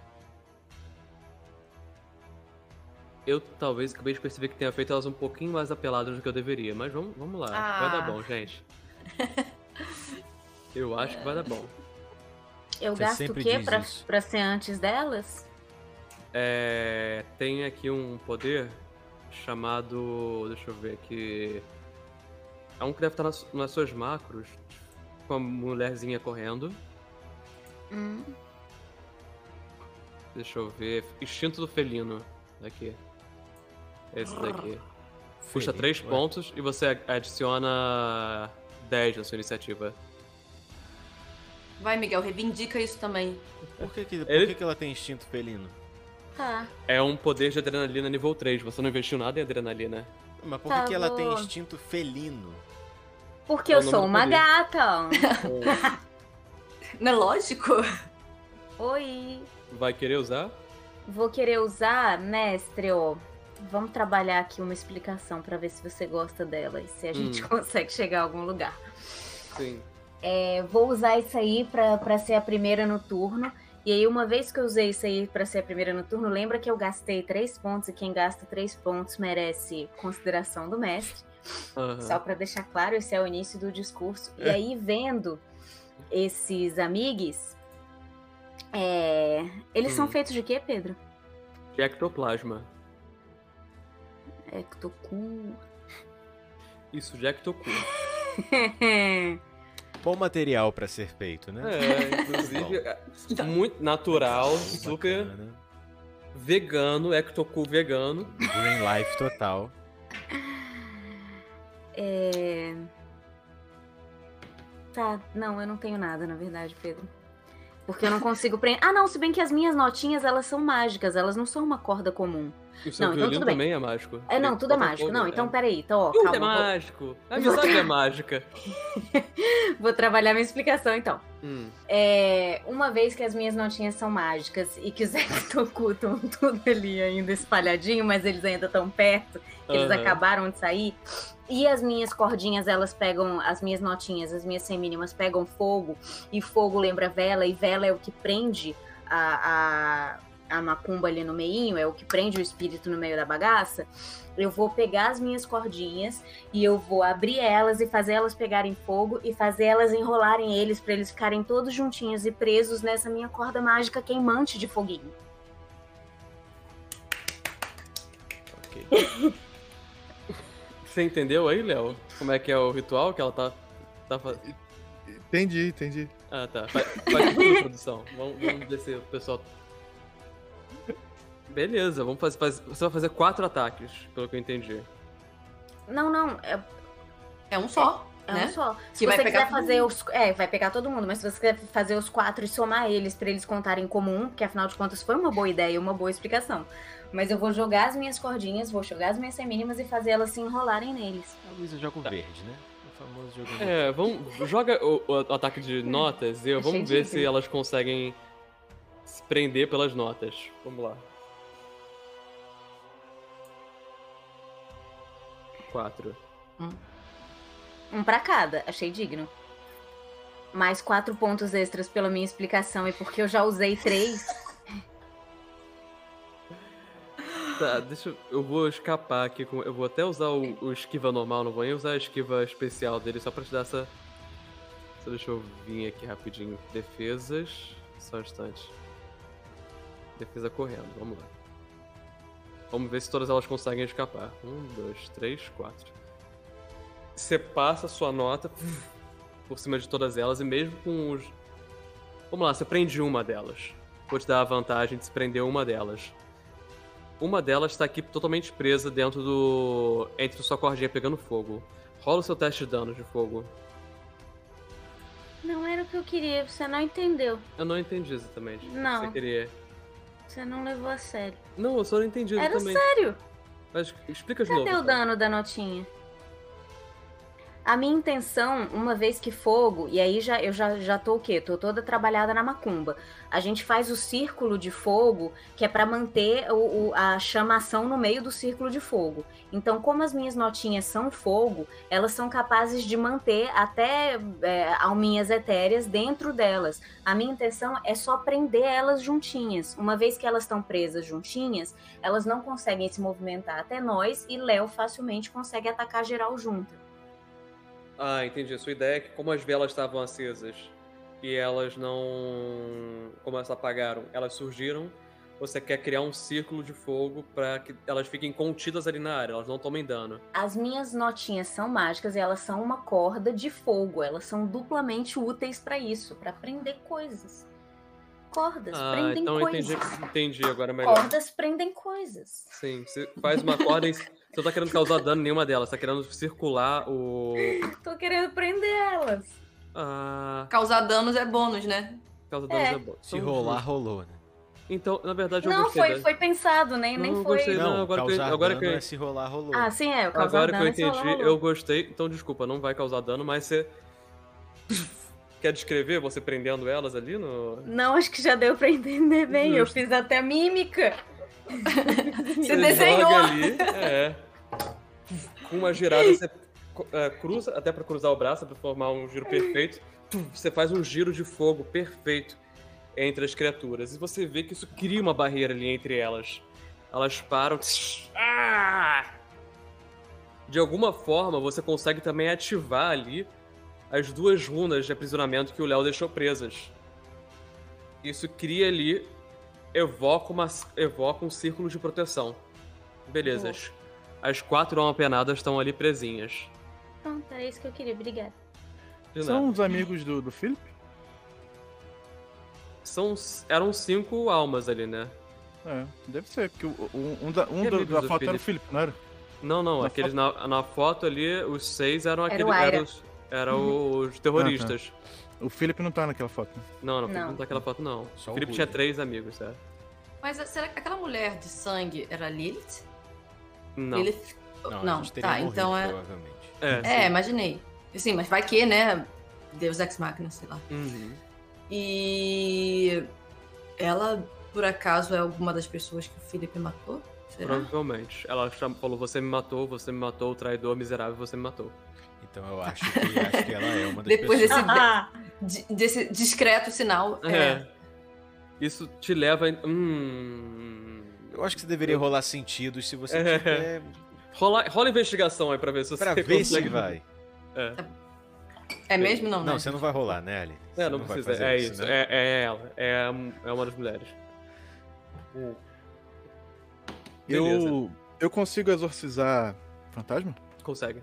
S5: Eu talvez acabei de perceber que tenha feito elas um pouquinho mais apeladas do que eu deveria, mas vamos lá. Vai dar bom, gente. Eu acho que vai dar bom.
S4: Eu
S3: Você
S4: gasto o
S3: sempre
S4: quê
S3: diz
S4: pra,
S3: isso.
S4: pra ser antes delas?
S5: Tem aqui um poder chamado... Deixa eu ver aqui... É um que deve estar nas suas macros, com a mulherzinha correndo. Deixa eu ver... Instinto do felino. Daqui. Esse daqui. Custa 3 pontos e você adiciona 10 na sua iniciativa.
S1: Vai, Miguel, reivindica isso também.
S3: Por que
S5: Ele-
S3: ela tem instinto felino?
S4: Tá.
S5: É um poder de adrenalina nível 3. Você não investiu nada em adrenalina.
S3: Mas por
S4: Tá
S3: que ela tem
S4: bom.
S3: instinto felino?
S4: Porque
S5: É o
S4: eu
S5: nome
S4: sou
S5: do
S4: uma
S5: poder.
S4: gata.
S1: Não é lógico?
S4: Oi.
S5: Vai querer usar?
S4: Vou querer usar, mestre, ó. Vamos trabalhar aqui uma explicação pra ver se você gosta dela e se a gente consegue chegar a algum lugar.
S5: Sim.
S4: Vou usar isso aí pra ser a primeira no turno. E aí, uma vez que eu usei isso aí pra ser a primeira no turno, lembra que eu gastei 3 pontos e quem gasta 3 pontos merece consideração do mestre.
S5: Aham.
S4: Só pra deixar claro, esse é o início do discurso. E aí, vendo esses amigos, eles são feitos de quê, Pedro?
S5: De ectoplasma.
S4: Ectocu.
S5: Isso, de ectocu.
S3: Bom material pra ser feito, né?
S5: Inclusive, muito natural, super
S3: Bacana.
S5: vegano, ectocu vegano.
S3: Green Life total.
S4: Tá, não, eu não tenho nada, na verdade, Pedro. Porque eu não consigo prender. Ah, não, se bem que as minhas notinhas, elas são mágicas, elas não são uma corda comum.
S5: O seu
S4: Não, então
S5: violino
S4: tudo bem.
S5: também é mágico.
S4: Não, tudo é
S5: Qualquer
S4: mágico.
S5: coisa,
S4: Não, então
S5: é.
S4: peraí. Então, ó,
S5: Tudo
S4: calma.
S5: é
S4: vou-
S5: mágico. A amizade é mágica.
S4: Vou trabalhar minha explicação, então.
S5: Hum.
S4: Uma vez que as minhas notinhas são mágicas e que os Ectocu estão tudo ali ainda espalhadinho, mas eles ainda estão perto, eles
S5: Aham.
S4: acabaram de sair, e as minhas cordinhas, elas pegam, as minhas notinhas, as minhas semínimas pegam fogo, e fogo lembra vela, e vela é o que prende a macumba ali no meinho, é o que prende o espírito no meio da bagaça, eu vou pegar as minhas cordinhas e eu vou abrir elas e fazer elas pegarem fogo e fazer elas enrolarem eles pra eles ficarem todos juntinhos e presos nessa minha corda mágica queimante de foguinho.
S3: Ok.
S5: Você entendeu aí, Léo? Como é que é o ritual que ela tá fazendo?
S2: Entendi.
S5: Ah, tá. Faz tudo, produção. Vamos ver se o pessoal... Beleza, vamos fazer... Você vai fazer 4 ataques, pelo que eu entendi.
S4: Não,
S1: É um só, né?
S4: um só.
S1: Que
S4: Se
S1: vai
S4: você
S1: pegar
S4: quiser fazer os... vai pegar todo mundo, mas se você quiser fazer os 4 e somar eles pra eles contarem como um, porque afinal de contas foi uma boa ideia, uma boa explicação. Mas eu vou jogar as minhas cordinhas, vou jogar as minhas semínimas e fazer elas se enrolarem neles.
S3: A Luísa joga o verde, né? O famoso jogo
S5: Vamos... Joga o ataque de notas e vamos ver se elas conseguem se prender pelas notas. Vamos lá. 4.
S4: Um pra cada, achei digno. Mais 4 pontos extras pela minha explicação e porque eu já usei 3.
S5: Tá, eu vou escapar aqui. Eu vou até usar o esquiva normal, não vou nem usar a esquiva especial dele, só pra te dar essa... Só deixa eu vir aqui rapidinho. Defesas. Só um instante. Defesa correndo, vamos lá. Vamos ver se todas elas conseguem escapar. 1, 2, 3, 4. Você passa a sua nota por cima de todas elas e mesmo com os... Vamos lá, você prende uma delas. Vou te dar a vantagem de se prender uma delas. Uma delas está aqui totalmente presa dentro do... entre sua cordinha pegando fogo. Rola o seu teste de dano de fogo.
S4: Não era o que eu queria, você não entendeu.
S5: Eu não entendi exatamente.
S4: Não.
S5: O que você queria.
S4: Você não levou a sério.
S5: Não, eu só não entendi
S4: Era
S5: exatamente.
S4: sério.
S5: Mas explica de
S4: Cadê
S5: novo.
S4: o dano da notinha? A minha intenção, uma vez que fogo, e aí eu já tô o quê? Tô toda trabalhada na macumba. A gente faz o círculo de fogo, que é pra manter a chamação no meio do círculo de fogo. Então, como as minhas notinhas são fogo, elas são capazes de manter até alminhas etéreas dentro delas. A minha intenção é só prender elas juntinhas. Uma vez que elas estão presas juntinhas, elas não conseguem se movimentar até nós, e Léo facilmente consegue atacar geral junto.
S5: Ah, entendi. A sua ideia é que como as velas estavam acesas e elas não... Como elas apagaram, elas surgiram, você quer criar um círculo de fogo para que elas fiquem contidas ali na área, elas não tomem dano.
S4: As minhas notinhas são mágicas e elas são uma corda de fogo. Elas são duplamente úteis para isso, para prender coisas. Cordas prendem
S5: então
S4: coisas.
S5: Entendi agora melhor.
S4: Cordas prendem coisas.
S5: Sim, você faz uma corda e... Você não tá querendo causar dano em nenhuma delas, tá querendo circular o...
S4: Tô querendo prender elas.
S1: Causar danos é bônus, né?
S5: Causar danos é bom.
S3: Se rolar, rolou, né?
S5: Então, na verdade, eu
S4: não,
S5: gostei.
S4: foi pensado, nem foi...
S5: Gostei,
S3: não,
S5: agora que
S3: é se rolar, rolou.
S4: Ah, sim, o causar
S5: agora
S4: dano
S5: que eu entendi,
S4: rolou.
S5: eu gostei. Então, desculpa, não vai causar dano, mas você... Quer descrever você prendendo elas ali no...
S4: Não, acho que já deu pra entender bem.
S5: Justo.
S4: Eu fiz até mímica.
S1: Você desenhou.
S5: Joga ali, com uma girada, você cruza, até pra cruzar o braço, pra formar um giro perfeito. Você faz um giro de fogo perfeito entre as criaturas. E você vê que isso cria uma barreira ali entre elas. Elas param. De alguma forma, você consegue também ativar ali as 2 runas de aprisionamento que o Léo deixou presas. Isso cria ali, evoca um círculo de proteção. Beleza. As 4 almas penadas estão ali presinhas.
S4: Pronto, era isso que eu queria. Obrigada.
S2: São os amigos do Philip?
S5: Eram 5 almas ali, né?
S2: Deve ser, porque
S5: amigos
S2: da
S5: do
S2: foto era o
S5: Philip?
S2: Philip, não era?
S5: Não,
S2: Na
S5: aqueles na foto ali, os 6 eram
S4: Era
S5: aqueles.
S4: o Aira.
S5: Eram os terroristas.
S2: O Philip não tá naquela foto, né?
S5: Não, o Philip não tá naquela foto, não.
S3: Só
S5: O
S3: o
S5: Philip
S3: Rude.
S5: tinha 3 amigos, é.
S1: Mas será que aquela mulher de sangue era Lilith?
S5: Não.
S1: Lilith?
S3: Não, a
S1: Não,
S3: gente teria
S1: tá,
S3: morrido,
S1: então é...
S3: provavelmente.
S5: Sim.
S1: imaginei. Sim, mas vai que, né? Deus Ex Machina, sei lá.
S5: Uhum.
S1: E... ela, por acaso, é alguma das pessoas que o Philip matou? Será?
S5: Provavelmente. Ela falou, você me matou, o traidor, miserável, você me matou.
S3: Então eu acho que ela é uma das
S1: Depois
S3: pessoas.
S1: desse discreto sinal.
S5: É. Isso te leva em...
S3: Eu acho que você deveria rolar sentidos se você tiver...
S5: Rola investigação aí pra ver se você
S3: Pra ver se vai.
S1: É mesmo? Não,
S3: Não,
S1: né?
S3: você não vai rolar, né, Ali? Você
S5: não
S3: vai
S5: precisa.
S3: fazer
S5: É isso.
S3: né?
S5: É ela. É uma das mulheres. Beleza.
S2: Eu consigo exorcizar fantasma?
S5: Consegue.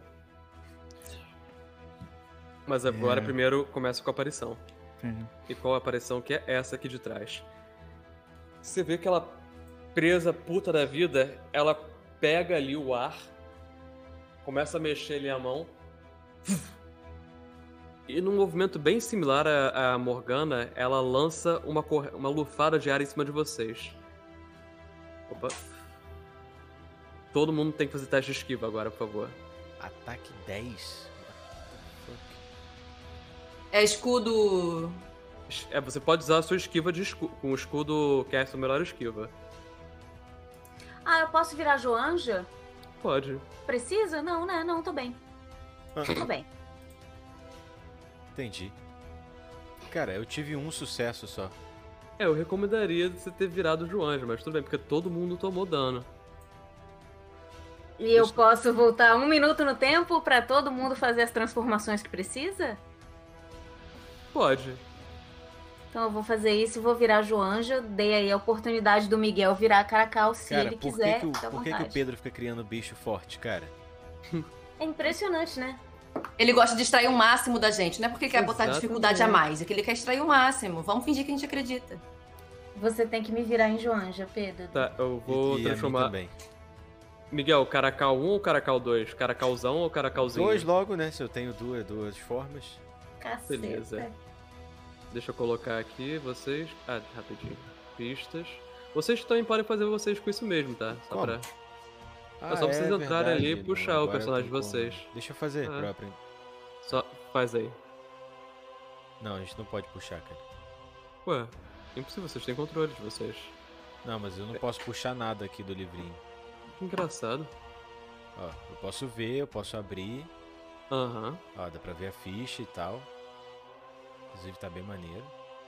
S5: Mas agora primeiro começa com a aparição.
S2: Entendi.
S5: E qual a aparição que é essa aqui de trás? Você vê que ela, presa puta da vida, ela pega ali o ar, começa a mexer ali a mão. E num movimento bem similar à Morgana, ela lança uma lufada de ar em cima de vocês. Opa. Todo mundo tem que fazer teste de esquiva agora, por favor.
S3: Ataque 10.
S1: É escudo...
S5: Você pode usar a sua esquiva com o escudo que é a sua melhor esquiva.
S4: Ah, eu posso virar Joanja?
S5: Pode.
S4: Precisa? Não, né? Não, tô bem. Tô bem.
S3: Entendi. Cara, eu tive um sucesso só.
S5: Eu recomendaria você ter virado Joanja, mas tudo bem, porque todo mundo tomou dano.
S4: E eu posso voltar 1 minuto no tempo pra todo mundo fazer as transformações que precisa?
S5: Pode.
S4: Então eu vou fazer isso e vou virar Joanja. Dei aí a oportunidade do Miguel virar Caracal se
S3: Cara,
S4: ele
S3: por
S4: quiser.
S3: que,
S4: fica à
S3: por que
S4: vontade.
S3: o Pedro fica criando bicho forte, cara?
S4: É impressionante, né?
S1: Ele gosta de extrair o máximo da gente, não é porque ele quer botar
S5: Exatamente.
S1: dificuldade a mais, é que ele quer extrair o máximo. Vamos fingir que a gente acredita.
S4: Você tem que me virar em Joanja, Pedro.
S5: Tá, eu vou
S3: E a mim
S5: transformar.
S3: também.
S5: Miguel, Caracal 1 ou Caracal 2? Caracalzão ou Caracalzinho?
S3: 2 logo, né? Se eu tenho duas formas.
S4: Caceta.
S5: Beleza. Deixa eu colocar aqui vocês. Rapidinho. Pistas. Vocês também podem fazer vocês com isso mesmo, tá? Só
S3: Como?
S5: pra. Só pra vocês entrarem ali e puxar o
S3: agora
S5: personagem de
S3: tem como.
S5: vocês.
S3: Deixa eu fazer próprio.
S5: Só faz aí.
S3: Não, a gente não pode puxar, cara.
S5: Ué, impossível, vocês têm controle de vocês.
S3: Não, mas eu não posso puxar nada aqui do livrinho.
S5: Que engraçado.
S3: Ó, eu posso ver, eu posso abrir.
S5: Aham.
S3: Ó, dá pra ver a ficha e tal. Inclusive tá bem maneiro.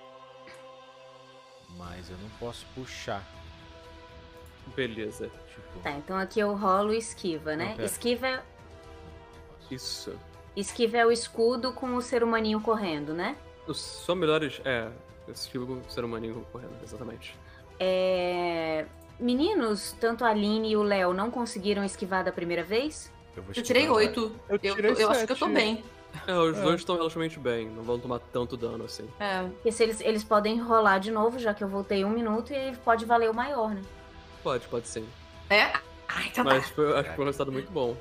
S3: Mas eu não posso puxar.
S5: Beleza.
S3: Tipo,
S4: Tá, então aqui eu rolo esquiva, né?
S3: Não, pera.
S5: Isso.
S4: Esquiva é o escudo com o ser humaninho correndo, né?
S5: Os só melhores. Esse tipo com o ser humaninho correndo, exatamente.
S4: Meninos, tanto a Aline e o Léo não conseguiram esquivar da primeira vez?
S3: eu vou
S1: Eu tirei
S3: esquivar
S1: 8.
S2: Eu tirei
S1: Eu acho que eu tô
S2: 7.
S1: bem.
S5: Os dois estão relativamente bem, não vão tomar tanto dano assim.
S1: É.
S4: Porque se eles podem rolar de novo, já que eu voltei 1 minuto, e aí pode valer o maior, né?
S5: Pode sim.
S1: É? Ai, então
S5: Mas acho que foi um resultado muito bom.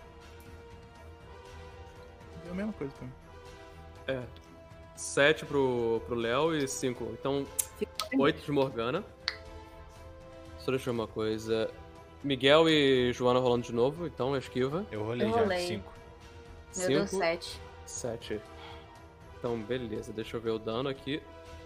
S2: É a mesma coisa pra mim.
S5: 7 pro Léo e 5. Então, 8 de Morgana. Só deixa eu ver uma coisa. Miguel e Joana rolando de novo, então esquiva.
S3: Eu rolei
S4: Eu
S3: já,
S4: rolei.
S3: 5.
S4: Meu Deus, 7.
S5: 7. Então, beleza. Deixa eu ver o dano aqui.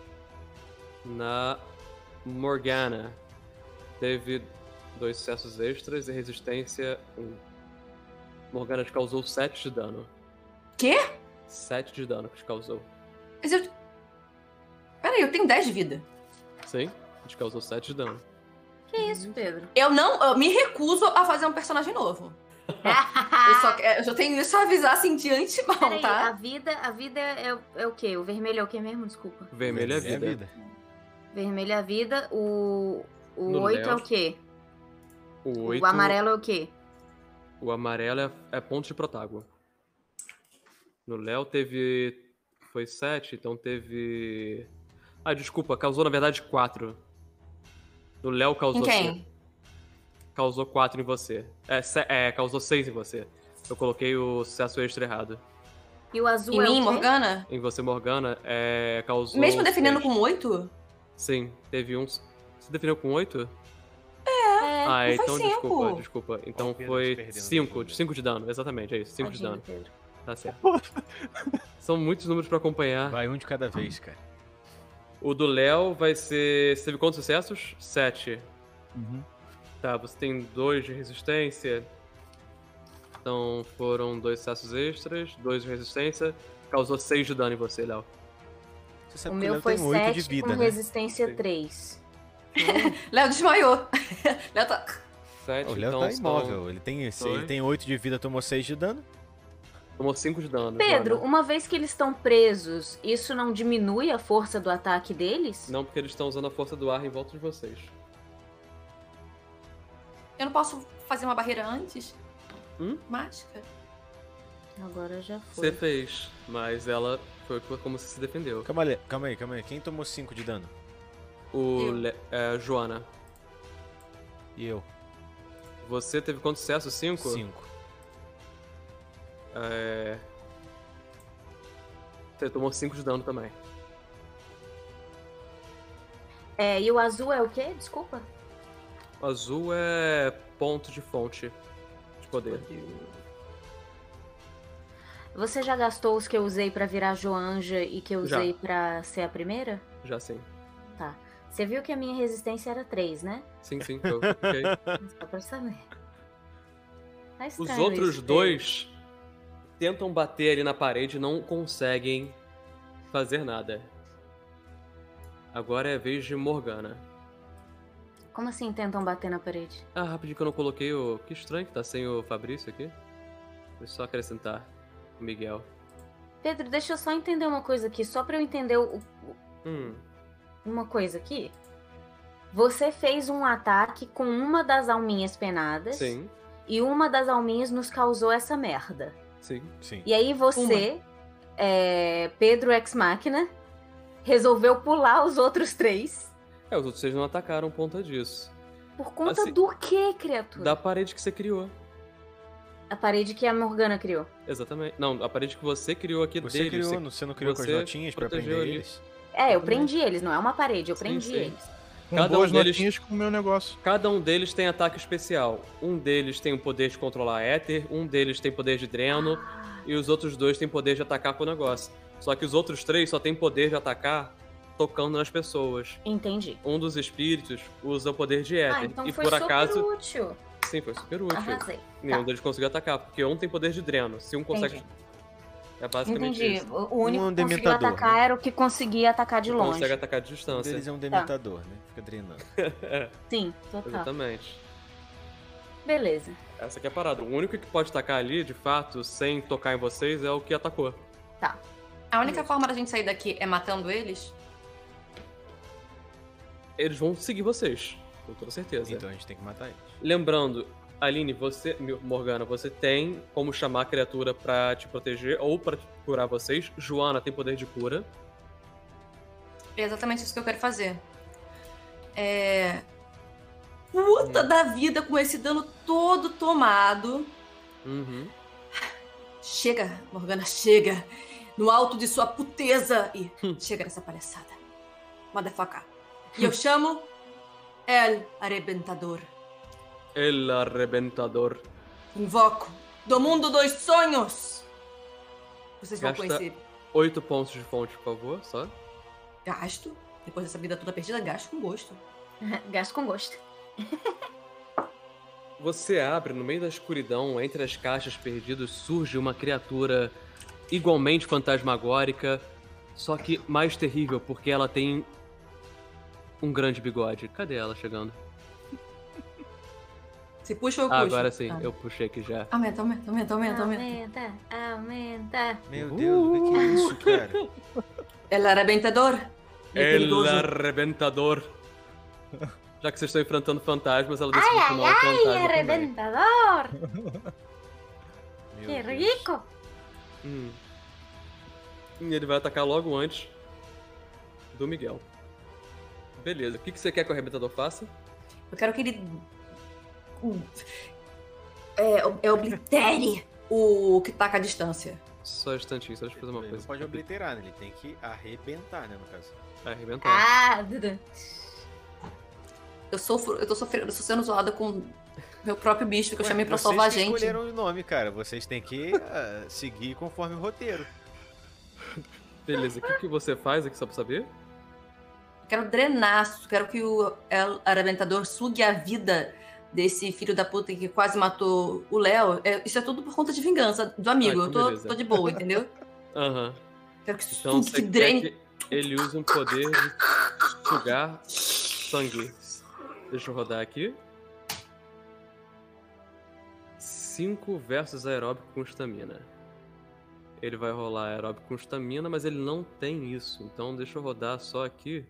S5: Na Morgana. Teve 2 sucessos extras e resistência 1. Morgana te causou 7 de dano.
S1: Quê?
S5: 7 de dano que te causou.
S1: Mas eu... Peraí, eu tenho 10 de vida.
S5: Sim? Te causou 7 de dano.
S4: Que isso, Pedro?
S1: Eu me recuso a fazer um personagem novo. Eu só tenho isso a avisar assim de antemão,
S4: Peraí,
S1: tá?
S4: a vida é o quê? O vermelho é o quê mesmo? Desculpa.
S5: Vermelho é vida.
S4: Vermelho é a vida, o
S5: No
S4: 8 é
S5: Léo.
S4: o quê?
S5: O 8.
S4: O amarelo é o quê?
S5: O amarelo é ponto de protágono. No Léo teve. Foi 7, então teve. Desculpa, causou na verdade 4. No Léo causou.
S1: Em quem?
S5: Causou 4 em você. Causou 6 em você. Eu coloquei o sucesso extra errado.
S4: E o azul
S1: Em
S4: é
S1: mim,
S4: o quê?
S1: Morgana?
S5: Em você, Morgana, causou.
S1: Mesmo definindo
S5: 6.
S1: com 8?
S5: Sim, teve um. Você definiu com 8?
S4: É,
S1: não
S5: Então
S1: foi cinco.
S5: desculpa. Então
S3: Ó, o Pedro
S5: foi
S3: perdendo
S5: 5.
S3: de
S5: 5 de dano, exatamente, é isso. 5 de
S4: tadinho,
S5: dano.
S4: Pedro.
S5: Tá certo. São muitos números pra acompanhar.
S3: Vai um de cada vez, cara.
S5: O do Léo vai ser. Você teve quantos sucessos? 7.
S2: Uhum.
S5: Tá, você tem 2 de resistência. Então foram 2 sucessos extras, 2 de resistência. Causou 6 de dano em você, Léo.
S3: Você
S4: O
S3: sabe que o
S4: meu
S3: Léo
S4: foi
S3: tem 8 de
S4: 7
S3: vida,
S4: com
S3: né?
S4: resistência
S5: Sim.
S4: 3.
S1: Léo desmaiou. Léo tá...
S5: 7,
S3: O Léo
S5: então
S3: tá
S5: são-
S3: imóvel. Ele tem 8 de vida, tomou 6 de dano.
S5: Tomou 5 de dano.
S4: Pedro,
S5: Joana.
S4: uma vez que eles estão presos, isso não diminui a força do ataque deles?
S5: Não, porque eles estão usando a força do ar em volta de vocês.
S1: Eu não posso fazer uma barreira antes?
S5: Hum?
S1: Mágica?
S4: Agora já
S5: Você
S4: foi.
S5: fez, mas ela foi como você se defendeu.
S3: Calma aí. Quem tomou 5 de dano?
S5: Joana,
S3: E eu?
S5: você teve quanto sucesso? 5?
S3: 5.
S5: Você tomou 5 de dano também.
S4: E o azul é o quê? Desculpa.
S5: O azul é ponto de fonte de poder.
S4: Você já gastou os que eu usei pra virar Joanja e que eu
S5: Já.
S4: usei pra ser a primeira?
S5: Já sim.
S4: Tá. Você viu que a minha resistência era 3, né?
S5: Sim, eu fiquei.
S4: Só pra saber. Tá
S5: Os
S4: estranho
S5: outros
S4: isso,
S5: dois tentam bater ali na parede e não conseguem fazer nada. Agora é a vez de Morgana.
S4: Pedro. Como assim tentam bater na parede?
S5: Ah, rapidinho que eu não coloquei o... Que estranho que tá sem o Fabrício aqui. Deixa eu só acrescentar o Miguel.
S4: Pedro, deixa eu só entender uma coisa aqui, só pra eu entender uma coisa aqui. Você fez um ataque com uma das alminhas penadas.
S5: Sim,
S4: E uma das alminhas nos causou essa merda.
S5: sim.
S3: Sim.
S4: E aí você, Pedro Ex Machina, resolveu pular os outros 3.
S5: Os outros seis não atacaram por conta disso.
S4: Por conta
S5: Assim,
S4: do que, criatura?
S5: Da parede que você criou.
S4: A parede que a Morgana criou.
S5: Exatamente. Não, a parede que você criou aqui
S3: Você
S5: deles.
S3: você não criou com as
S5: você
S3: notinhas pra
S5: protegeu
S3: prender
S5: ali.
S3: eles?
S4: Eu prendi eles, não é uma parede, eu
S5: Sim,
S4: prendi
S5: sim.
S4: eles.
S2: Com
S5: Cada
S2: boas
S5: um deles-
S2: notinhas com o meu negócio.
S5: Cada um deles tem ataque especial. Um deles tem o poder de controlar éter, um deles tem poder de dreno, e os outros dois têm poder de atacar com o negócio. Só que os outros 3 só têm poder de atacar tocando nas pessoas.
S4: Entendi.
S5: Um dos espíritos usa o poder de éter.
S4: Então
S5: e
S4: foi
S5: por
S4: super
S5: acaso.
S4: útil.
S5: Sim, foi super útil.
S4: Arrasei.
S5: Nenhum
S4: Tá.
S5: deles conseguiu atacar, porque um tem poder de dreno. Se um consegue.
S4: Entendi.
S5: É basicamente
S4: Entendi.
S5: isso.
S4: O único
S3: Um
S4: que conseguiu
S3: dementador,
S4: atacar
S3: né?
S4: era o que conseguia atacar de longe.
S5: Consegue atacar de
S3: Um
S5: distância.
S3: deles é um dementador, né? Fica drenando.
S4: Sim, total.
S5: Exatamente.
S4: Beleza.
S5: Essa aqui é a parada. O único que pode atacar ali, de fato, sem tocar em vocês, é o que atacou.
S1: A única forma da gente sair daqui é matando eles?
S5: Eles vão seguir vocês, com toda certeza.
S3: Então a gente tem que matar eles.
S5: Lembrando, Aline, você, Morgana, você tem como chamar a criatura pra te proteger ou pra curar vocês. Joana tem poder de cura.
S1: É exatamente isso que eu quero fazer. Puta da vida, com esse dano todo tomado.
S5: Uhum.
S1: Chega, Morgana, chega. No alto de sua puteza. E chega dessa palhaçada. Motherfucker. E eu chamo El Arrebentador.
S5: El Arrebentador.
S1: Invoco do mundo dos sonhos. Vocês vão
S5: Gasta-
S1: conhecer.
S5: 8 pontos de fonte, por favor, só.
S1: Gasto. Depois dessa vida toda perdida, gasto com gosto.
S4: Gasto com gosto.
S5: Você abre, no meio da escuridão, entre as caixas perdidas, surge uma criatura igualmente fantasmagórica, só que mais terrível, porque ela tem um grande bigode. Cadê ela chegando?
S1: Se puxa ou eu puxo?
S5: Agora sim,
S1: Ah.
S5: eu puxei aqui já.
S1: Aumenta.
S4: Aumenta.
S3: Meu Deus, o que é isso, cara?
S1: El Arrebentador. E é
S5: El
S1: perigoso.
S5: Arrebentador. Já que vocês estão enfrentando fantasmas, ela decidiu chamar um fantasma também.
S4: Arrebentador!
S3: Meu
S4: Que
S3: Deus.
S4: rico!
S5: E ele vai atacar logo antes do Miguel. Beleza, o que você quer que o arrebentador faça?
S1: Eu quero que ele. Oblitere o que taca a distância.
S5: Só um instantinho, só deixa eu fazer uma
S3: Ele não
S5: coisa.
S3: pode obliterar, né? Ele tem que arrebentar, né, no caso.
S5: Vai arrebentar.
S4: Ah, Dudu.
S1: Eu tô sofrendo, eu tô sendo zoada com meu próprio bicho que eu chamei pra salvar a
S3: Vocês que
S1: gente.
S3: escolheram o nome, cara. Vocês têm que seguir conforme o roteiro.
S5: Beleza, o que você faz aqui só pra saber?
S1: Quero drenar, quero que o El Arrebentador sugue a vida desse filho da puta que quase matou o Léo. Isso é tudo por conta de vingança do amigo.
S5: Ah, então
S1: Eu
S5: beleza.
S1: tô de boa, entendeu?
S5: Aham.
S1: Quero que
S5: Então
S1: sugue,
S5: você
S1: que drene.
S5: quer Ele usa um poder de sugar sangue. Deixa eu rodar aqui. 5 versus aeróbico com estamina. Ele vai rolar aeróbico com estamina, mas ele não tem isso. Então deixa eu rodar só aqui.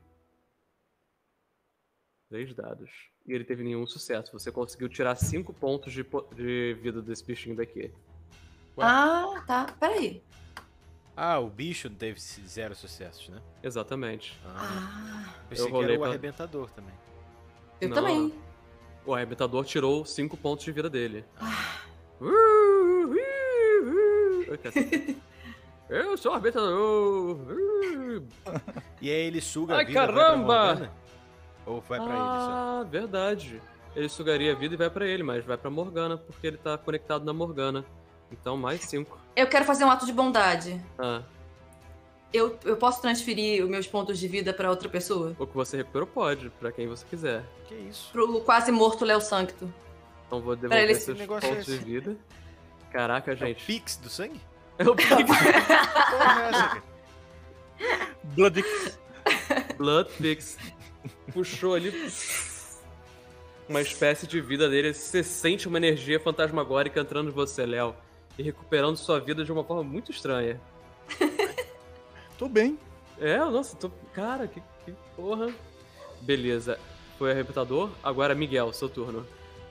S5: 3 dados. E ele teve nenhum sucesso. Você conseguiu tirar 5 pontos de vida desse bichinho daqui.
S3: Ué?
S1: Ah, tá. Peraí.
S3: Ah, o bicho teve 0 sucessos, né?
S5: Exatamente.
S3: Pensei que
S5: rolei
S3: era o
S5: pra-
S3: arrebentador também.
S1: Eu
S5: Não.
S1: também.
S5: O arrebentador tirou 5 pontos de vida dele. Ai, cacete. Eu sou o arrebentador.
S3: E aí ele suga
S5: Ai,
S3: a vida, vai
S5: caramba!
S3: pra Morgana? Ou vai pra ele só?
S5: Ah, verdade. Ele sugaria a vida e vai pra ele, mas vai pra Morgana, porque ele tá conectado na Morgana. Então, mais 5.
S1: Eu quero fazer um ato de bondade.
S5: Ah,
S1: Eu posso transferir os meus pontos de vida pra outra pessoa?
S5: o que você recuperou pode, pra quem você quiser.
S3: Que isso?
S1: Pro quase morto Léo Sancto.
S5: Então vou
S1: Pera,
S5: devolver
S1: ele-
S5: seus
S3: que negócio é
S5: pontos de
S3: esse?
S5: vida. Caraca,
S3: É o
S5: gente.
S3: Pix do sangue?
S5: É o Pix.
S3: Porra, é essa, cara?
S2: Blood
S5: Blood Pix. Puxou ali uma espécie de vida dele. Você sente uma energia fantasmagórica entrando em você, Léo. E recuperando sua vida de uma forma muito estranha.
S2: Tô bem.
S5: É, nossa, tô... Cara, que porra. Beleza. Foi arrebentador. Agora, Miguel, seu turno.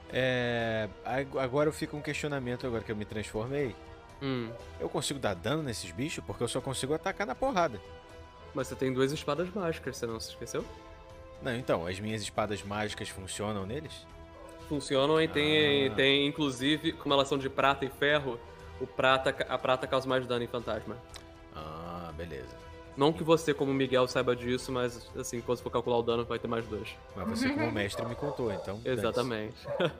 S3: Agora eu fico um questionamento agora que eu me transformei. Eu consigo dar dano nesses bichos? Porque eu só consigo atacar na porrada.
S5: Mas você tem 2 espadas mágicas, você não se esqueceu?
S3: Não, então, as minhas espadas mágicas funcionam neles?
S5: Funcionam e tem, inclusive, como elas são de prata e ferro, a prata causa mais dano em fantasma.
S3: Ah, beleza.
S5: Não que você, como Miguel, saiba disso, mas, assim, quando você for calcular o dano, vai ter mais 2.
S3: Mas você como mestre me contou, então... dane-se.
S5: Exatamente.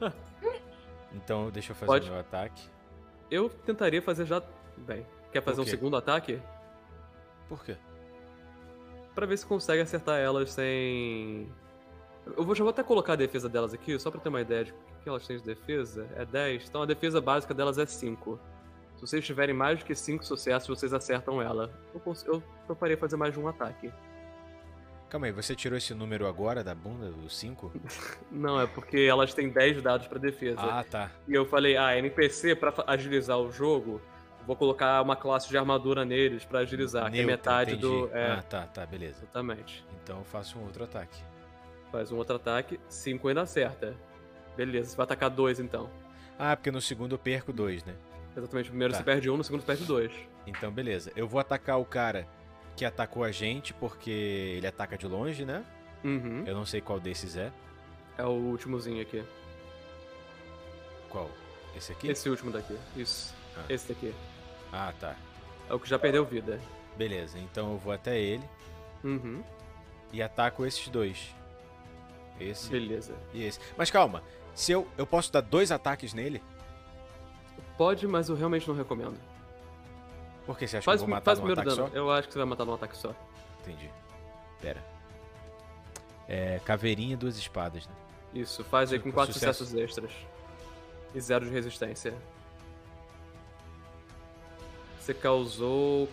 S3: Então, deixa eu fazer
S5: Pode.
S3: o meu ataque.
S5: Eu tentaria fazer já... Bem, quer fazer um
S3: quê?
S5: segundo ataque?
S3: Por quê?
S5: Pra ver se consegue acertar elas sem... Já vou até colocar a defesa delas aqui, só pra ter uma ideia de o que elas têm de defesa. É 10, então a defesa básica delas é 5. Se vocês tiverem mais do que 5 sucessos, vocês acertam ela. Eu toparia fazer mais de um ataque.
S3: Calma aí, você tirou esse número agora da bunda, o 5?
S5: Não, é porque elas têm 10 dados pra defesa.
S3: Ah, tá.
S5: E eu falei, NPC, pra agilizar o jogo, vou colocar uma classe de armadura neles pra agilizar, que é
S3: Neutra,
S5: metade
S3: entendi.
S5: do...
S3: Ah, tá, beleza.
S5: Exatamente.
S3: Então eu faço um outro ataque.
S5: Faz um outro ataque, 5 ainda acerta. Beleza, você vai atacar 2 então.
S3: Ah, porque no segundo eu perco 2, né?
S5: Exatamente, primeiro
S3: Tá.
S5: você perde 1, no segundo você perde 2.
S3: Então, beleza. Eu vou atacar o cara que atacou a gente, porque ele ataca de longe, né?
S5: Uhum.
S3: Eu não sei qual desses é.
S5: É o últimozinho aqui.
S3: Qual? Esse aqui?
S5: Esse último daqui, isso.
S3: Ah.
S5: Esse daqui.
S3: Ah, tá.
S5: É o que já perdeu vida.
S3: Beleza, então eu vou até ele
S5: Uhum.
S3: e ataco esses dois. Esse
S5: Beleza.
S3: e esse. Mas calma, se eu posso dar 2 ataques nele?
S5: Pode, mas eu realmente não recomendo.
S3: Por que você acha
S5: Faz
S3: que eu vou matar
S5: faz
S3: num
S5: primeiro
S3: ataque
S5: dano.
S3: só?
S5: Eu acho que você vai matar num ataque só.
S3: Entendi. Pera. Caveirinha e 2 espadas, né?
S5: Isso, faz aí com
S3: Com
S5: 4
S3: sucesso.
S5: sucessos extras. E 0 de resistência. Você causou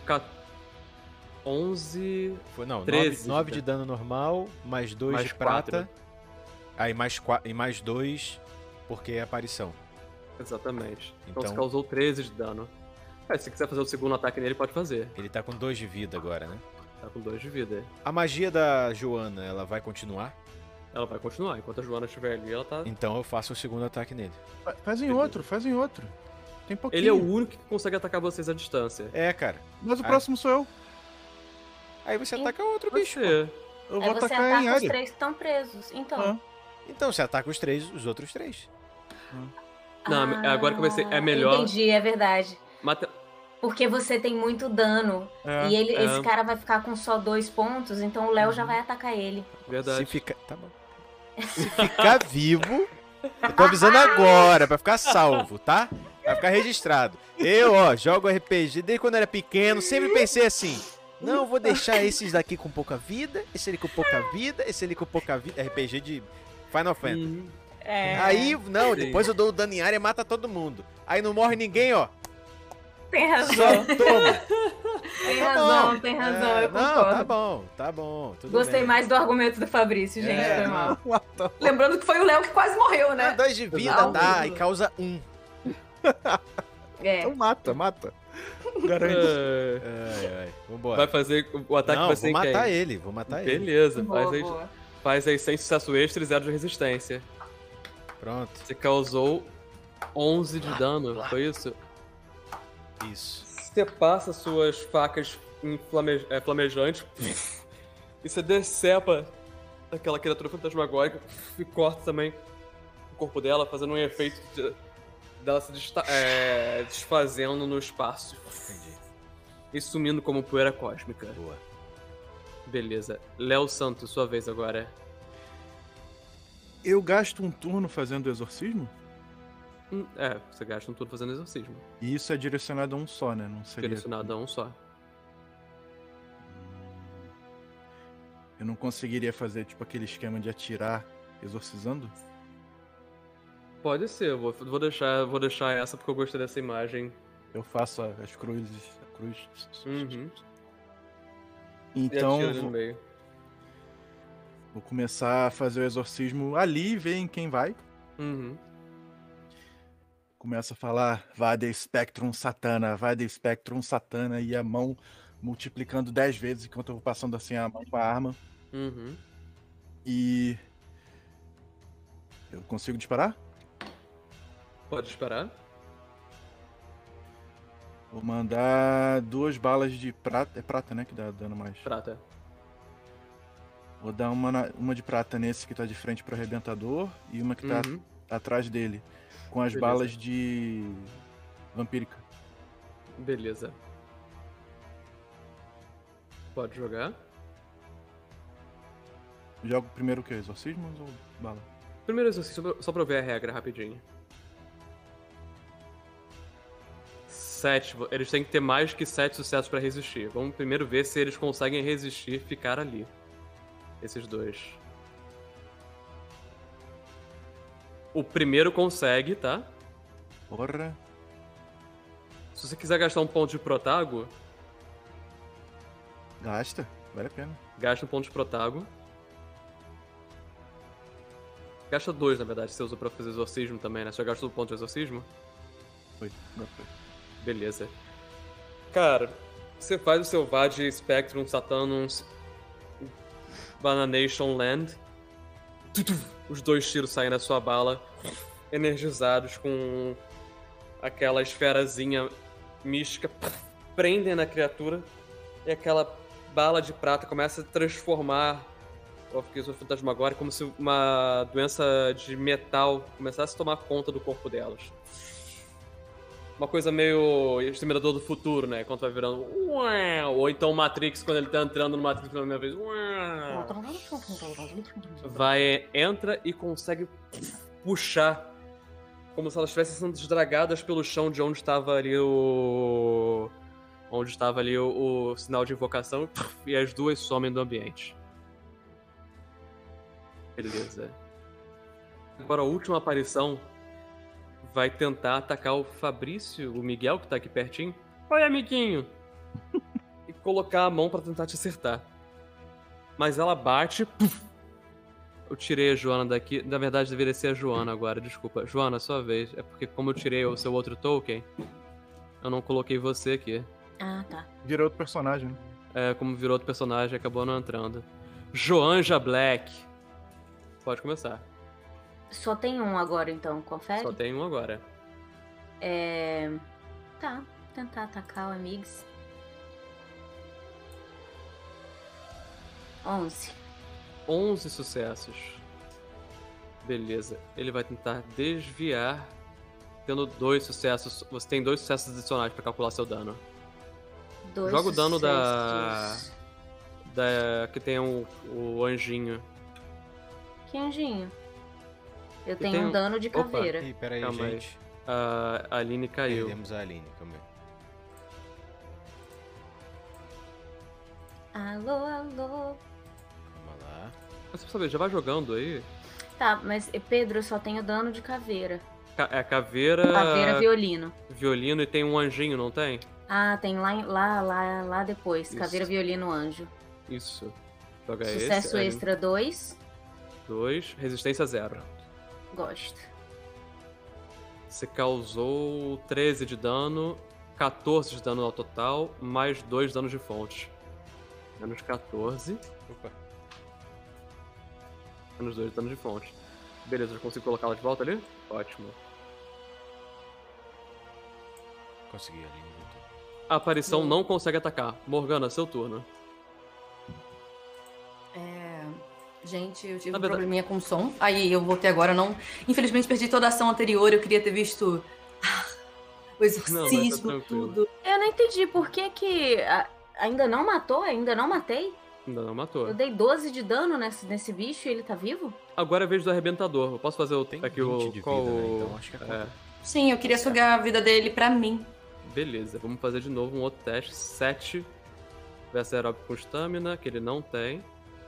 S5: 11...
S3: Foi, não,
S5: 13
S3: 9
S5: de
S3: de dano normal, mais 2
S5: Mais
S3: de prata.
S5: 4.
S3: Aí mais 2 porque é aparição.
S5: Exatamente. Então,
S3: Então-
S5: você causou 13 de dano. Se você quiser fazer o segundo ataque nele, pode fazer.
S3: Ele tá com 2 de vida agora, né?
S5: Tá com 2 de vida.
S3: A magia da Joana, ela vai continuar?
S5: Ela vai continuar. Enquanto a Joana estiver ali, ela tá...
S3: Então eu faço o segundo ataque nele.
S2: Fazem outro. Tem pouquinho.
S5: Ele é o único que consegue atacar vocês à distância.
S3: É, cara.
S2: Mas o próximo sou eu.
S3: Aí você ataca outro
S5: Pode
S3: bicho.
S5: ser.
S2: Eu
S4: Aí
S2: vou
S4: você
S2: atacar em
S4: ataca os
S2: área.
S4: 3 que estão presos. Então.
S2: Ah.
S3: Então você ataca os 3, os outros 3.
S5: Não, agora que eu comecei, é melhor...
S4: Entendi, é verdade.
S5: Mata...
S4: Porque você tem muito dano.
S2: É.
S4: E
S5: É.
S4: esse cara vai ficar com só 2 pontos, então o Léo já vai atacar ele.
S5: Verdade.
S3: Se ficar. Tá bom. Se ficar vivo. Eu tô avisando agora, pra ficar salvo, tá? Pra ficar registrado. Eu, jogo RPG desde quando eu era pequeno, sempre pensei assim. Não, eu vou deixar esses daqui com pouca vida, esse ali com pouca vida, esse ali com pouca vida. RPG de Final Fantasy.
S5: Uhum.
S4: É.
S3: Aí, não,
S5: Sim.
S3: depois eu dou o dano em área e mata todo mundo. Aí não morre ninguém, ó.
S4: Tem razão.
S3: Só toma.
S4: Tem razão, tem razão, eu
S3: Não,
S4: concordo.
S3: tá bom. Tudo
S4: Gostei
S3: bem.
S4: mais do argumento do Fabrício, gente, foi mal.
S8: Lembrando que foi o Léo que quase morreu, né?
S3: 2 de vida,
S4: Não.
S3: tá, e causa 1.
S4: É.
S2: Então mata. Garante.
S3: Ai. Vambora.
S5: Vai fazer. O ataque
S3: Não,
S5: vai ser
S3: vou
S5: em quem?
S3: matar ele, vou matar ele.
S5: Beleza,
S4: Boa, boa.
S5: faz aí 100 sucesso extra e 0 de resistência.
S3: Pronto.
S5: Você causou 11 de dano, foi isso?
S3: Isso.
S5: Você passa suas facas flamejantes e você decepa aquela criatura fantasmagórica e corta também o corpo dela, fazendo um efeito dela se desfazendo no espaço.
S3: Entendi.
S5: E sumindo como poeira cósmica.
S3: Boa.
S5: Beleza. Léo Santos, sua vez agora.
S2: Eu gasto um turno fazendo exorcismo?
S5: Você gasta um turno fazendo exorcismo.
S2: E isso é direcionado a um só, né? Não seria...
S5: Direcionado a um só.
S2: Eu não conseguiria fazer, tipo, aquele esquema de atirar exorcizando?
S5: Pode ser, eu vou deixar essa porque eu gostei dessa imagem.
S2: Eu faço as cruzes. A cruz.
S5: Uhum.
S2: Então,
S5: E atira no meio.
S2: vou começar a fazer o exorcismo ali e ver em quem vai.
S5: Uhum.
S2: Começa a falar, Vade Spectrum Satana, Vade Spectrum Satana, e a mão multiplicando 10 vezes enquanto eu vou passando assim a mão com a arma.
S5: Uhum.
S2: E... eu consigo disparar?
S5: Pode disparar.
S2: Vou mandar 2 balas de prata. É prata, né? Que dá dano mais.
S5: Prata.
S2: Vou dar uma de prata nesse que tá de frente pro arrebentador e uma que tá
S5: Uhum.
S2: atrás dele. Com as
S5: Beleza.
S2: balas de vampírica.
S5: Beleza. Pode jogar.
S2: Jogo primeiro o quê? Exorcismo ou bala?
S5: Primeiro exercício, só pra eu ver a regra rapidinho. 7. Eles têm que ter mais que 7 sucessos pra resistir. Vamos primeiro ver se eles conseguem resistir e ficar ali. Esses dois. O primeiro consegue, tá?
S2: Porra.
S5: Se você quiser gastar um ponto de protago,
S2: Gasta. Vale a pena.
S5: gasta um ponto de protago. Gasta 2, na verdade, você usa pra fazer exorcismo também, né? Você já gastou o ponto de exorcismo?
S2: Foi. Agora foi.
S5: Beleza. Cara, você faz o seu Vade Spectrum Satanus Bananation Land. Os 2 tiros saem da sua bala, energizados com aquela esferazinha mística, prendem na criatura e aquela bala de prata começa a transformar o fantasmagórico como se uma doença de metal começasse a tomar conta do corpo delas. Uma coisa meio Exterminador do Futuro, né? Quando vai virando... Ou então Matrix, quando ele tá entrando no Matrix pela primeira vez. Entra e consegue puxar. Como se elas estivessem sendo desdragadas pelo chão de onde estava ali o... o sinal de invocação. E as duas somem do ambiente. Beleza. Agora a última aparição vai tentar atacar o Fabrício, o Miguel, que tá aqui pertinho. Oi, amiguinho! E colocar a mão pra tentar te acertar. Mas ela bate. Eu tirei a Joana daqui. Na verdade, deveria ser a Joana agora, desculpa. Joana, sua vez. É porque como eu tirei o seu outro token, eu não coloquei você aqui.
S4: Ah, tá.
S2: Virou outro personagem, né?
S5: É, como virou outro personagem, acabou não entrando. Joanja Black. Pode começar.
S4: Só tem um agora, então, confere?
S5: Só tem um agora.
S4: Tá, tentar atacar o Amigos. 11.
S5: 11 sucessos. Beleza. Ele vai tentar desviar, tendo 2 sucessos. Você tem 2 sucessos adicionais pra calcular seu dano.
S4: 2
S5: Joga o dano
S4: sucessos.
S5: que tem o anjinho.
S4: Que anjinho? Eu
S5: tem
S4: tenho
S5: um-
S4: um dano de
S5: Opa.
S4: caveira.
S3: Ih, peraí,
S5: Calma aí.
S3: gente.
S5: A Aline caiu.
S3: Perdemos a Aline, calma aí.
S4: Alô, alô.
S3: Calma lá.
S5: Mas pra saber, já vai jogando aí.
S4: Tá, mas Pedro, eu só tenho dano de caveira.
S5: É caveira...
S4: Caveira, violino.
S5: Violino e tem um anjinho, não tem?
S4: Ah, tem lá depois.
S5: Isso.
S4: Caveira, violino, anjo.
S5: Isso. Joga
S4: Sucesso
S5: esse.
S4: extra 2.
S5: 2. Resistência 0.
S4: Gosto.
S5: Você causou 13 de dano, 14 de dano ao total, mais 2 danos de fonte. Menos 14.
S3: Opa.
S5: Menos 2 danos de fonte. Beleza, eu consigo colocá-la de volta ali? Ótimo.
S3: Consegui ali. Voltou.
S5: A aparição não consegue atacar. Morgana, seu turno.
S1: Gente, eu tive
S5: Na
S1: um
S5: verdade-
S1: probleminha com o som. Aí eu voltei agora, não. Infelizmente perdi toda a ação anterior. Eu queria ter visto o exorcismo,
S5: tranquilo.
S1: tudo.
S4: Eu não entendi por que ainda não matou? Ainda não matei?
S5: Ainda não matou.
S4: Eu dei 12 de dano nesse bicho e ele tá vivo?
S5: Agora é a vez do arrebentador. Eu posso fazer
S3: Tem
S5: aqui
S3: 20
S5: o...
S3: de
S5: qual...
S3: vida, né? Então acho que é conta.
S1: Sim, eu queria sugar a vida dele pra mim.
S5: Beleza, vamos fazer de novo um outro teste. 7 versus aeróbico com estamina, que ele não tem.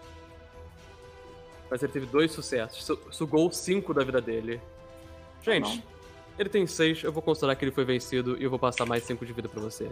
S5: Mas ele teve 2 sucessos. Sugou 5 da vida dele. Gente, ele tem 6. Eu vou considerar que ele foi vencido e eu vou passar mais 5 de vida pra você.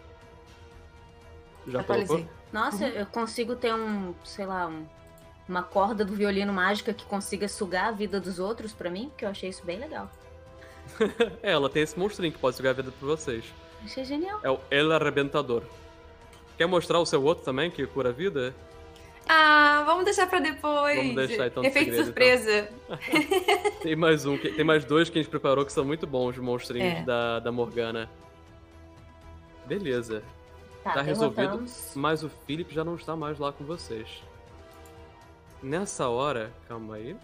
S5: Já colocou?
S1: Atualizei.
S4: Nossa, eu consigo ter uma corda do violino mágica que consiga sugar a vida dos outros pra mim, porque eu achei isso bem legal.
S5: É, ela tem esse monstrinho que pode sugar a vida pra vocês.
S4: Achei genial.
S5: É o El Arrebentador. Quer mostrar o seu outro também, que cura a vida?
S1: Ah, vamos deixar pra depois.
S5: Vamos deixar, então, de
S1: Efeito
S5: segredo,
S1: surpresa.
S5: Tem mais um, tem mais 2 que a gente preparou que são muito bons, os monstrinhos da Morgana. Beleza. Tá resolvido,
S4: derrotamos.
S5: mas o Philip já não está mais lá com vocês. Nessa hora, calma aí.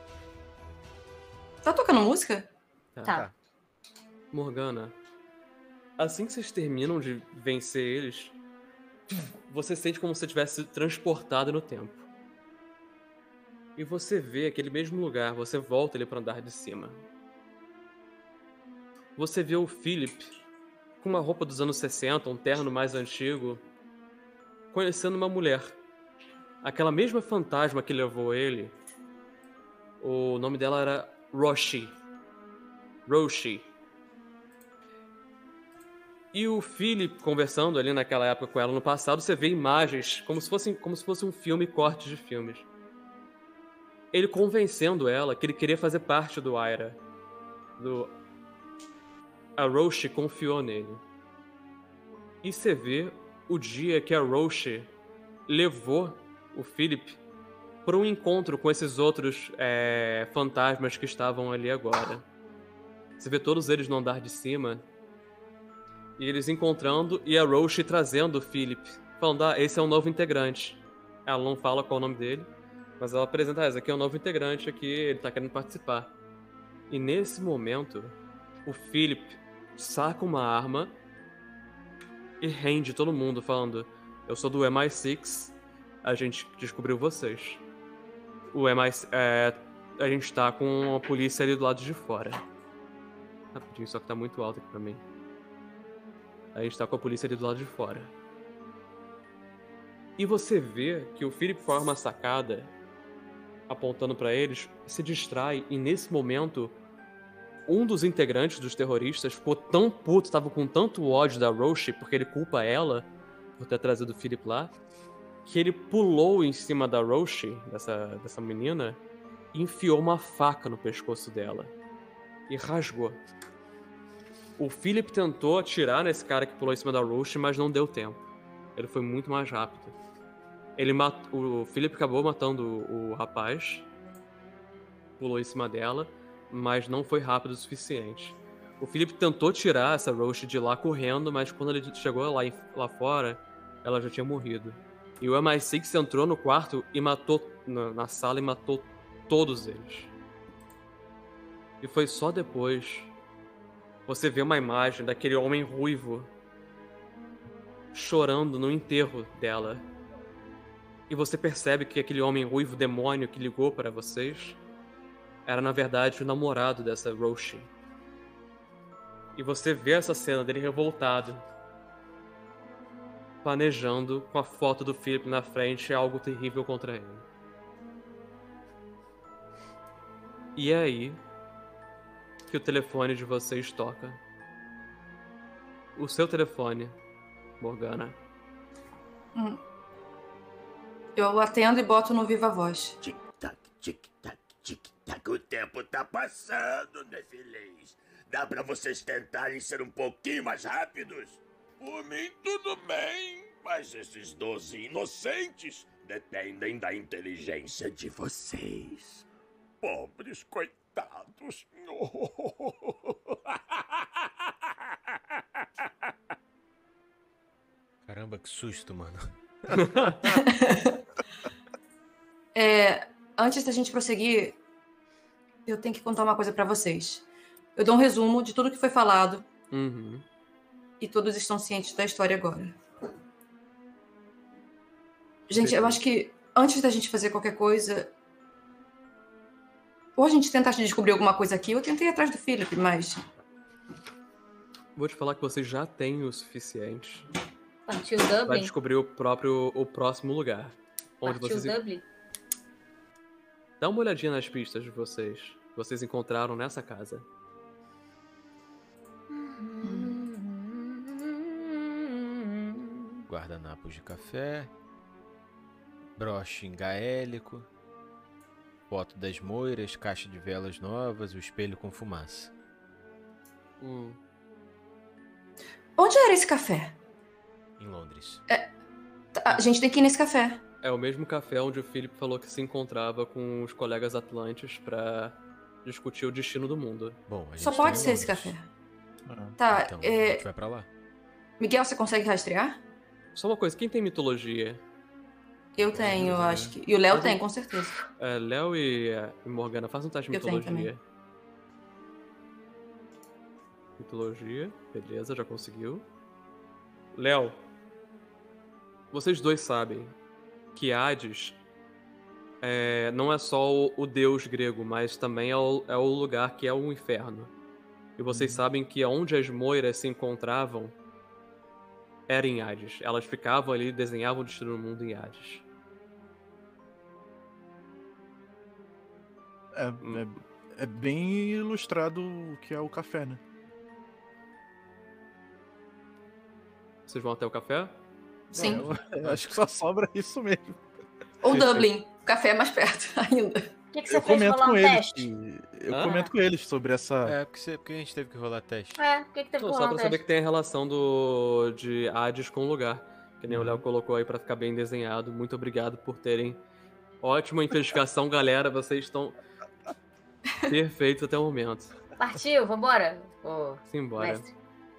S1: Tá tocando música?
S4: Tá.
S5: Morgana, assim que vocês terminam de vencer eles, você sente como se você tivesse transportado no tempo. E você vê aquele mesmo lugar, você volta ali para o andar de cima. Você vê o Philip com uma roupa dos anos 60, um terno mais antigo, conhecendo uma mulher. Aquela mesma fantasma que levou ele, o nome dela era Roshi. E o Philip conversando ali naquela época com ela no passado, você vê imagens como se fosse um filme, cortes de filmes. Ele convencendo ela que ele queria fazer parte do Aira. A Roshi confiou nele. E você vê o dia que a Roshi levou o Philip para um encontro com esses outros fantasmas que estavam ali agora. Você vê todos eles no andar de cima. E eles encontrando e a Roshi trazendo o Philip. Falando, esse é um novo integrante. Ela não fala qual é o nome dele, mas ela apresenta, esse aqui é um novo integrante aqui, ele tá querendo participar. E nesse momento, o Philip saca uma arma e rende todo mundo, falando, eu sou do MI6, a gente descobriu vocês. A gente tá com a polícia ali do lado de fora. Rapidinho, só que tá muito alto aqui pra mim. A gente tá com a polícia ali do lado de fora. E você vê que o Philip forma a sacada, apontando pra eles, se distrai, e nesse momento, um dos integrantes dos terroristas ficou tão puto, tava com tanto ódio da Roshi, porque ele culpa ela por ter trazido o Philip lá, que ele pulou em cima da Roshi, dessa menina, e enfiou uma faca no pescoço dela. E rasgou. O Philip tentou atirar nesse cara que pulou em cima da Roshi, mas não deu tempo. Ele foi muito mais rápido. O Philip acabou matando o rapaz, pulou em cima dela, mas não foi rápido o suficiente. O Philip tentou tirar essa Roshi de lá correndo, mas quando ele chegou lá fora, ela já tinha morrido. E o MI6 entrou no quarto e matou, na sala, e matou todos eles. E foi só depois você vê uma imagem daquele homem ruivo chorando no enterro dela. E você percebe que aquele homem ruivo demônio que ligou para vocês era, na verdade, o namorado dessa Roshi. E você vê essa cena dele revoltado, planejando, com a foto do Philip na frente, algo terrível contra ele. E é aí que o telefone de vocês toca. O seu telefone, Morgana.
S1: Eu atendo e boto no Viva Voz.
S6: Tic-tac, tic-tac, tic-tac. O tempo tá passando, Nefilis. Dá pra vocês tentarem ser um pouquinho mais rápidos? Por mim, tudo bem. Mas esses 12 inocentes dependem da inteligência de vocês. Pobres coitados.
S3: Caramba, que susto, mano.
S1: Antes da gente prosseguir, eu tenho que contar uma coisa pra vocês. Eu dou um resumo de tudo que foi falado.
S5: Uhum.
S1: E todos estão cientes da história agora. Gente, eu acho que antes da gente fazer qualquer coisa... Ou a gente tentasse descobrir alguma coisa aqui, ou eu tentei ir atrás do Philip, mas...
S5: Vou te falar que vocês já têm o suficiente
S4: Partiu
S5: pra
S4: Dublin?
S5: descobrir o próximo lugar. Onde
S4: Partiu
S5: vocês...
S4: Dublin?
S5: Dá uma olhadinha nas pistas de vocês. Vocês encontraram nessa casa.
S3: Guardanapos de café, broche em gaélico, foto das moiras, caixa de velas novas, o espelho com fumaça.
S1: Onde era esse café?
S3: Em Londres.
S1: A gente tem que ir nesse café.
S5: É o mesmo café onde o Philip falou que se encontrava com os colegas atlantes pra discutir o destino do mundo.
S3: Bom, a gente
S1: Só
S3: tá
S1: pode
S3: em
S1: ser esse
S3: Londres.
S1: café. Tá,
S3: Então, a gente vai pra lá.
S1: Miguel, você consegue rastrear?
S5: Só uma coisa, quem tem mitologia?
S1: Eu tenho, eu acho que... E o Léo tem, com certeza.
S5: Léo e Morgana, faz um teste de
S1: Eu tenho
S5: mitologia. Mitologia, beleza, já conseguiu. Léo, vocês dois sabem que Hades não é só o deus grego, mas também é o lugar que é o inferno. E vocês sabem que onde as moiras se encontravam era em Hades. Elas ficavam ali, desenhavam o destino do mundo em Hades.
S2: É bem ilustrado o que é o café, né?
S5: Vocês vão até o café?
S1: Sim.
S2: Eu acho que só sobra isso mesmo.
S1: Ou Dublin. O café é mais perto ainda.
S4: O que você
S2: Eu
S4: fez?
S2: comento
S4: Rolar
S2: com
S4: um
S2: eles.
S4: teste?
S2: Eu comento com eles sobre essa.
S3: É, porque a gente teve que rolar teste.
S4: Por que teve que
S5: Só
S4: rolar um
S5: pra
S4: teste?
S5: saber que tem a relação de Hades com o lugar. Que nem o Léo colocou aí pra ficar bem desenhado. Muito obrigado por terem ótima investigação, galera. Vocês estão perfeitos até o momento.
S4: Partiu, vambora? Ô,
S5: Simbora.
S4: mestre.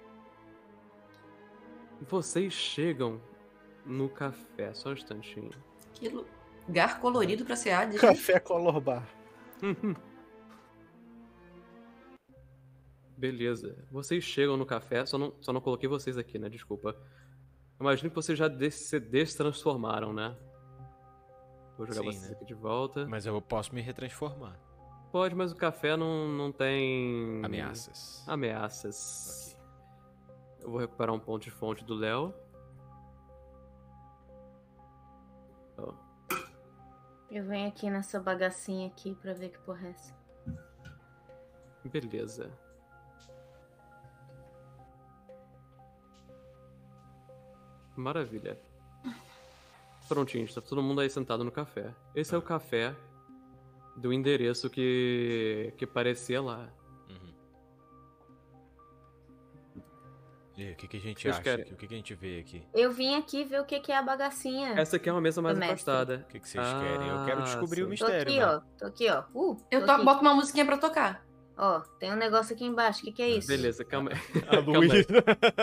S5: Vocês chegam no café. Só um instantinho.
S1: Que lugar colorido pra ser Hades.
S2: Café Color Bar.
S5: Beleza. Vocês chegam no café. Só não coloquei vocês aqui, né? Desculpa. Imagino que vocês já se destransformaram, né? Vou jogar
S3: Sim,
S5: vocês
S3: né?
S5: aqui de volta.
S3: Mas eu posso me retransformar.
S5: Pode, mas o café não tem...
S3: Ameaças.
S5: Ameaças.
S3: Ok.
S5: Eu vou recuperar um ponto de fonte do Léo. Ó.
S4: Eu venho aqui nessa bagacinha aqui pra ver que porra é essa.
S5: Beleza. Maravilha. Prontinho, está todo mundo aí sentado no café. Esse é o café do endereço que parecia lá.
S3: E aí, o que a gente
S5: Vocês
S3: acha
S5: querem?
S3: aqui? O que a gente vê aqui?
S4: Eu vim aqui ver o que é a bagacinha.
S5: Essa aqui é uma mesa mais
S4: Do mestre.
S5: afastada.
S3: O que vocês querem? Eu quero descobrir o
S5: sim.
S4: Tô
S3: mistério,
S4: aqui,
S3: né?
S4: ó. Tô aqui, ó.
S1: Eu
S4: tô aqui.
S1: boto uma musiquinha pra tocar.
S4: Ó, tem um negócio aqui embaixo. O que é isso?
S5: Beleza, calma aí.
S2: A
S5: Calma aí.
S2: luz.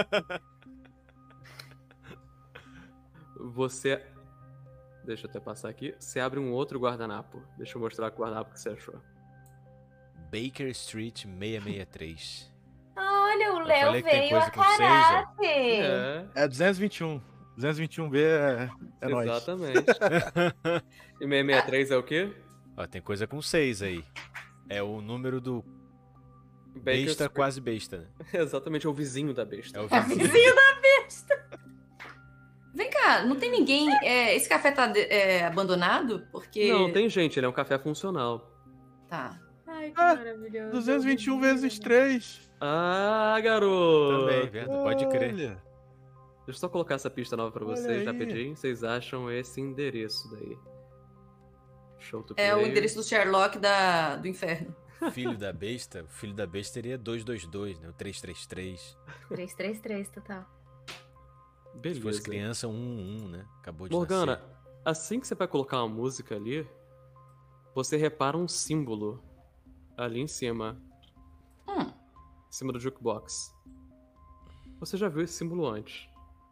S5: Você... Deixa eu até passar aqui. Você abre um outro guardanapo. Deixa eu mostrar o guardanapo que você achou.
S3: Baker Street 663.
S4: Olha, o
S3: Eu
S4: Léo
S3: falei que tem
S4: veio
S3: coisa
S4: a
S3: com seis, ó.
S4: caráter.
S2: É 221. 221B é nóis.
S5: Exatamente. E 663 é o quê?
S3: Ó, tem coisa com 6 aí. É o número do
S5: Baker
S3: besta
S5: Street.
S3: quase besta, né?
S5: Exatamente, é o vizinho da besta.
S3: É o
S1: É
S3: vizinho.
S1: vizinho da besta. Vem cá, não tem ninguém... esse café tá abandonado? Porque...
S5: Não, tem gente, ele é um café funcional.
S1: Tá.
S4: Ai, que maravilhoso.
S2: 221 vezes 3.
S5: Ah, garoto!
S3: Também, verdade. Pode crer.
S2: Olha.
S5: Deixa eu só colocar essa pista nova pra
S2: Olha
S5: vocês,
S2: aí.
S5: rapidinho. Vocês acham esse endereço daí? Show to play.
S1: É o endereço do Sherlock do inferno.
S3: O filho da besta seria 222, né? O 333.
S4: 333, total.
S5: Beleza.
S3: Se fosse criança, 111, né? Acabou de
S5: Morgana,
S3: nascer.
S5: assim que você vai colocar uma música ali, você repara um símbolo ali em cima. Em cima do jukebox. Você já viu esse símbolo antes?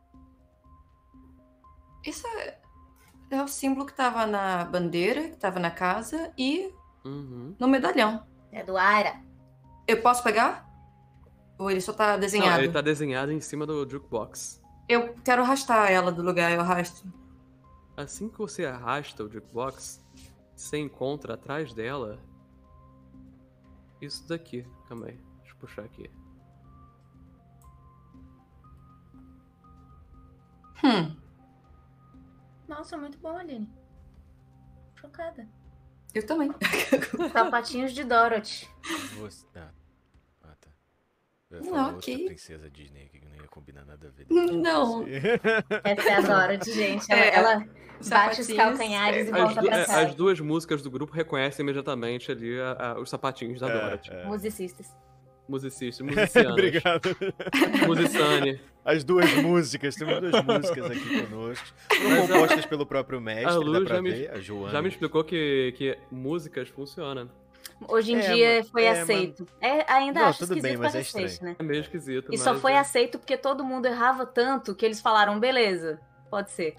S1: Isso é o símbolo que tava na bandeira, que tava na casa e no medalhão.
S4: É do Aira.
S1: Eu posso pegar? Ou ele só tá
S5: Não,
S1: desenhado?
S5: ele tá desenhado em cima do jukebox.
S1: Eu quero arrastar ela do lugar, eu arrasto.
S5: Assim que você arrasta o jukebox, você encontra atrás dela isso daqui. Calma aí, deixa eu puxar aqui.
S4: Nossa, muito bom, Aline. Chocada.
S1: Eu também.
S4: Sapatinhos de Dorothy.
S3: Você... tá. Eu ia
S1: Não,
S3: falar outra
S1: ok.
S3: princesa Disney aqui que não ia combinar nada a ver.
S1: Não.
S4: Essa é a Dorothy, gente.
S1: É,
S4: Ela bate os
S1: sapatinhos,
S4: calcanhares e volta pra casa.
S5: As duas músicas do grupo reconhecem imediatamente ali os sapatinhos da Dorothy.
S4: Musicistas.
S5: Musicista, musicianos.
S3: Obrigado.
S5: Musiciane.
S3: As duas músicas, temos duas músicas aqui conosco. Foram compostas pelo próprio mestre,
S5: A
S3: dá
S5: Lu
S3: pra
S5: já me,
S3: ver, a Joana.
S5: já me explicou que músicas funcionam.
S4: Hoje em dia foi
S3: mas-
S4: aceito. Ainda
S3: Não,
S4: acho
S3: tudo
S4: esquisito
S3: bem, mas
S4: pra
S3: é
S4: cacete,
S3: estranho.
S4: né?
S5: É meio esquisito.
S4: E só
S5: mas
S4: foi
S5: é-
S4: aceito porque todo mundo errava tanto que eles falaram, beleza, pode ser.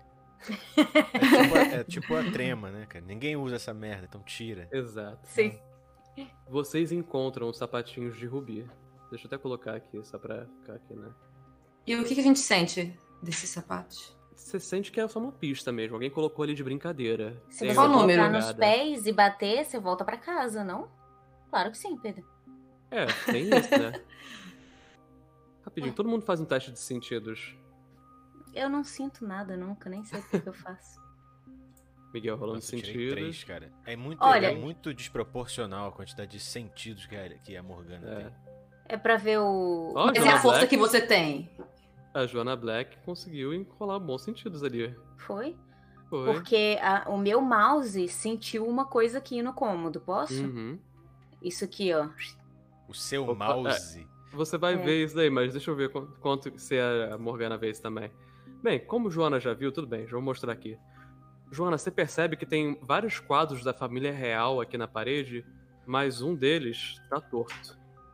S3: É tipo a trema, né, cara? Ninguém usa essa merda, então tira.
S5: Exato.
S4: Sim.
S5: Vocês encontram os sapatinhos de Rubi. Deixa eu até colocar aqui, só pra ficar aqui, né?
S1: E o que a gente sente desses sapatos?
S5: Você sente que é só uma pista mesmo. Alguém colocou ali de brincadeira.
S4: Se
S5: Tem
S4: você
S1: Qual
S5: uma
S1: número?
S4: colocar nos
S5: jogada.
S4: pés e bater, você volta pra casa, não? Claro que sim, Pedro.
S5: É, tem isso, né? Rapidinho, todo mundo faz um teste de sentidos.
S4: Eu não sinto nada nunca, nem sei o que eu faço.
S5: Miguel rolando
S3: Nossa, eu tirei
S5: sentidos.
S3: 3, cara. É muito,
S4: Olha-
S3: é muito desproporcional a quantidade de sentidos que a Morgana
S5: É.
S3: tem.
S4: É pra ver o...
S5: Ó,
S1: Essa é
S5: Joana
S1: a força
S5: Black.
S1: que você tem.
S5: A Joana Black conseguiu enrolar bons sentidos ali.
S4: Foi?
S5: Foi.
S4: Porque o meu mouse sentiu uma coisa aqui no cômodo, posso?
S5: Uhum.
S4: Isso aqui, ó.
S3: O seu
S5: Opa,
S3: mouse.
S5: Você vai
S4: É.
S5: ver isso daí, mas deixa eu ver quanto se a Morgana vê isso também. Bem, como Joana já viu, tudo bem, já vou mostrar aqui. Joana, você percebe que tem vários quadros da família real aqui na parede, mas um deles tá torto.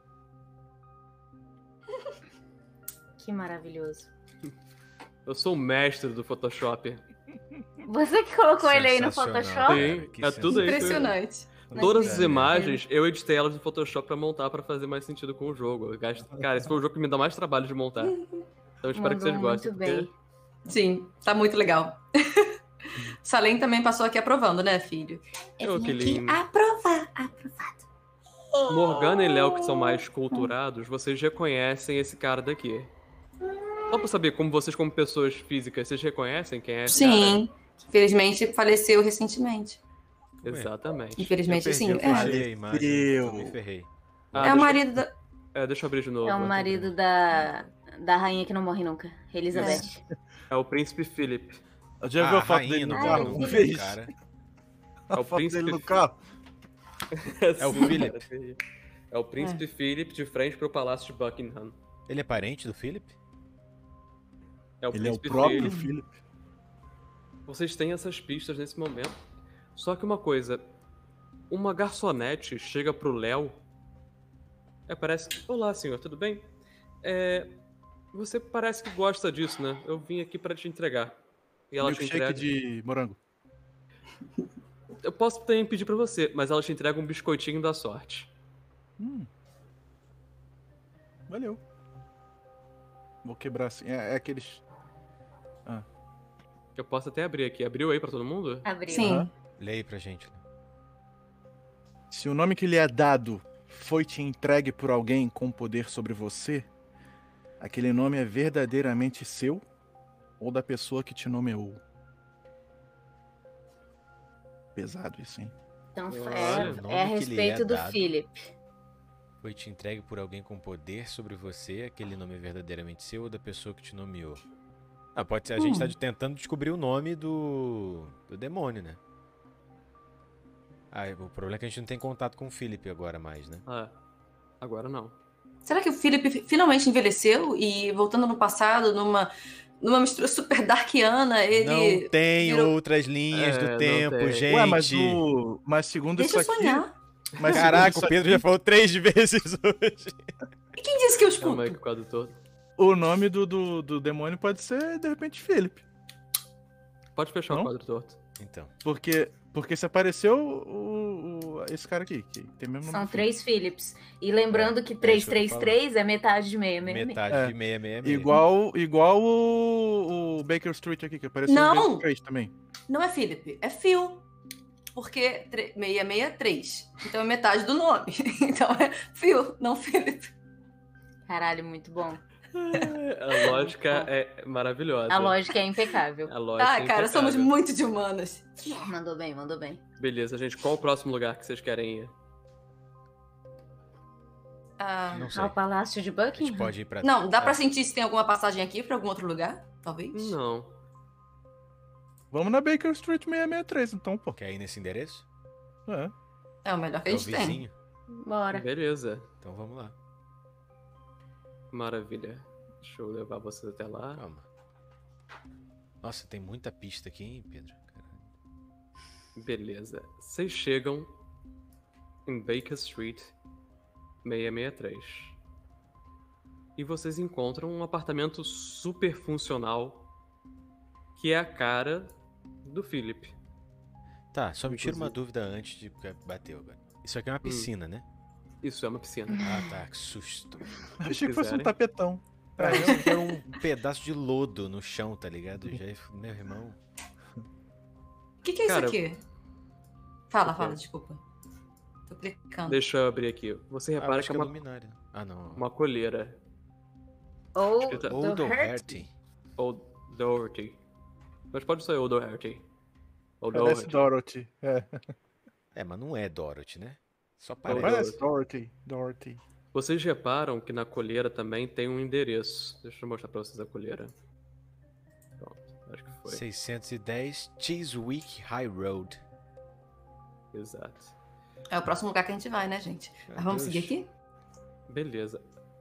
S4: Que maravilhoso.
S5: Eu sou o mestre do Photoshop.
S4: Você que colocou ele aí no
S3: Sensacional,
S4: Photoshop?
S5: Sim,
S3: cara, que
S5: é tudo aí.
S1: Impressionante.
S5: Todas
S4: Mas
S5: as
S4: é.
S5: imagens, eu editei elas no Photoshop pra montar, pra fazer mais sentido com o jogo. Cara, esse foi o jogo que me dá mais trabalho de montar. Então eu espero que vocês
S4: Mandou
S5: gostem.
S4: muito bem.
S5: Porque...
S1: Sim, tá muito legal. Salem também passou aqui aprovando, né, filho?
S5: Oh, que lindo.
S1: Aprovar.
S5: Morgana e Léo, que são mais culturados, vocês reconhecem esse cara daqui. Só pra saber, como vocês, como pessoas físicas, vocês reconhecem quem é esse
S1: Sim. Infelizmente faleceu recentemente.
S5: cara? Exatamente.
S1: Infelizmente, sim.
S3: Eu perdi a imagem,
S2: Eu-
S3: eu me ferrei.
S5: Ah,
S1: É o
S5: deixa-
S1: marido da.
S5: deixa eu abrir de novo.
S4: É o marido da rainha que não morre nunca, Elizabeth.
S5: É o príncipe Philip.
S2: Já viu a foto
S3: rainha
S2: dele no
S3: não
S2: carro?
S3: morre
S2: Uma
S3: nunca,
S2: vez.
S3: cara.
S5: É o
S2: A foto
S5: príncipe
S2: dele no carro.
S3: É o
S5: Sim,
S3: Philip.
S5: cara, é o príncipe Philip de frente pro palácio de Buckingham.
S3: Ele é parente do Philip?
S5: É o
S2: Ele é o
S5: príncipe
S2: próprio
S5: Philip.
S2: Philip.
S5: Vocês têm essas pistas nesse momento. Só que uma coisa, uma garçonete chega pro Léo. Parece que... Olá, senhor, tudo bem? Você parece que gosta disso, né? Eu vim aqui pra te entregar. E ela te
S2: Milkshake
S5: entrega...
S2: de morango.
S5: Eu posso também pedir pra você, mas ela te entrega um biscoitinho da sorte.
S2: Valeu. Vou quebrar assim. É aqueles.
S5: Eu posso até abrir aqui. Abriu aí pra todo mundo?
S4: Abriu.
S1: Sim.
S2: Aham.
S3: Leia aí pra gente.
S2: Se o nome que lhe é dado foi te entregue por alguém com poder sobre você, aquele nome é verdadeiramente seu ou da pessoa que te nomeou? Pesado isso, hein?
S4: Então
S5: Olha,
S3: o nome
S4: é a
S3: que lhe
S4: respeito
S3: é
S4: do
S3: dado.
S4: Philip.
S3: Foi te entregue por alguém com poder sobre você, aquele nome é verdadeiramente seu ou da pessoa que te nomeou? Ah, pode ser, a gente tá tentando descobrir o nome do demônio, né? Ah, o problema é que a gente não tem contato com o Philip agora mais, né?
S5: Ah, agora não.
S1: Será que o Philip finalmente envelheceu e voltando no passado, numa mistura super darkiana, ele
S3: Não tem
S1: virou...
S3: outras linhas do
S5: não
S3: tempo,
S5: tem.
S3: gente.
S2: Ué, mas segundo
S1: Deixa eu
S2: isso aqui.
S1: sonhar.
S2: Mas
S3: Caraca,
S2: segundo
S3: o
S2: isso
S3: Pedro já falou 3 vezes hoje.
S1: E quem disse que eu
S5: Calma aí que
S1: escuto?
S5: o quadro todo.
S2: o nome do demônio pode ser, de repente, Philip.
S5: Pode fechar
S2: Não?
S5: o quadro torto.
S3: Então,
S2: Porque se apareceu esse cara aqui, que tem mesmo nome.
S4: São
S2: do
S4: 3 Philips. E lembrando que
S3: isso que eu tô
S4: 333 é metade de 666.
S3: metade
S2: É.
S3: de 666.
S2: Filho. Igual o Baker Street aqui, que apareceu
S1: Não!
S2: no Baker Street também.
S1: Não é Philip, é Phil. Porque 663. Então é metade do nome. Então é Phil, não Philip.
S4: Caralho, muito bom.
S5: A lógica é maravilhosa.
S4: A lógica é impecável.
S5: A lógica
S1: Ah,
S5: é
S1: cara, somos
S5: impecável.
S1: muito de humanas.
S4: Mandou bem, mandou bem.
S5: Beleza, gente. Qual o próximo lugar que vocês querem ir?
S1: Ah,
S3: Não sei.
S4: Ao Palácio de
S3: A gente
S4: Buckingham?
S3: pode ir pra...
S1: não, dá pra
S3: É.
S1: sentir se tem alguma passagem aqui pra algum outro lugar? Talvez?
S5: Não.
S2: Vamos na Baker Street 663, então, pô.
S3: Quer ir nesse endereço?
S2: É.
S1: É o melhor que a
S3: É o
S1: gente tem.
S3: vizinho?
S4: Bora.
S5: Beleza.
S3: Então vamos lá.
S5: Maravilha. Deixa eu levar vocês até lá.
S3: Calma. Nossa, tem muita pista aqui, hein, Pedro? Caralho.
S5: Beleza. Vocês chegam em Baker Street 663. E vocês encontram um apartamento super funcional que é a cara do Philip.
S3: Tá, só me tira uma
S5: Inclusive.
S3: dúvida antes de bateu agora. Isso aqui é uma piscina, né?
S5: Isso é uma piscina.
S3: Ah, tá, que susto.
S2: Achei que fosse um
S5: quiserem.
S2: tapetão.
S3: Ah, isso aqui era um pedaço de lodo no chão, tá ligado? Já, meu irmão.
S1: O que é
S5: Cara,
S1: isso aqui? Fala,
S5: ok.
S1: fala, desculpa. Tô clicando.
S5: Deixa eu abrir aqui. Você
S3: Ah,
S5: repara
S3: acho
S5: que é
S3: que é
S5: uma,
S3: luminária. Ah, não.
S5: uma colheira.
S4: Ou
S5: Escrita
S3: Ou
S4: do
S3: Doherty.
S5: Old Doherty. Mas pode ser Old Doherty. Old
S2: Parece
S5: Doherty.
S2: Dorothy.
S3: É, mas não é Dorothy, né? Só
S5: Ou
S3: parece.
S2: Parece Dorothy.
S5: Vocês reparam que na colheira também tem um endereço. Deixa eu mostrar pra vocês a colheira. Pronto, acho que foi.
S3: 610 Chiswick High Road.
S5: Exato.
S1: É o próximo lugar que a gente vai, né, gente? Mas vamos
S3: Deus.
S1: seguir aqui?
S5: Beleza.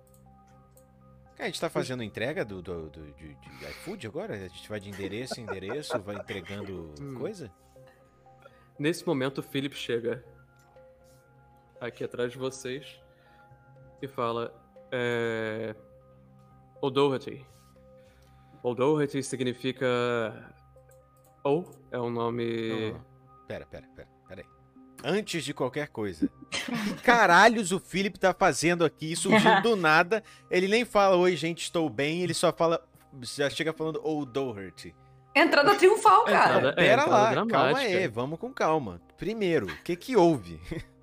S3: A gente tá fazendo entrega de iFood agora? A gente vai de endereço em endereço, vai entregando coisa?
S5: Nesse momento, o Philip chega aqui atrás de vocês e fala: Old Doherty. Old Doherty significa. Ou é um nome.
S3: Não. Pera aí. Antes de qualquer coisa. Que caralhos o Philip tá fazendo aqui, surgindo do nada? Ele nem fala, oi gente, estou bem, ele só fala, já chega falando, Old Doherty.
S1: Entrada triunfal, cara.
S5: Entrada-
S3: Pera
S5: entrada
S3: lá,
S5: dramática.
S3: calma aí, vamos com calma. Primeiro, o que que houve?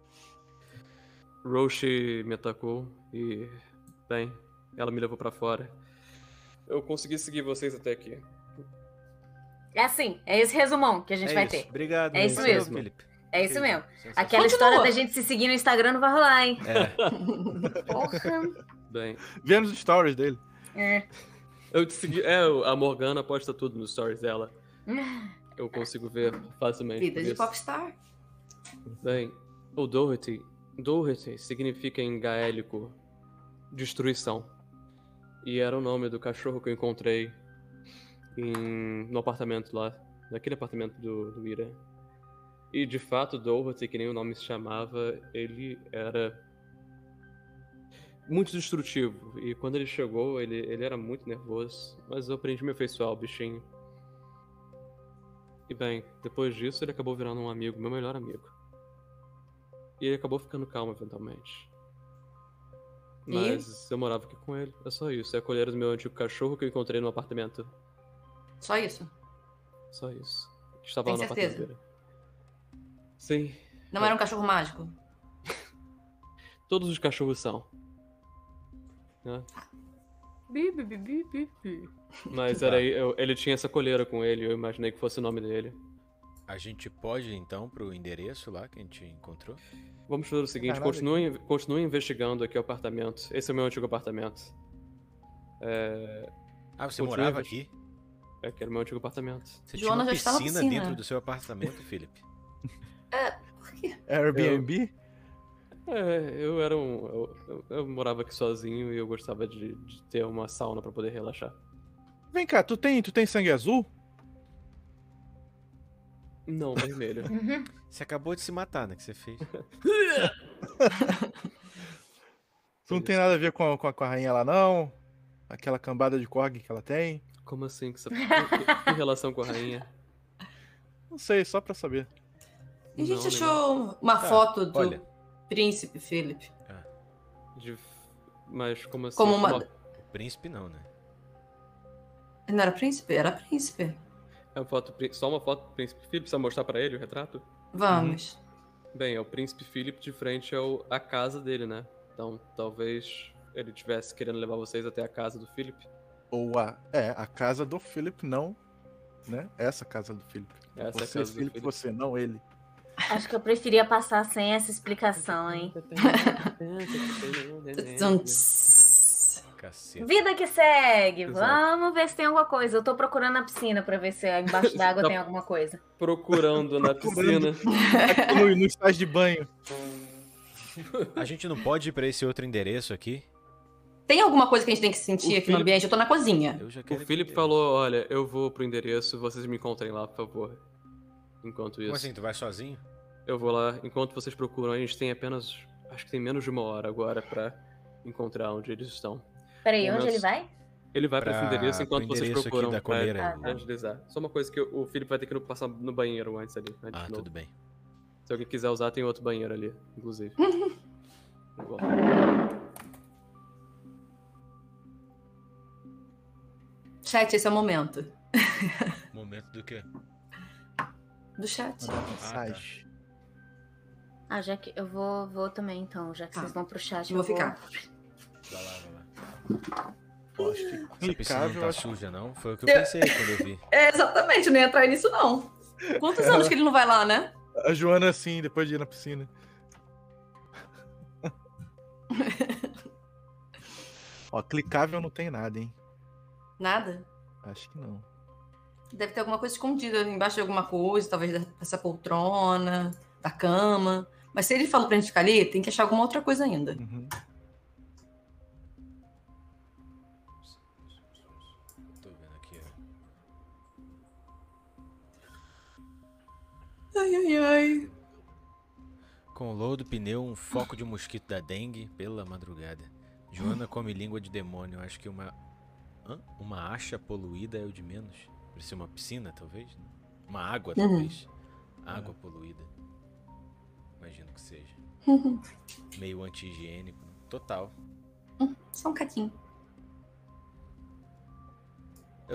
S5: Roshi me atacou e. Bem, ela me levou pra fora. Eu consegui seguir vocês até aqui.
S4: É assim, é esse resumão que a gente
S3: É
S4: vai
S3: isso,
S4: ter.
S3: obrigado.
S4: É isso
S3: valeu,
S4: mesmo.
S3: Felipe.
S4: É isso
S3: Incrível,
S4: mesmo.
S3: sensacional.
S4: Aquela
S1: Continua.
S4: história da gente se seguir no Instagram não vai rolar, hein?
S3: É,
S4: Porra.
S5: Bem,
S2: Vendo os stories dele.
S4: É.
S5: eu te segui. A Morgana posta tudo nos stories dela. Eu consigo ver facilmente.
S1: Vida
S5: por
S1: de
S5: isso.
S1: popstar.
S5: Bem, o Doherty. Doherty significa em gaélico destruição. E era o nome do cachorro que eu encontrei no apartamento lá. Naquele apartamento do Ira. E de fato, Doherty, que nem o nome se chamava, ele era muito destrutivo. E quando ele chegou, ele era muito nervoso. Mas eu aprendi a me afeiçoar ao bichinho. E bem, depois disso ele acabou virando um amigo, meu melhor amigo. E ele acabou ficando calmo eventualmente. Mas eu morava aqui com ele, é só isso. É a colheira do meu antigo cachorro que eu encontrei no apartamento.
S1: Só isso.
S5: Só isso. Estava
S1: Tem
S5: lá no
S1: certeza?
S5: apartamento dele. Sim,
S1: Não era um cachorro mágico?
S5: todos os cachorros são. Né? Mas era ele tinha essa colheira com ele, eu imaginei que fosse o nome dele.
S3: A gente pode, então, pro endereço lá que a gente encontrou?
S5: Vamos fazer o seguinte,
S2: Caralho.
S5: continue investigando aqui o apartamento. Esse é o meu antigo apartamento.
S3: Ah, você
S5: Continue
S3: morava
S5: investi-
S3: aqui?
S5: É que era o meu antigo apartamento.
S3: Você
S1: Joana
S3: tinha
S1: já está na
S3: uma piscina
S1: piscina.
S3: dentro do seu apartamento, Felipe?
S2: Airbnb?
S5: Eu morava aqui sozinho e eu gostava de ter uma sauna pra poder relaxar.
S2: Vem cá, tu tem sangue azul?
S5: Não, vermelho.
S3: Você acabou de se matar, né? Que você fez.
S2: Tu não tem nada a ver com a rainha lá, não? Aquela cambada de corgi que ela tem?
S5: Como assim? Que relação com a rainha?
S2: Não sei, só pra saber.
S1: E a gente
S5: Não,
S1: achou uma foto do
S3: olha.
S1: príncipe Philip.
S5: Mas como assim?
S1: Como uma...
S3: O príncipe não, né?
S1: Não era príncipe? Era príncipe.
S5: É uma foto, só uma foto do príncipe Philip? Precisa mostrar pra ele o retrato?
S1: Vamos.
S5: Bem, é o príncipe Philip de frente a casa dele, né? Então, talvez ele estivesse querendo levar vocês até a casa do Philip.
S2: Ou a casa do Philip, não, né? Essa casa do Philip.
S5: Essa é a
S2: Você,
S5: casa do
S2: Philip,
S5: Philip.
S2: você, não ele.
S4: Acho que eu preferia passar sem essa explicação, hein?
S3: Caceta.
S4: Vida que segue.
S5: Exato.
S4: Vamos ver se tem alguma coisa. Eu tô procurando na piscina pra ver se embaixo d'água
S5: Tá
S4: tem alguma coisa.
S5: Procurando na piscina.
S2: Aqui no estágio de banho.
S3: A gente não pode ir pra esse outro endereço aqui?
S1: Tem alguma coisa que a gente tem que sentir
S5: O
S1: aqui no
S5: Philip-
S1: ambiente? Eu tô na cozinha.
S3: Eu já
S5: O
S3: quero.
S5: Philip falou, olha, eu vou pro endereço, vocês me encontrem lá, por favor. Enquanto isso.
S3: Como assim? Tu vai sozinho?
S5: Eu vou lá, enquanto vocês procuram, a gente tem apenas, acho que tem menos de 1 hora agora pra encontrar onde eles estão.
S4: Peraí,
S5: O
S4: onde
S5: nosso-
S4: ele vai?
S5: Ele vai pra esse endereço
S3: Pro
S5: enquanto vocês
S3: endereço aqui
S5: procuram
S3: da
S5: pra
S3: coleira.
S5: agilizar. Só uma coisa que o Philip vai ter que passar no banheiro antes ali. Antes
S3: Ah,
S5: de novo.
S3: tudo bem.
S5: Se alguém quiser usar, tem outro banheiro ali, inclusive. Bom.
S1: Chat, esse é o momento.
S3: Momento do quê?
S1: Do chat.
S2: Mensagem.
S4: Ah, já que eu vou também, então. Já que
S1: Tá.
S4: vocês vão pro chat,
S1: Eu vou ficar.
S3: Vai lá, vai lá.
S2: Acho que
S3: Essa piscina não
S2: clicável,
S3: tá
S2: acho
S3: suja, não? Foi o que eu pensei quando eu vi.
S1: É, exatamente, não ia entrar nisso, não. Quantos anos que ele não vai lá, né?
S2: a Joana assim, depois de ir na piscina. Ó, clicável não tem nada, hein?
S1: Nada?
S2: Acho que não.
S1: Deve ter alguma coisa escondida embaixo de alguma coisa, talvez dessa poltrona, da cama. Mas se ele falou pra gente ficar ali, tem que achar alguma outra coisa ainda.
S2: Uhum.
S3: Tô vendo aqui, ó.
S1: Ai, ai, ai.
S3: Com lodo, pneu, um foco de mosquito da dengue pela madrugada. Joana come língua de demônio. Acho que uma acha poluída é o de menos. Pode ser uma piscina, talvez? Uma água, talvez. Água poluída. Imagino que seja. Meio anti-higiênico. Total.
S1: Só um caquinho.
S3: Eu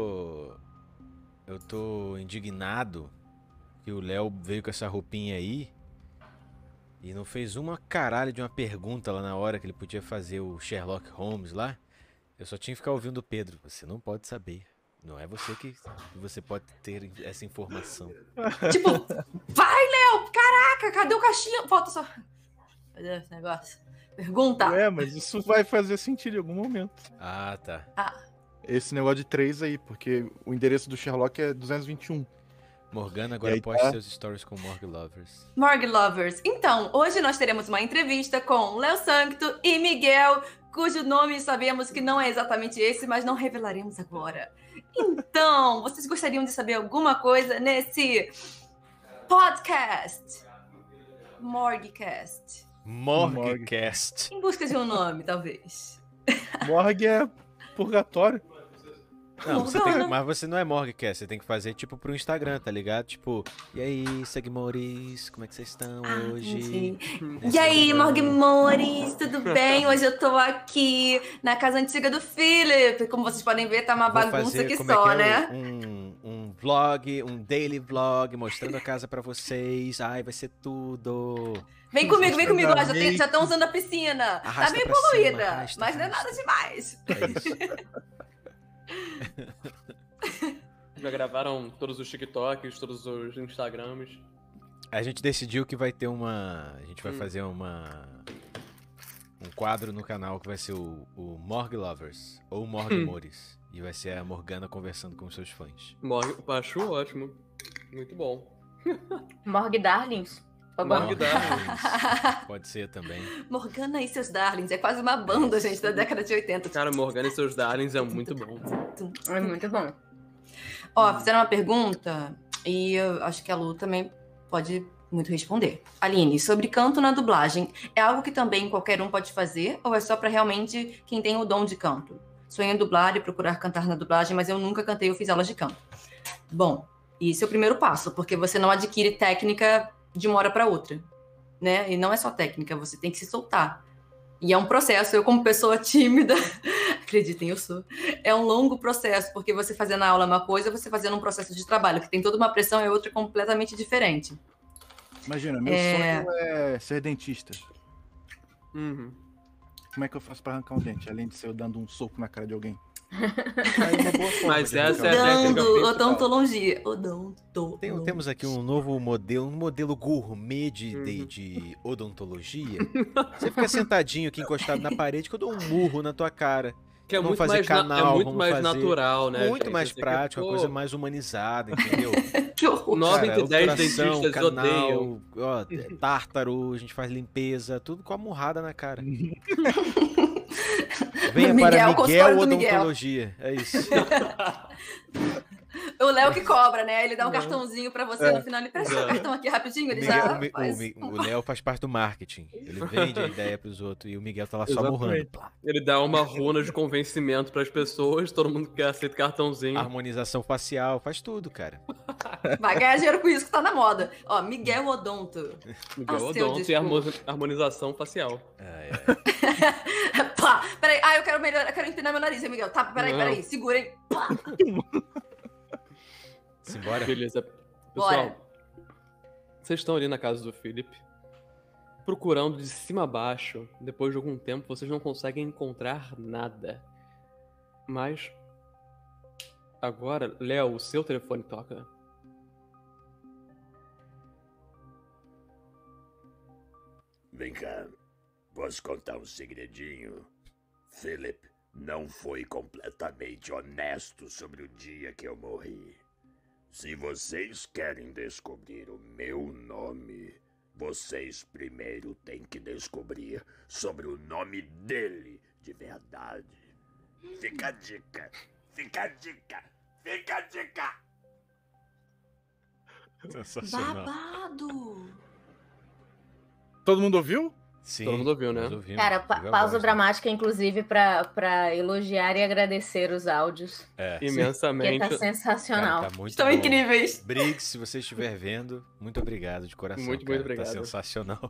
S3: tô indignado que o Léo veio com essa roupinha aí e não fez uma caralho de uma pergunta lá na hora que ele podia fazer o Sherlock Holmes lá. Eu só tinha que ficar ouvindo o Pedro. Você não pode saber. Não é você que você pode ter essa informação.
S1: Tipo, vai, Léo! Caraca, cadê o caixinha? Falta só. Cadê esse negócio? Pergunta.
S2: É, mas isso vai fazer sentido em algum momento.
S3: Ah, tá.
S2: Esse negócio de 3 aí, porque o endereço do Sherlock é 221.
S3: Morgana
S2: E
S3: agora
S2: aí
S3: poste
S2: tá.
S3: seus stories com Morgue Lovers.
S1: Morgue Lovers. Então, hoje nós teremos uma entrevista com Léo Sancto e Miguel, cujo nome sabemos que não é exatamente esse, mas não revelaremos agora. Então, vocês gostariam de saber alguma coisa nesse podcast? Morguecast.
S3: Morguecast.
S1: Em busca de um nome, talvez.
S2: Morgue é purgatório.
S3: Não, mas você não é Morguecast, você tem que fazer tipo pro Instagram, tá ligado? Tipo, e aí, seguimores, como é que vocês estão hoje?
S1: Entendi. E aí, Morguemores, tudo bem? Hoje eu tô aqui na casa antiga do Philip. Como vocês podem ver, tá uma
S3: Vou
S1: bagunça
S3: fazer,
S1: aqui
S3: como
S1: só,
S3: é que é,
S1: né?
S3: um vlog, um daily vlog, mostrando a casa pra vocês. Ai, vai ser tudo.
S1: Vem comigo, vem comigo. Ó,
S2: Exatamente.
S1: já estão usando a piscina. Tá
S3: Arrasta
S1: meio
S3: pra cima,
S1: poluída,
S3: arrasta,
S1: mas não é
S3: arrasta.
S1: nada demais.
S3: É isso.
S5: Já gravaram todos os TikToks, todos os Instagrams.
S3: A gente decidiu que vai ter a gente vai fazer um quadro no canal que vai ser o Morgue Lovers, ou Morgue Mores. E vai ser a Morgana conversando com os seus fãs.
S5: Acho ótimo. Muito bom.
S4: Morgue Darlings.
S5: Morgue Darlings.
S3: Pode ser também.
S1: Morgana e seus Darlings. É quase uma banda, gente, da década de 80.
S5: Cara, Morgana e seus Darlings é muito bom.
S4: É muito bom.
S1: Ó, fizeram uma pergunta e eu acho que a Lu também pode muito responder. Aline, sobre canto na dublagem, é algo que também qualquer um pode fazer ou é só pra realmente quem tem o dom de canto? Sonhei em dublar e procurar cantar na dublagem, mas eu nunca cantei ou fiz aulas de canto. Bom, esse é o primeiro passo, porque você não adquire técnica de uma hora para outra, né? E não é só técnica, você tem que se soltar. E é um processo, eu como pessoa tímida, acreditem, eu sou, é um longo processo, porque você fazendo a aula é uma coisa, você fazendo um processo de trabalho, que tem toda uma pressão, é outra completamente diferente.
S2: Imagina, meu sonho é ser dentista.
S5: Uhum.
S2: Como é que eu faço pra arrancar um dente, além de ser eu dando um soco na cara de alguém? Aí uma boa forma
S5: Mas
S2: de
S5: essa
S2: arrancar
S5: é a
S2: um dente.
S5: técnica
S1: Dando
S5: principal.
S1: odontologia.
S3: Temos aqui um novo modelo, gourmet de odontologia. Você fica sentadinho aqui encostado na parede que eu dou um murro na tua cara.
S5: Que é
S3: Vamos
S5: muito
S3: fazer
S5: mais,
S3: canal,
S5: é muito
S3: vamos
S5: mais
S3: fazer-
S5: natural, né?
S3: Muito
S5: gente?
S3: mais
S5: Você
S3: prático, uma
S5: quer,
S3: coisa
S5: pô,
S3: mais humanizada, entendeu?
S1: Que horror.
S5: 9
S3: Cara,
S5: entre 10
S3: obturação,
S5: dentistas
S3: canal,
S5: odeiam.
S3: ó, tártaro, a gente faz limpeza, tudo com a murrada na cara. Venha
S1: Miguel,
S3: para
S1: consultório
S3: Miguel
S1: do Miguel.
S3: Odontologia. É isso.
S1: O Léo que cobra, né? Ele dá um cartãozinho pra você no final. Ele presta o cartão aqui rapidinho, ele já faz...
S3: O Léo faz parte do marketing. Ele vende a ideia pros outros e o Miguel tá lá só
S5: Exatamente.
S3: murrando. Plá.
S5: Ele dá uma runa de convencimento pras pessoas, todo mundo que aceita cartãozinho.
S3: Harmonização facial, faz tudo, cara.
S1: Vai ganhar dinheiro com isso que tá na moda. Ó, Miguel Odonto.
S5: Miguel
S1: seu
S5: Odonto e
S1: desculpa.
S5: harmonização facial.
S1: Pá, peraí. Ah, eu quero melhorar, eu quero empinar meu nariz, hein, Miguel. Tá, peraí, segura, hein. Pá.
S3: Simbora?
S5: Beleza. Pessoal,
S1: Bora.
S5: vocês estão ali na casa do Philip, procurando de cima a baixo. Depois de algum tempo, vocês não conseguem encontrar nada. Mas agora, Léo, o seu telefone toca.
S6: Vem cá, posso contar um segredinho? Philip não foi completamente honesto sobre o dia que eu morri. Se vocês querem descobrir o meu nome, vocês primeiro têm que descobrir sobre o nome dele de verdade. Fica a dica, fica a dica, fica a dica!
S3: Sensacional.
S1: Babado.
S2: Todo mundo ouviu?
S3: Sim,
S5: Todo mundo ouviu, né?
S3: nós ouvimos.
S4: Cara,
S3: Viva a
S4: pausa
S3: voz, né?
S4: dramática, inclusive, pra elogiar e agradecer os áudios.
S3: É.
S4: Que
S5: Imensamente.
S4: tá sensacional.
S3: Cara, tá muito
S1: Estão
S3: bom.
S1: incríveis.
S3: Briggs, se você estiver vendo, muito obrigado de coração.
S5: Muito,
S3: cara.
S5: muito obrigado.
S3: Tá sensacional.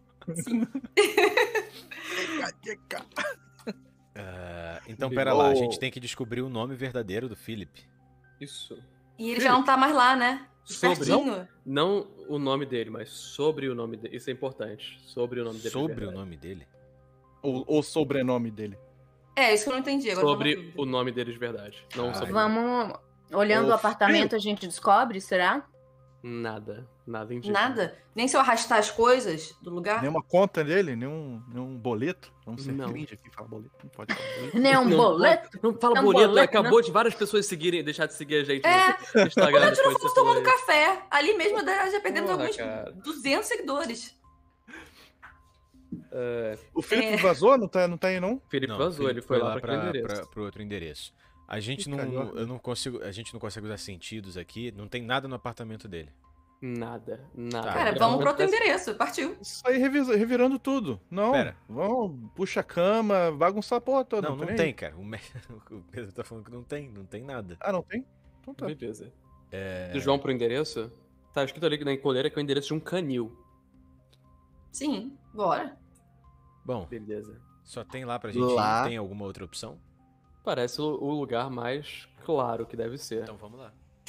S3: Então, pera lá, a gente tem que descobrir o nome verdadeiro do Philip.
S5: Isso.
S1: E ele já não tá mais lá, né?
S5: Sobre.
S1: Pertinho.
S5: Não o nome dele, mas sobre o nome dele. Isso é importante. Sobre o nome dele.
S3: Sobre o
S5: verdade.
S3: nome dele?
S2: O sobrenome dele.
S1: É, isso que eu não entendi. Agora
S5: Sobre
S1: vamos-
S5: o nome dele de verdade. Não
S3: Ah,
S5: sobre
S4: Vamos. Olhando
S2: Ô,
S4: o apartamento, a gente descobre, será?
S5: nada. Nada indica.
S1: Nada? Nem se eu arrastar as coisas do lugar?
S2: Nenhuma conta dele, nenhum boleto. Vamos ser
S5: Não.
S2: cringe aqui, fala boleto. Não pode falar boleto.
S4: Nem um
S5: Não,
S4: boleto?
S5: Não fala
S4: Não,
S5: boleto,
S4: boleto,
S5: acabou de várias pessoas deixar de seguir a gente
S1: É.
S5: no Instagram.
S1: Quando a gente não
S5: depois
S1: fomos
S5: você falou
S1: tomando
S5: isso.
S1: café, ali mesmo já perdemos
S5: Porra,
S1: alguns
S5: cara.
S1: 200 seguidores.
S2: O Felipe
S1: É.
S2: vazou? Não tá aí, não?
S5: Felipe
S3: Não,
S5: vazou,
S3: Felipe
S5: ele foi lá pra aquele endereço.
S3: pro outro endereço. A gente
S2: Que
S3: não,
S2: carioca.
S3: eu não consigo, a gente não consegue usar sentidos aqui, não tem nada no apartamento dele.
S5: Nada.
S3: Tá.
S1: Cara,
S3: É,
S1: vamos pro outro
S5: Acontece-
S1: endereço. Partiu.
S2: Isso aí revirando tudo. Não,
S3: Pera.
S2: vamos, puxa a cama, bagunça a porra toda.
S3: Não, não
S2: nem
S3: tem,
S2: aí.
S3: cara. O Pedro tá falando que não tem nada.
S2: Ah, não tem? Então tá.
S5: Beleza. Vocês vão pro endereço? Tá escrito ali na coleira que é o endereço de um canil.
S1: Sim, bora.
S3: Bom,
S5: Beleza.
S3: só tem lá pra gente
S2: Lá.
S3: ir. Tem alguma outra opção?
S5: Parece o lugar mais claro que deve ser.
S3: Então vamos lá.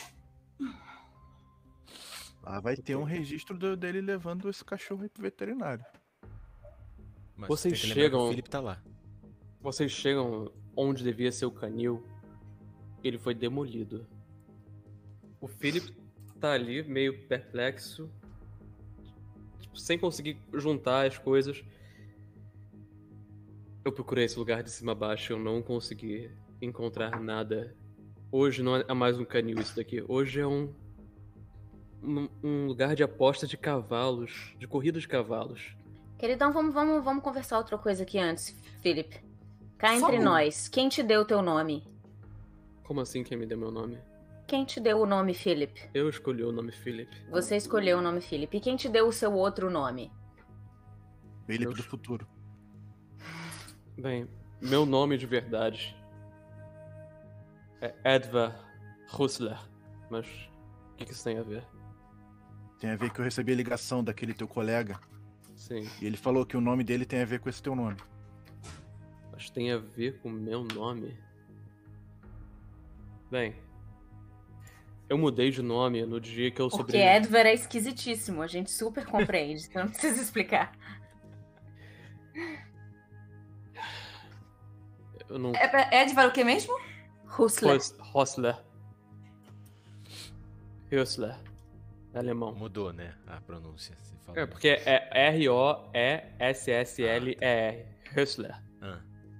S2: Lá vai ter um registro dele levando esse cachorro aí pro veterinário.
S3: Mas
S5: Vocês
S3: tem que lembrar que
S5: chegam-
S3: o Felipe tá lá.
S5: Vocês chegam onde devia ser o canil, ele foi demolido. O Philip tá ali, meio perplexo, tipo, sem conseguir juntar as coisas. Eu procurei esse lugar de cima a baixo, eu não consegui encontrar nada. Hoje não é mais um canil isso daqui. Hoje é um lugar de aposta de cavalos, de corrida de cavalos.
S4: Queridão, vamos conversar outra coisa aqui antes, Philip. Cá entre
S1: Favor.
S4: nós, quem te deu o teu nome?
S5: Como assim quem me deu meu nome?
S4: Quem te deu o nome Philip?
S5: Eu escolhi o nome Philip.
S4: Você escolheu o nome Philip. E quem te deu o seu outro nome?
S2: Felipe do futuro.
S5: Bem, meu nome de verdade é Edvard Hussler. Mas o que isso tem a ver?
S2: Tem a ver que eu recebi a ligação daquele teu colega.
S5: Sim,
S2: E ele falou que o nome dele tem a ver com esse teu nome.
S5: mas tem a ver com o meu nome? Bem, eu mudei de nome no dia que eu
S4: Porque
S5: sobrevivi.
S4: Edward é esquisitíssimo, a gente super compreende, você não precisa explicar.
S5: Eu não...
S1: É Edvar o que mesmo?
S4: Hussler.
S5: Hussler. Hussler. É alemão.
S3: Mudou, né? A pronúncia. Você falou.
S5: É, porque é R-O-E-S-S-L-E-R. Hussler.
S3: Ah,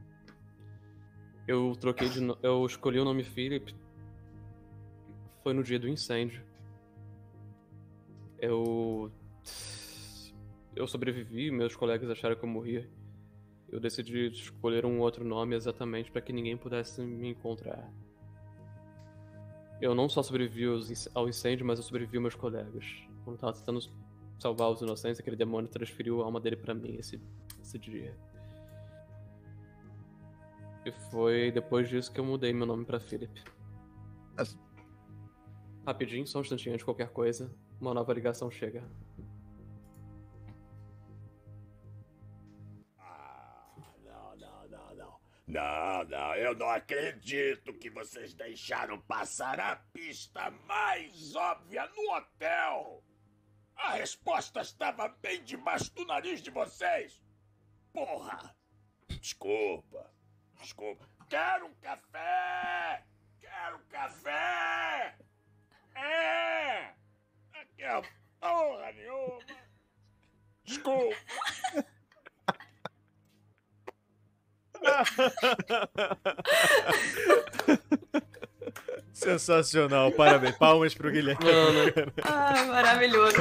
S5: Eu troquei de nome. Eu escolhi o nome Philip. Foi no dia do incêndio. Eu sobrevivi, meus colegas acharam que eu morria. Eu decidi escolher um outro nome exatamente para que ninguém pudesse me encontrar. Eu não só sobrevivi ao incêndio, mas eu sobrevivi aos meus colegas. Quando eu tava tentando salvar os inocentes, aquele demônio transferiu a alma dele pra mim esse dia. E foi depois disso que eu mudei meu nome pra Philip.
S2: Mas-
S5: Rapidinho, só um instantinho antes de qualquer coisa. Uma nova ligação chega.
S6: Não, eu não acredito que vocês deixaram passar a pista mais óbvia no hotel. A resposta estava bem debaixo do nariz de vocês. Porra! Desculpa. Quero um café! Quero café! Aqui é porra nenhuma. Desculpa.
S3: sensacional, parabéns. Palmas pro Guilherme.
S5: Mano,
S1: Ai, maravilhoso.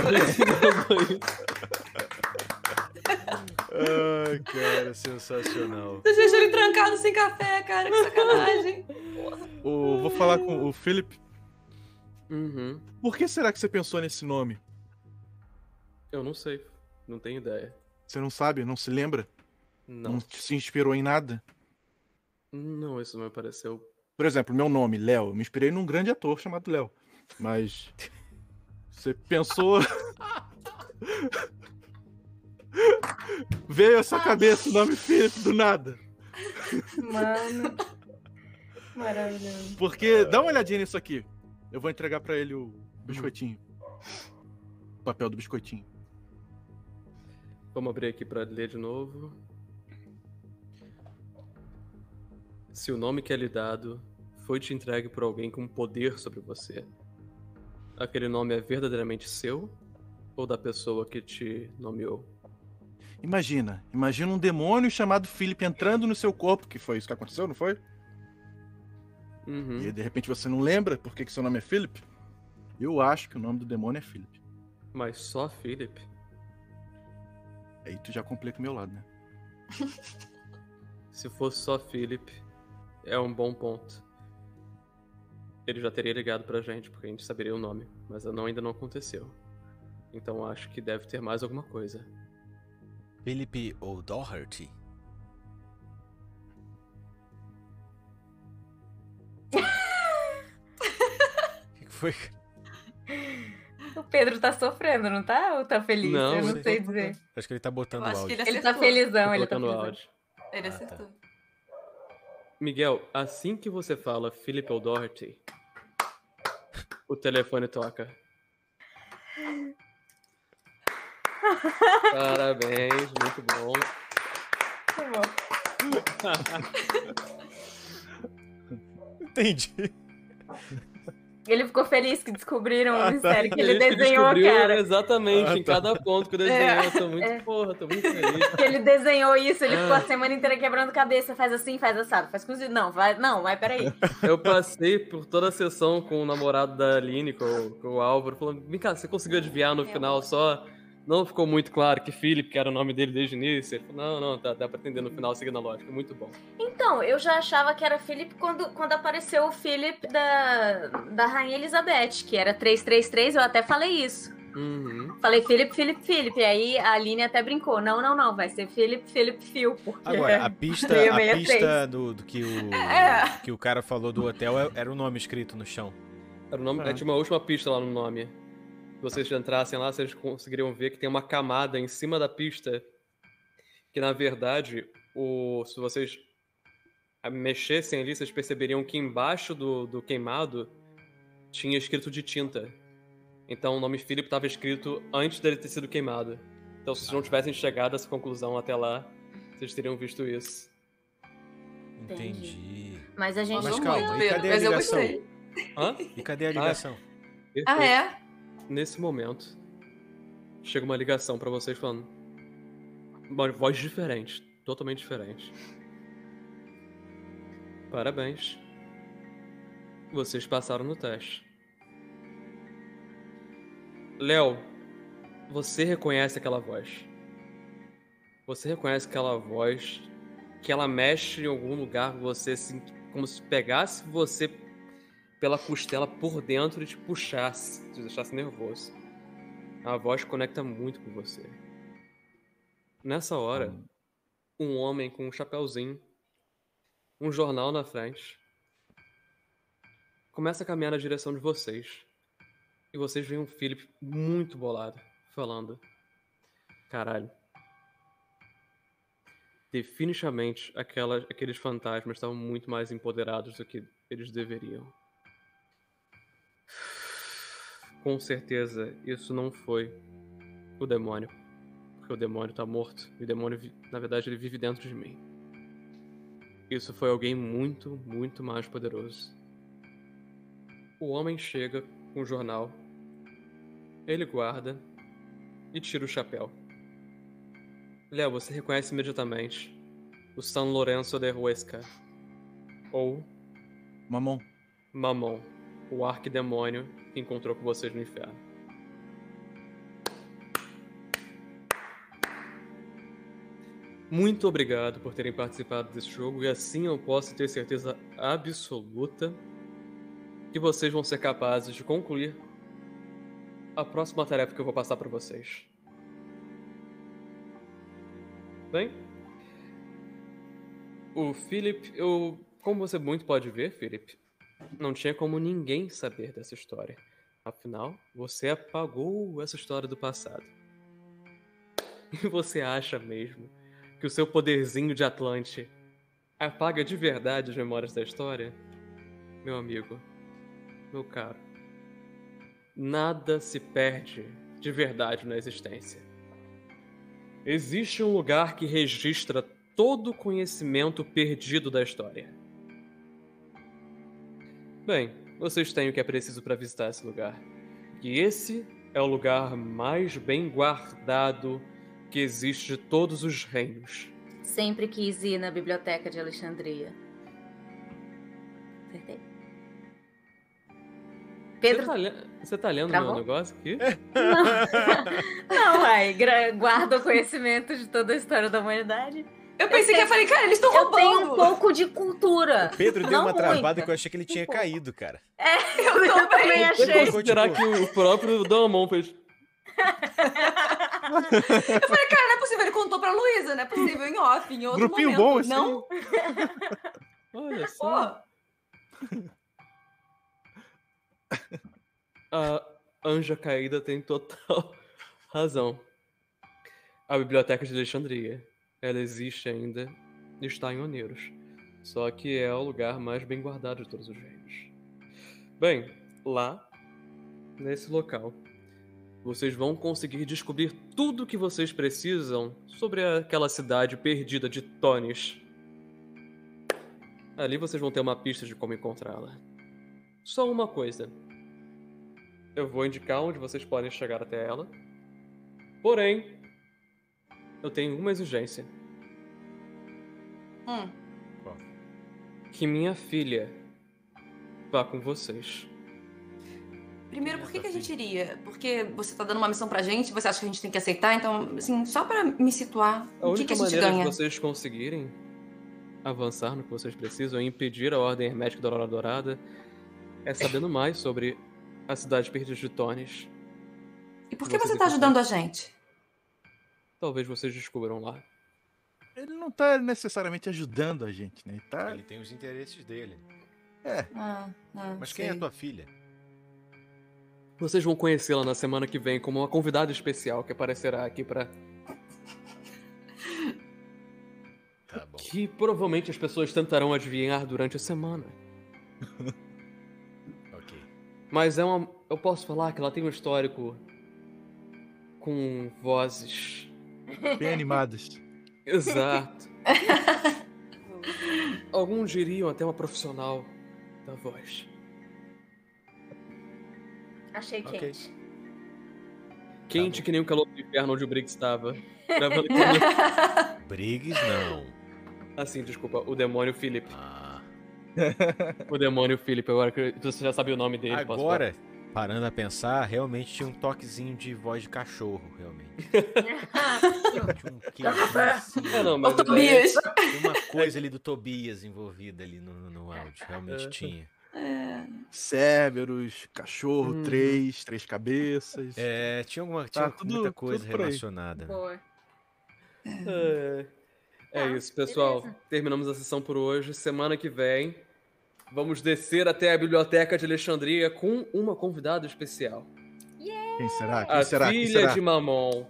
S3: Ai, cara, sensacional.
S1: Você deixou ele trancado sem café, cara. Que sacanagem.
S2: Vou falar com o Philip.
S5: uhum.
S2: Por que será que você pensou nesse nome?
S5: Eu não sei. Não tenho ideia.
S2: Você não sabe? Não se lembra?
S5: Não.
S2: Não se inspirou em nada?
S5: Não, isso não me pareceu.
S2: Por exemplo, meu nome, Léo. Eu me inspirei num grande ator chamado Léo. Mas... Você pensou... Veio à sua cabeça o nome Philip do nada.
S4: Mano. Maravilhoso.
S2: Porque... Dá uma olhadinha nisso aqui. Eu vou entregar pra ele o biscoitinho. O papel do biscoitinho.
S5: Vamos abrir aqui pra ler de novo. Se o nome que é lhe dado foi te entregue por alguém com poder sobre você, aquele nome é verdadeiramente seu ou da pessoa que te nomeou?
S2: Imagina um demônio chamado Philip entrando no seu corpo, que foi isso que aconteceu, não foi?
S5: Uhum.
S2: E de repente você não lembra por que seu nome é Philip? Eu acho que o nome do demônio é Philip.
S5: Mas só Philip?
S2: Aí tu já complica o meu lado, né?
S5: Se fosse só Philip, é um bom ponto. Ele já teria ligado pra gente, porque a gente saberia o nome, mas ainda não aconteceu. Então acho que deve ter mais alguma coisa.
S3: Philip O'Doherty. O que foi?
S4: O Pedro tá sofrendo, não tá? Ou tá feliz?
S5: Não,
S4: eu não
S5: sei.
S4: sei dizer.
S3: Acho que ele tá botando
S1: Eu
S3: o
S1: acho
S3: áudio.
S1: que ele
S4: Ele
S1: acertou.
S4: tá felizão,
S5: Tô
S4: ele tá
S5: colocando
S4: felizão.
S5: áudio.
S1: Ele
S3: Ah, tá.
S1: acertou.
S5: Miguel, assim que você fala Philip O'Doherty, o telefone toca. Parabéns, muito bom.
S4: Tá bom.
S3: Entendi.
S4: Ele ficou feliz que descobriram o mistério que ele
S5: Feliz que
S4: desenhou,
S5: descobriu
S4: cara.
S5: exatamente em cada ponto que eu desenhei. Eu tô muito, tô muito feliz.
S4: Que ele desenhou isso, ele ficou a semana inteira quebrando cabeça. Faz assim, faz assado, faz cozido. Não, vai, peraí.
S5: Eu passei por toda a sessão com o namorado da Aline, com o Álvaro, falando, vem cá, você conseguiu adivinhar no final só? Não ficou muito claro que Philip, que era o nome dele desde o início. Ele falou, não, dá pra entender no final, seguindo a lógica. Muito bom.
S4: Então, eu já achava que era Philip quando apareceu o Philip da Rainha Elizabeth, que era 333, eu até falei isso.
S5: Uhum.
S4: Falei Philip, e aí a Aline até brincou. Não, vai ser Philip Phil, porque
S3: Agora, a pista
S4: 663.
S3: do que o cara falou do hotel era o nome escrito no chão.
S5: Era o nome, tinha uma última pista lá no nome. Se vocês entrassem lá, vocês conseguiriam ver que tem uma camada em cima da pista que, na verdade, se vocês mexessem ali, vocês perceberiam que embaixo do queimado tinha escrito de tinta. Então o nome Philip estava escrito antes dele ter sido queimado. Então se vocês não tivessem chegado a essa conclusão até lá, vocês teriam visto isso.
S3: Entendi.
S4: Mas a gente
S3: Mas
S4: não
S3: calma,
S4: viu.
S3: e cadê a
S1: Mas eu
S3: ligação?
S1: gostei.
S5: Hã?
S3: E cadê a ligação?
S5: Perfeito.
S1: É?
S5: Nesse momento, chega uma ligação pra vocês falando uma voz diferente, totalmente diferente. Parabéns. Vocês passaram no teste. Léo, você reconhece aquela voz. Você reconhece aquela voz que ela mexe em algum lugar com você, assim, como se pegasse você pela costela por dentro e te puxasse, te deixasse nervoso. A voz conecta muito com você. Nessa hora, um homem com um chapéuzinho, um jornal na frente, começa a caminhar na direção de vocês. E vocês veem um Philip muito bolado, falando: caralho. Definitivamente, aqueles fantasmas estavam muito mais empoderados do que eles deveriam. Com certeza, isso não foi o demônio. Porque o demônio tá morto. E o demônio, na verdade, ele vive dentro de mim. Isso foi alguém muito, muito mais poderoso. O homem chega com o jornal. Ele guarda e tira o chapéu. Léo, você reconhece imediatamente o San Lorenzo de Huesca. Ou Mamon, o arquidemônio que encontrou com vocês no inferno. Muito obrigado por terem participado desse jogo, e assim eu posso ter certeza absoluta que vocês vão ser capazes de concluir a próxima tarefa que eu vou passar para vocês. Bem, o Philip, como você muito pode ver, Philip, não tinha como ninguém saber dessa história. Afinal, você apagou essa história do passado. E você acha mesmo que o seu poderzinho de Atlante apaga de verdade as memórias da história? Meu amigo, meu caro, nada se perde de verdade na existência. Existe um lugar que registra todo o conhecimento perdido da história. Bem, vocês têm o que é preciso para visitar esse lugar. E esse é o lugar mais bem guardado que existe de todos os reinos.
S4: Sempre quis ir na biblioteca de Alexandria. Acertei. Pedro...
S5: Você tá lendo
S4: Travou?
S5: meu negócio aqui?
S4: Não, guarda o conhecimento de toda a história da humanidade.
S1: Eu pensei que eu falei, cara, eles estão roubando.
S4: Eu tenho um pouco de cultura.
S3: O Pedro deu
S4: Não
S3: uma travada
S4: muita.
S3: que eu achei que ele tinha caído, cara.
S4: Eu também achei.
S5: Será que o próprio Damon fez...
S1: Eu falei, cara, não é possível, ele contou pra Luísa, não é possível, em off, em outro
S2: Grupinho
S1: momento.
S2: bom, assim.
S1: Não,
S5: Olha só.
S1: pô.
S5: A Anja Caída tem total razão. A Biblioteca de Alexandria, ela existe ainda e está em Oneiros. Só que é o lugar mais bem guardado de todos os reinos. Bem, lá, nesse local, vocês vão conseguir descobrir tudo o que vocês precisam sobre aquela cidade perdida de Tonis. Ali vocês vão ter uma pista de como encontrá-la. Só uma coisa. Eu vou indicar onde vocês podem chegar até ela. Porém, eu tenho uma exigência.
S3: Qual?
S5: Que minha filha vá com vocês.
S1: Primeiro, por que a gente iria? Porque você tá dando uma missão pra gente, você acha que a gente tem que aceitar? Então, assim, só pra me situar,
S5: A
S1: o que
S5: única
S1: a gente
S5: maneira
S1: ganha?
S5: de vocês conseguirem avançar no que vocês precisam e impedir a Ordem Hermética da Aurora Dourada é sabendo mais sobre a cidade perdida de Tones.
S1: E por que
S5: vocês
S1: você tá ajudando a gente?
S5: Talvez vocês descubram lá.
S2: Ele não tá necessariamente ajudando a gente, né? Ele tá...
S3: Ele tem os interesses dele. Mas quem é a tua filha?
S5: Vocês vão conhecê-la na semana que vem como uma convidada especial que aparecerá aqui pra...
S3: Tá bom.
S5: Que provavelmente as pessoas tentarão adivinhar durante a semana.
S3: Ok.
S5: Mas é uma... Eu posso falar que ela tem um histórico com vozes.
S2: Bem animadas.
S5: Exato. Alguns diriam até uma profissional da voz.
S4: Achei
S3: Ok.
S4: quente.
S5: Quente
S3: bom.
S5: que nem o calor do inferno onde o Briggs estava. Gravando com...
S3: Briggs, não.
S5: Assim, desculpa, o demônio Philip.
S3: Ah.
S5: O demônio Philip, agora que você já sabe o nome dele. posso falar?
S3: Agora, parando a pensar, realmente tinha um toquezinho de voz de cachorro, realmente. Tinha um queijinho assim.
S5: É, não, mas
S1: Ô, Tobias!
S3: Tem uma coisa ali do Tobias envolvida ali no áudio, realmente tinha.
S2: Cerberus, cachorro, três cabeças.
S3: Tinha
S2: Tá,
S3: muita coisa
S2: tudo por aí.
S3: relacionada.
S4: Boa.
S5: É isso, pessoal.
S4: beleza.
S5: Terminamos a sessão por hoje. Semana que vem, vamos descer até a Biblioteca de Alexandria com uma convidada especial.
S2: Quem será? Quem
S5: A
S2: será? Quem
S5: filha
S2: será?
S5: de Mamon.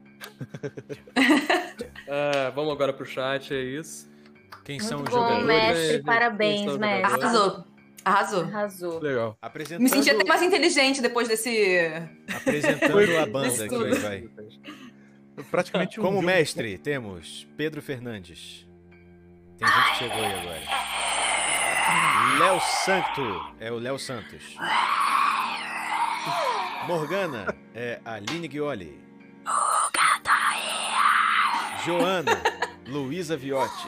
S5: Vamos agora pro chat, é isso.
S3: Quem são
S4: Muito
S3: os
S4: bom,
S3: jogadores?
S4: mestre.
S5: Quem
S4: Parabéns,
S5: são os
S4: mestre.
S5: jogadores?
S1: Arrasou.
S4: Arrasou.
S2: Legal.
S3: Apresentando,
S1: Me senti até mais inteligente depois desse...
S3: apresentando a banda
S1: Isso
S3: aqui,
S1: tudo.
S3: vai.
S2: Praticamente um
S3: Como
S2: jogo-
S3: mestre, temos Pedro Fernandes. Tem gente que chegou aí agora. Léo Santo é o Léo Santos. Morgana é a Aline Ghioli. Joana, Luísa Viotti.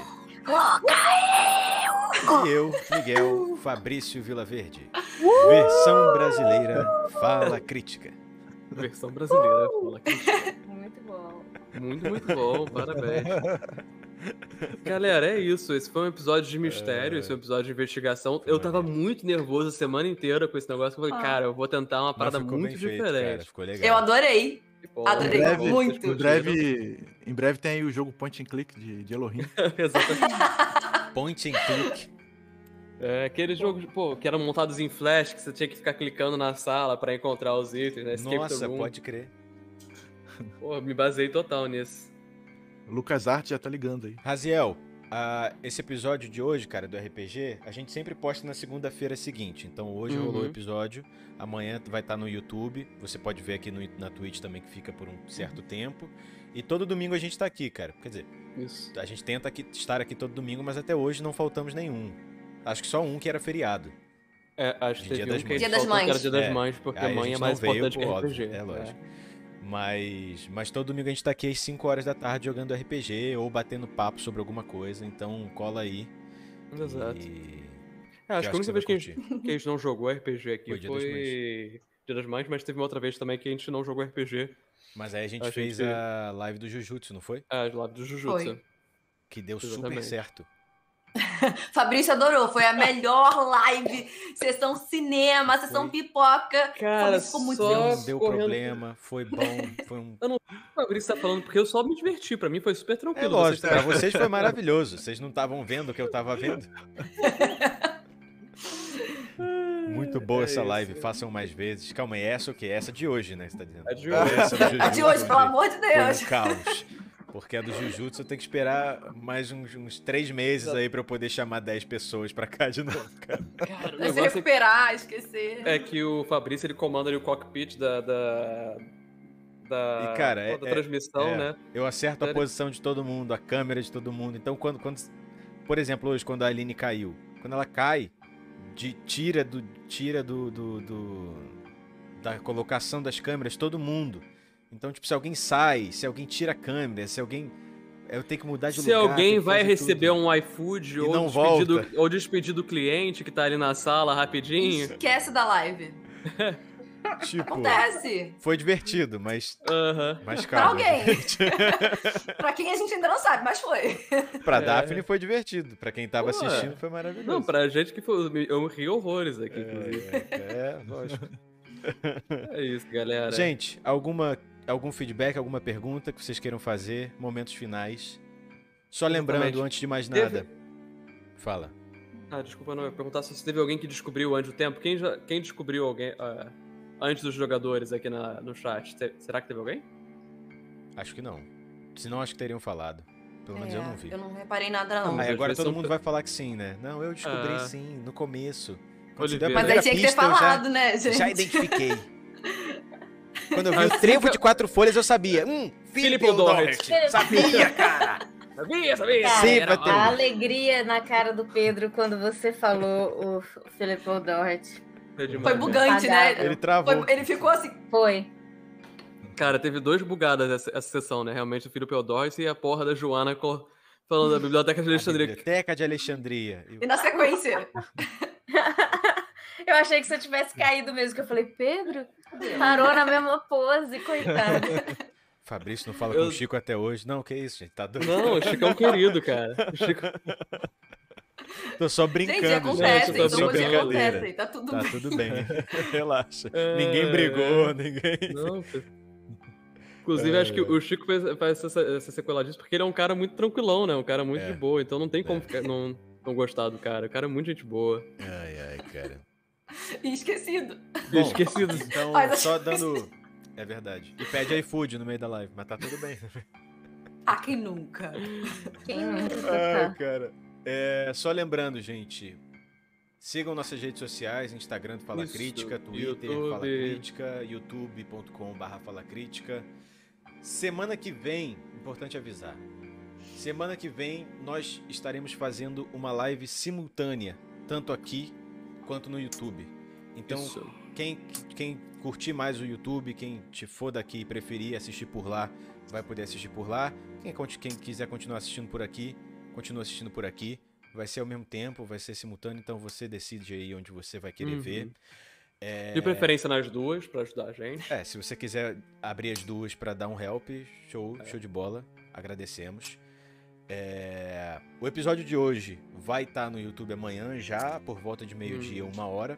S3: E eu, Miguel Fabrício Vilaverde. Versão brasileira, fala crítica.
S5: Versão brasileira. Fala aqui.
S4: Muito bom.
S5: Muito bom, parabéns. Galera, é isso. Esse foi um episódio de mistério, esse é um episódio de investigação. Eu tava muito nervoso a semana inteira com esse negócio. Eu falei, cara, eu vou tentar uma parada
S3: Mas ficou
S5: muito
S3: bem feito,
S5: diferente.
S3: cara, ficou legal.
S1: Eu adorei.
S5: Pô,
S1: Adorei
S5: bom,
S2: breve-
S1: muito.
S5: vocês
S2: Em breve tem aí o jogo Point and Click de Elohim.
S5: curtiram? Exatamente.
S3: Point and click.
S5: É aquele jogo, que eram montados em flash, que você tinha que ficar clicando na sala pra encontrar os itens, né? Escape the
S3: Nossa,
S5: Room.
S3: pode crer.
S5: Pô, me baseei total nisso.
S2: O Lucas Art já tá ligando aí.
S3: Raziel, esse episódio de hoje, cara, do RPG, a gente sempre posta na segunda-feira seguinte. Então hoje rolou o episódio, amanhã vai estar no YouTube. Você pode ver aqui na Twitch também, que fica por um certo tempo. E todo domingo a gente tá aqui, cara. Quer dizer,
S5: Isso.
S3: a gente tenta estar aqui todo domingo, mas até hoje não faltamos nenhum. Acho que só um que era feriado.
S5: Acho
S3: De
S5: que
S3: Dia
S5: teve
S3: das
S5: um que a gente
S1: Dia das
S5: faltou, que era
S1: Mães.
S5: Dia das
S3: É.
S5: Mães, porque
S3: Aí a
S5: mãe é
S3: gente
S5: mais
S3: não veio,
S5: importante que
S3: por
S5: RPG.
S3: óbvio, é lógico. Mas todo domingo a gente tá aqui às 5 horas da tarde jogando RPG ou batendo papo sobre alguma coisa, então cola aí.
S5: Exato.
S3: E...
S5: Acho que a única vez que a,
S3: você
S5: gente, que a gente não jogou RPG aqui
S3: Foi Dia
S5: foi Dia das Mães, mas teve uma outra vez também que a gente não jogou RPG.
S3: Mas aí a gente
S5: A
S3: fez
S5: gente-
S3: a live do Jujutsu, não foi?
S5: Ah, as lives do Jujutsu.
S1: Foi.
S3: Que deu super
S5: Exatamente.
S3: certo.
S1: Fabrício adorou. Foi a melhor live. Sessão cinema, sessão pipoca.
S5: Cara,
S1: Ficou muito
S5: só-
S1: feliz.
S3: Não deu
S5: correndo-
S3: problema, foi bom, foi um...
S5: O Fabrício tá falando porque eu só me diverti, pra mim foi super
S3: É
S5: tranquilo.
S3: lógico, pra
S5: também.
S3: vocês foi maravilhoso. Vocês não estavam vendo o que eu tava vendo? Muito boa
S5: É
S3: essa
S5: isso.
S3: live, façam mais vezes. Calma aí, essa o quê? Essa de hoje, né? Você tá dizendo?
S5: A de hoje.
S3: Essa do
S1: A de
S3: Jujutsu,
S1: hoje, pelo
S3: onde
S1: amor de
S3: foi
S1: Deus.
S3: um caos. Porque a do Jujutsu eu tenho que esperar mais uns 3 meses aí pra eu poder chamar 10 pessoas pra cá de novo, cara.
S5: Cara, o
S1: Vai se
S5: negócio
S1: recuperar, esquecer.
S5: é que o Fabrício ele comanda ali o cockpit da
S3: E, cara,
S5: da transmissão,
S3: é.
S5: né?
S3: Eu acerto a
S5: Sério?
S3: posição de todo mundo, a câmera de todo mundo. Então, quando por exemplo, hoje, quando a Aline da colocação das câmeras, todo mundo. Então, tipo, se alguém sai, se alguém tira a câmera, se alguém... Eu tenho que mudar de lugar.
S5: Se alguém
S3: tenho que
S5: vai
S3: fazer
S5: receber
S3: tudo.
S5: um iFood
S3: não volta.
S5: ou despedir do cliente que tá ali na sala rapidinho.
S1: Esquece da live.
S3: Tipo,
S1: Acontece.
S3: foi divertido, mas...
S5: Aham.
S3: Mas
S1: Pra
S3: calma.
S1: alguém. Pra quem a gente ainda não sabe, mas foi.
S3: Pra Daphne foi divertido. Pra quem tava
S5: Pô,
S3: assistindo foi maravilhoso.
S5: Não, pra gente que foi. Eu ri horrores aqui, inclusive.
S3: Lógico.
S5: É isso, galera.
S3: Gente, algum feedback, alguma pergunta que vocês queiram fazer? Momentos finais. Só lembrando,
S5: Exatamente.
S3: antes de mais nada. Fala.
S5: Desculpa, não. Eu ia perguntar se teve alguém que descobriu antes do tempo. Quem descobriu alguém antes dos jogadores aqui no chat? Será que teve alguém?
S3: Acho que não. Senão acho que teriam falado. Pelo menos eu não vi.
S1: Eu não reparei nada, não.
S5: Mas
S3: Aí agora
S5: às vezes
S3: todo
S5: são-
S3: mundo vai falar que sim, né? Não, eu descobri sim, no começo. Quando você deu a
S5: Oliveira.
S1: Mas
S3: primeira
S1: aí tinha que ter
S3: pista, eu
S1: falado, né, gente?
S3: já identifiquei. Quando eu vi
S5: Assim
S3: o trevo
S5: que-
S3: de 4 folhas, eu sabia. Philip Doherty. Sabia, cara.
S5: Sabia!
S4: Cara,
S3: Sim,
S5: Era
S3: vai ter-
S4: a alegria na cara do Pedro quando você falou o Philip Doherty.
S1: Foi bugante, né?
S4: Apagável.
S3: Ele travou.
S1: Ele ficou assim.
S4: Foi.
S5: Cara, teve 2 bugadas essa sessão, né? Realmente o Filipe Eudócio e a porra da Joana falando da Biblioteca de
S3: A
S5: Alexandria.
S3: Biblioteca de Alexandria.
S1: E na sequência.
S4: Eu achei que você tivesse caído mesmo, que eu falei, Pedro, parou na mesma pose, coitado.
S3: Fabrício não fala com o Chico até hoje. Não, que isso, gente. Tá doido.
S5: Não, o Chico é um querido, cara. O Chico...
S3: Tô só brincando,
S1: Gente,
S3: gente.
S1: acontece.
S3: Tô
S1: São
S3: só
S1: coisas que
S3: brincadeira.
S1: acontecem. Tá tudo
S3: Tá
S1: bem.
S3: tudo bem. Relaxa.
S5: É,
S3: Ninguém brigou, ninguém...
S5: Não, inclusive, acho que o Chico faz essa sequela disso porque ele é um cara muito tranquilão, né? Um cara muito de boa. Então não tem como não gostar do cara. O cara é muito gente boa.
S3: Ai, cara.
S1: E esquecido.
S3: Bom,
S5: Esquecido.
S3: então,
S1: Mas
S3: só dando... É verdade. E pede iFood no meio da live, mas tá tudo bem.
S1: Ah, quem nunca?
S4: Quem nunca
S3: Ai, cara. Só lembrando, gente... Sigam nossas redes sociais, Instagram do Fala
S5: Isso,
S3: Crítica, Twitter,
S5: YouTube.
S3: Fala Crítica, youtube.com/Fala Crítica. Semana que vem, importante avisar, semana que vem nós estaremos fazendo uma live simultânea, tanto aqui quanto no YouTube. Então,
S5: Isso.
S3: quem curtir mais o YouTube, quem for daqui e preferir assistir por lá, vai poder assistir por lá. Quem quiser continuar assistindo por aqui, continua assistindo por aqui. Vai ser ao mesmo tempo, vai ser simultâneo, então você decide aí onde você vai querer ver.
S5: De preferência nas duas, pra ajudar a gente.
S3: Se você quiser abrir as duas pra dar um help, show de bola, agradecemos. O episódio de hoje vai estar no YouTube amanhã já, por volta de meio-dia, 1h.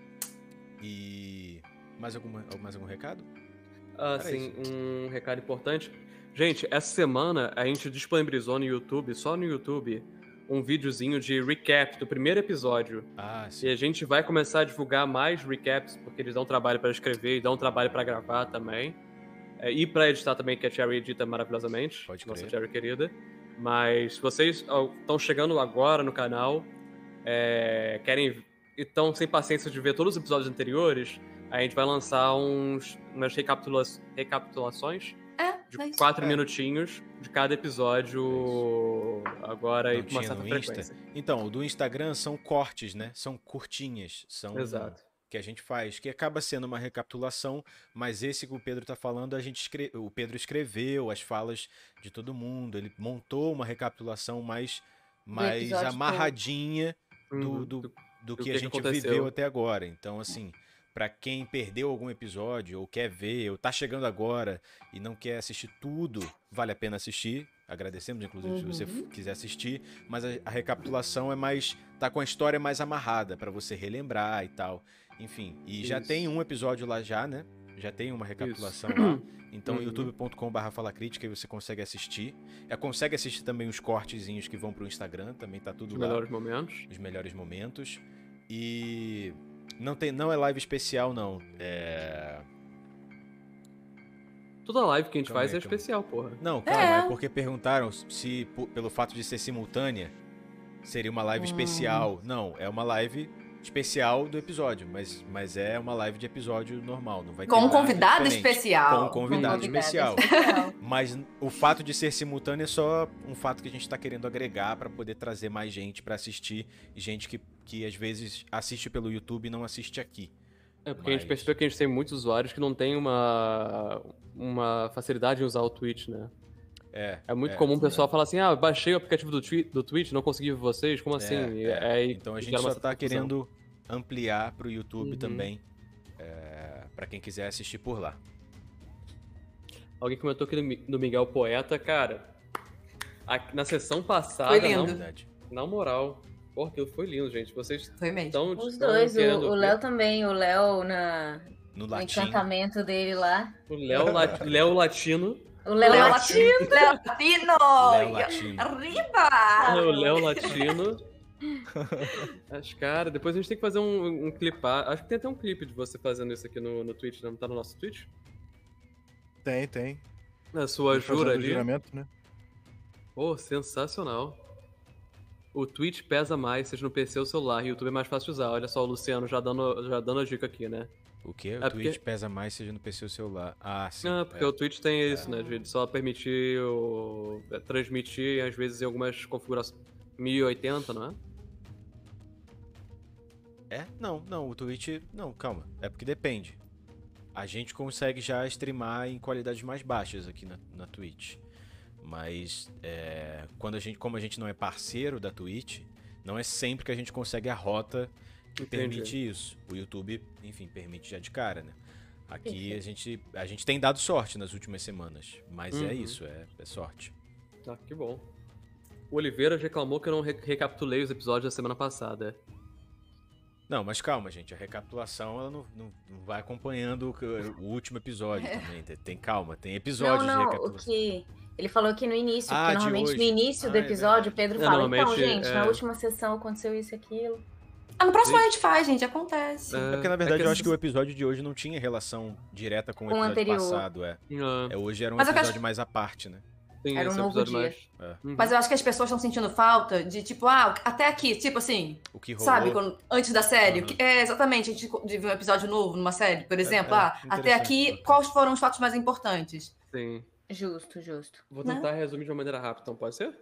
S3: E mais algum recado?
S5: Sim, um recado importante. Gente, essa semana a gente disponibilizou no YouTube, só no YouTube, um videozinho de recap do primeiro episódio.
S3: Sim.
S5: E a gente vai começar a divulgar mais recaps, porque eles dão trabalho para escrever e dão trabalho para gravar também. E para editar também, que a Cherry edita maravilhosamente.
S3: Pode
S5: Nossa
S3: crer.
S5: Cherry querida. Mas se vocês estão chegando agora no canal, querem e estão sem paciência de ver todos os episódios anteriores, a gente vai lançar umas recapitulações de 4 minutinhos de cada episódio agora e com uma certa frequência.
S3: Então, o do Instagram são cortes, né? São curtinhas. São
S5: Exato.
S3: que a gente faz, que acaba sendo uma recapitulação, mas esse que o Pedro tá falando, o Pedro escreveu as falas de todo mundo, ele montou uma recapitulação mais
S4: episódio
S3: amarradinha do que a gente
S5: aconteceu.
S3: viveu até agora. Então, assim, pra quem perdeu algum episódio, ou quer ver, ou tá chegando agora e não quer assistir tudo, vale a pena assistir. Agradecemos, inclusive, se você quiser assistir. Mas a recapitulação tá com a história mais amarrada, pra você relembrar e tal. Enfim, e já tem um episódio lá já, né? Já tem uma recapitulação lá. Então, youtube.com/falacrítica e você consegue assistir. Consegue assistir também os cortezinhos que vão pro Instagram, também tá tudo
S5: Os
S3: lá.
S5: melhores momentos.
S3: Os melhores momentos. E não é live especial, não.
S5: Toda live que a gente
S3: Calma
S5: faz
S3: aí,
S5: é especial, porra.
S3: Não, calma, é porque perguntaram se pelo fato de ser simultânea seria uma live especial. Não, é uma live especial do episódio, mas é uma live de episódio normal, não vai ter
S1: Com um
S3: nada
S1: convidado
S3: diferente.
S1: especial.
S3: Com um convidado especial. Mas o fato de ser simultâneo é só um fato que a gente tá querendo agregar pra poder trazer mais gente pra assistir, gente que às vezes assiste pelo YouTube e não assiste aqui.
S5: É porque a gente
S3: Mas-
S5: percebeu que a gente tem muitos usuários que não tem uma facilidade em usar o Twitch, né? É muito comum o pessoal falar assim, baixei o aplicativo do Twitch, não consegui ver vocês, como assim?
S3: Então a gente
S5: gera uma
S3: só tá
S5: certa confusão.
S3: querendo ampliar pro YouTube
S5: Uhum.
S3: também, pra quem quiser assistir por lá.
S5: Alguém comentou aqui do Miguel Poeta, cara. Na sessão passada,
S1: Foi lindo.
S3: Verdade.
S5: na moral, porra, aquilo foi lindo, gente. Vocês
S1: Foi mesmo.
S5: estão
S4: Os dois,
S5: querendo
S4: o
S5: ver?
S4: Léo também, o Léo
S3: No
S4: no
S3: latim.
S4: encantamento dele lá.
S5: O Léo Latino.
S4: O Léo
S1: Léo
S4: Latino.
S1: Léo Latino!
S3: Léo Latino.
S1: Arriba!
S5: O Léo Latino. As cara, depois a gente tem que fazer um clipar. Acho que tem até um clipe de você fazendo isso aqui no Twitch, não tá no nosso Twitch?
S2: Tem.
S5: Na sua
S2: Fazendo
S5: jura
S2: o
S5: ali.
S2: juramento, né?
S5: Pô, sensacional. O Twitch pesa mais, seja no PC ou celular, e o YouTube é mais fácil de usar. Olha só o Luciano já dando a dica aqui, né?
S3: O quê? O
S5: É porque-
S3: Twitch pesa mais seja no PC ou celular. Ah, sim.
S5: Porque o Twitch tem isso, né? De só permitir transmitir, às vezes, em algumas configurações 1080, não é?
S3: Não, o Twitch... Não, calma. É porque depende. A gente consegue já streamar em qualidades mais baixas aqui na Twitch. Mas, como a gente não é parceiro da Twitch, não é sempre que a gente consegue a rota que
S5: Entendi.
S3: permite isso. O YouTube, enfim, permite já de cara, né? Aqui a gente tem dado sorte nas últimas semanas. Mas é
S5: Uhum.
S3: isso, é sorte.
S5: Ah, que bom. O Oliveira reclamou que eu não recapitulei os episódios da semana passada.
S3: Não, mas calma, gente. A recapitulação ela não vai acompanhando o último episódio também. Tem calma, tem episódios de
S4: Não, o
S3: recapitulação.
S4: que... Ele falou que no início,
S3: Ah,
S4: porque
S3: de
S4: normalmente
S3: hoje.
S4: no início do
S3: Ah, é
S4: episódio o
S3: verdade.
S4: Pedro
S5: É,
S4: fala, então,
S5: normalmente,
S4: gente, na
S5: é.
S4: última sessão aconteceu isso e aquilo.
S1: No próximo a gente faz, gente. Acontece.
S3: É porque, na verdade, eu acho que
S5: o
S3: o episódio de hoje não tinha relação direta com o
S4: Com o
S3: episódio
S4: anterior.
S3: passado. Hoje era um
S1: Mas eu
S3: episódio
S1: acho-
S3: mais à parte, né?
S5: Tem
S4: Era um
S5: esse
S4: novo
S5: episódio
S4: dia.
S5: mais...
S1: Mas eu acho que as pessoas estão sentindo falta de, tipo, até aqui, tipo assim,
S3: O que rolou.
S1: sabe, antes da série.
S3: Aham.
S1: Exatamente, a gente de ver um episódio novo numa série, por exemplo. Até
S3: interessante,
S1: aqui,
S3: bacana.
S1: quais foram os fatos mais importantes?
S5: Sim.
S4: Justo.
S5: Vou tentar resumir de uma maneira rápida, então pode ser?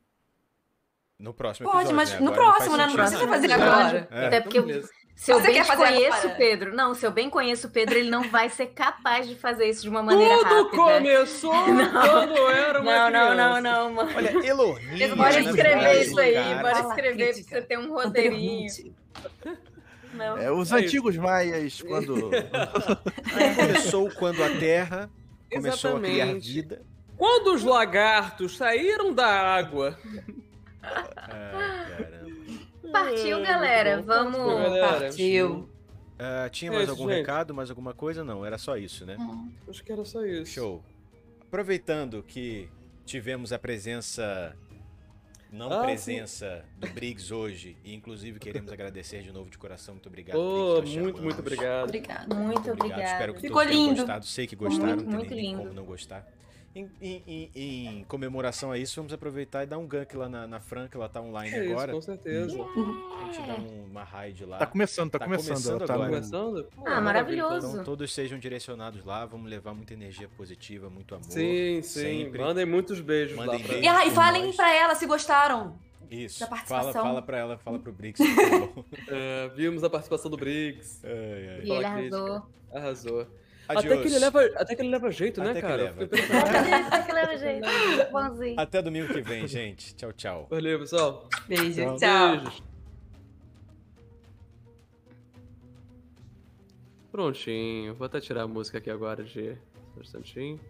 S3: No próximo
S1: Pode,
S3: episódio,
S1: mas
S3: né?
S1: no
S3: Agora não faz
S1: próximo, né? Não
S3: sentido.
S1: precisa fazer
S5: Não,
S1: agora.
S4: Até porque
S5: Então, beleza.
S4: se eu
S1: Você
S4: bem
S1: quer fazer
S4: conheço
S1: agora?
S4: o Pedro... Não, se eu bem conheço o Pedro, ele não vai ser capaz de fazer isso de uma maneira
S5: Tudo
S4: rápida.
S5: começou quando eu era uma criança.
S4: Não, mano.
S3: Olha, Elohim.
S4: Bora
S1: né,
S4: escrever
S1: verdade,
S4: isso aí,
S3: cara.
S4: bora
S1: Fala
S4: escrever pra
S1: crítica.
S4: você ter um roteirinho. Não.
S2: Os antigos maias, quando...
S3: Começou quando a Terra começou a criar
S5: Exatamente.
S3: vida.
S5: Quando os lagartos saíram da água.
S3: Caramba.
S4: Partiu, galera.
S5: Muito bom.
S4: Vamos.
S5: Galera,
S1: Partiu.
S3: Tinha
S5: É
S3: mais
S5: isso,
S3: algum
S5: gente.
S3: recado, mais alguma coisa? Não, era só isso, né?
S5: Acho que era só isso.
S3: Show. Aproveitando que tivemos a presença, presença do Briggs hoje, e inclusive queremos agradecer de novo de coração. Muito obrigado,
S5: Pô,
S3: Briggs. nós
S5: muito
S3: chamamos.
S5: obrigado.
S1: Obrigada.
S4: Muito
S3: Espero
S4: obrigada.
S3: que
S1: Ficou
S3: todos tenham
S1: lindo.
S3: gostado. Sei que gostaram,
S4: Muito,
S3: não
S4: muito
S3: tem nem
S4: lindo.
S3: como não gostar. Em comemoração a isso, vamos aproveitar e dar um gank lá na Fran, que ela tá online
S5: É isso,
S3: agora.
S5: com certeza.
S3: A gente dá uma raid lá.
S2: Tá começando.
S3: Tá começando
S2: Ela tá
S3: agora.
S2: no-
S5: Começando? Pô,
S4: Ah, maravilhoso.
S3: Então todos sejam direcionados lá, vamos levar muita energia positiva, muito amor.
S5: Sim, sim.
S3: Sempre.
S5: mandem muitos beijos
S3: Mandem
S5: lá pra
S3: beijos.
S1: E falem
S3: nós.
S1: pra ela se gostaram.
S3: Isso.
S1: da participação.
S3: Fala pra ela, fala pro Briggs. que foi bom.
S5: Vimos a participação do Briggs.
S4: E ele arrasou.
S5: Arrasou.
S3: Adiós.
S5: Até que ele leva jeito, né,
S3: Até que
S5: cara?
S3: leva.
S5: Eu fiquei pensando.
S4: Até que leva jeito. Bonzinho.
S3: Até domingo que vem, gente. Tchau, tchau.
S5: Valeu, pessoal.
S1: Beijo. Tchau.
S5: Beijos. Prontinho. Vou até tirar a música aqui agora de um instantinho.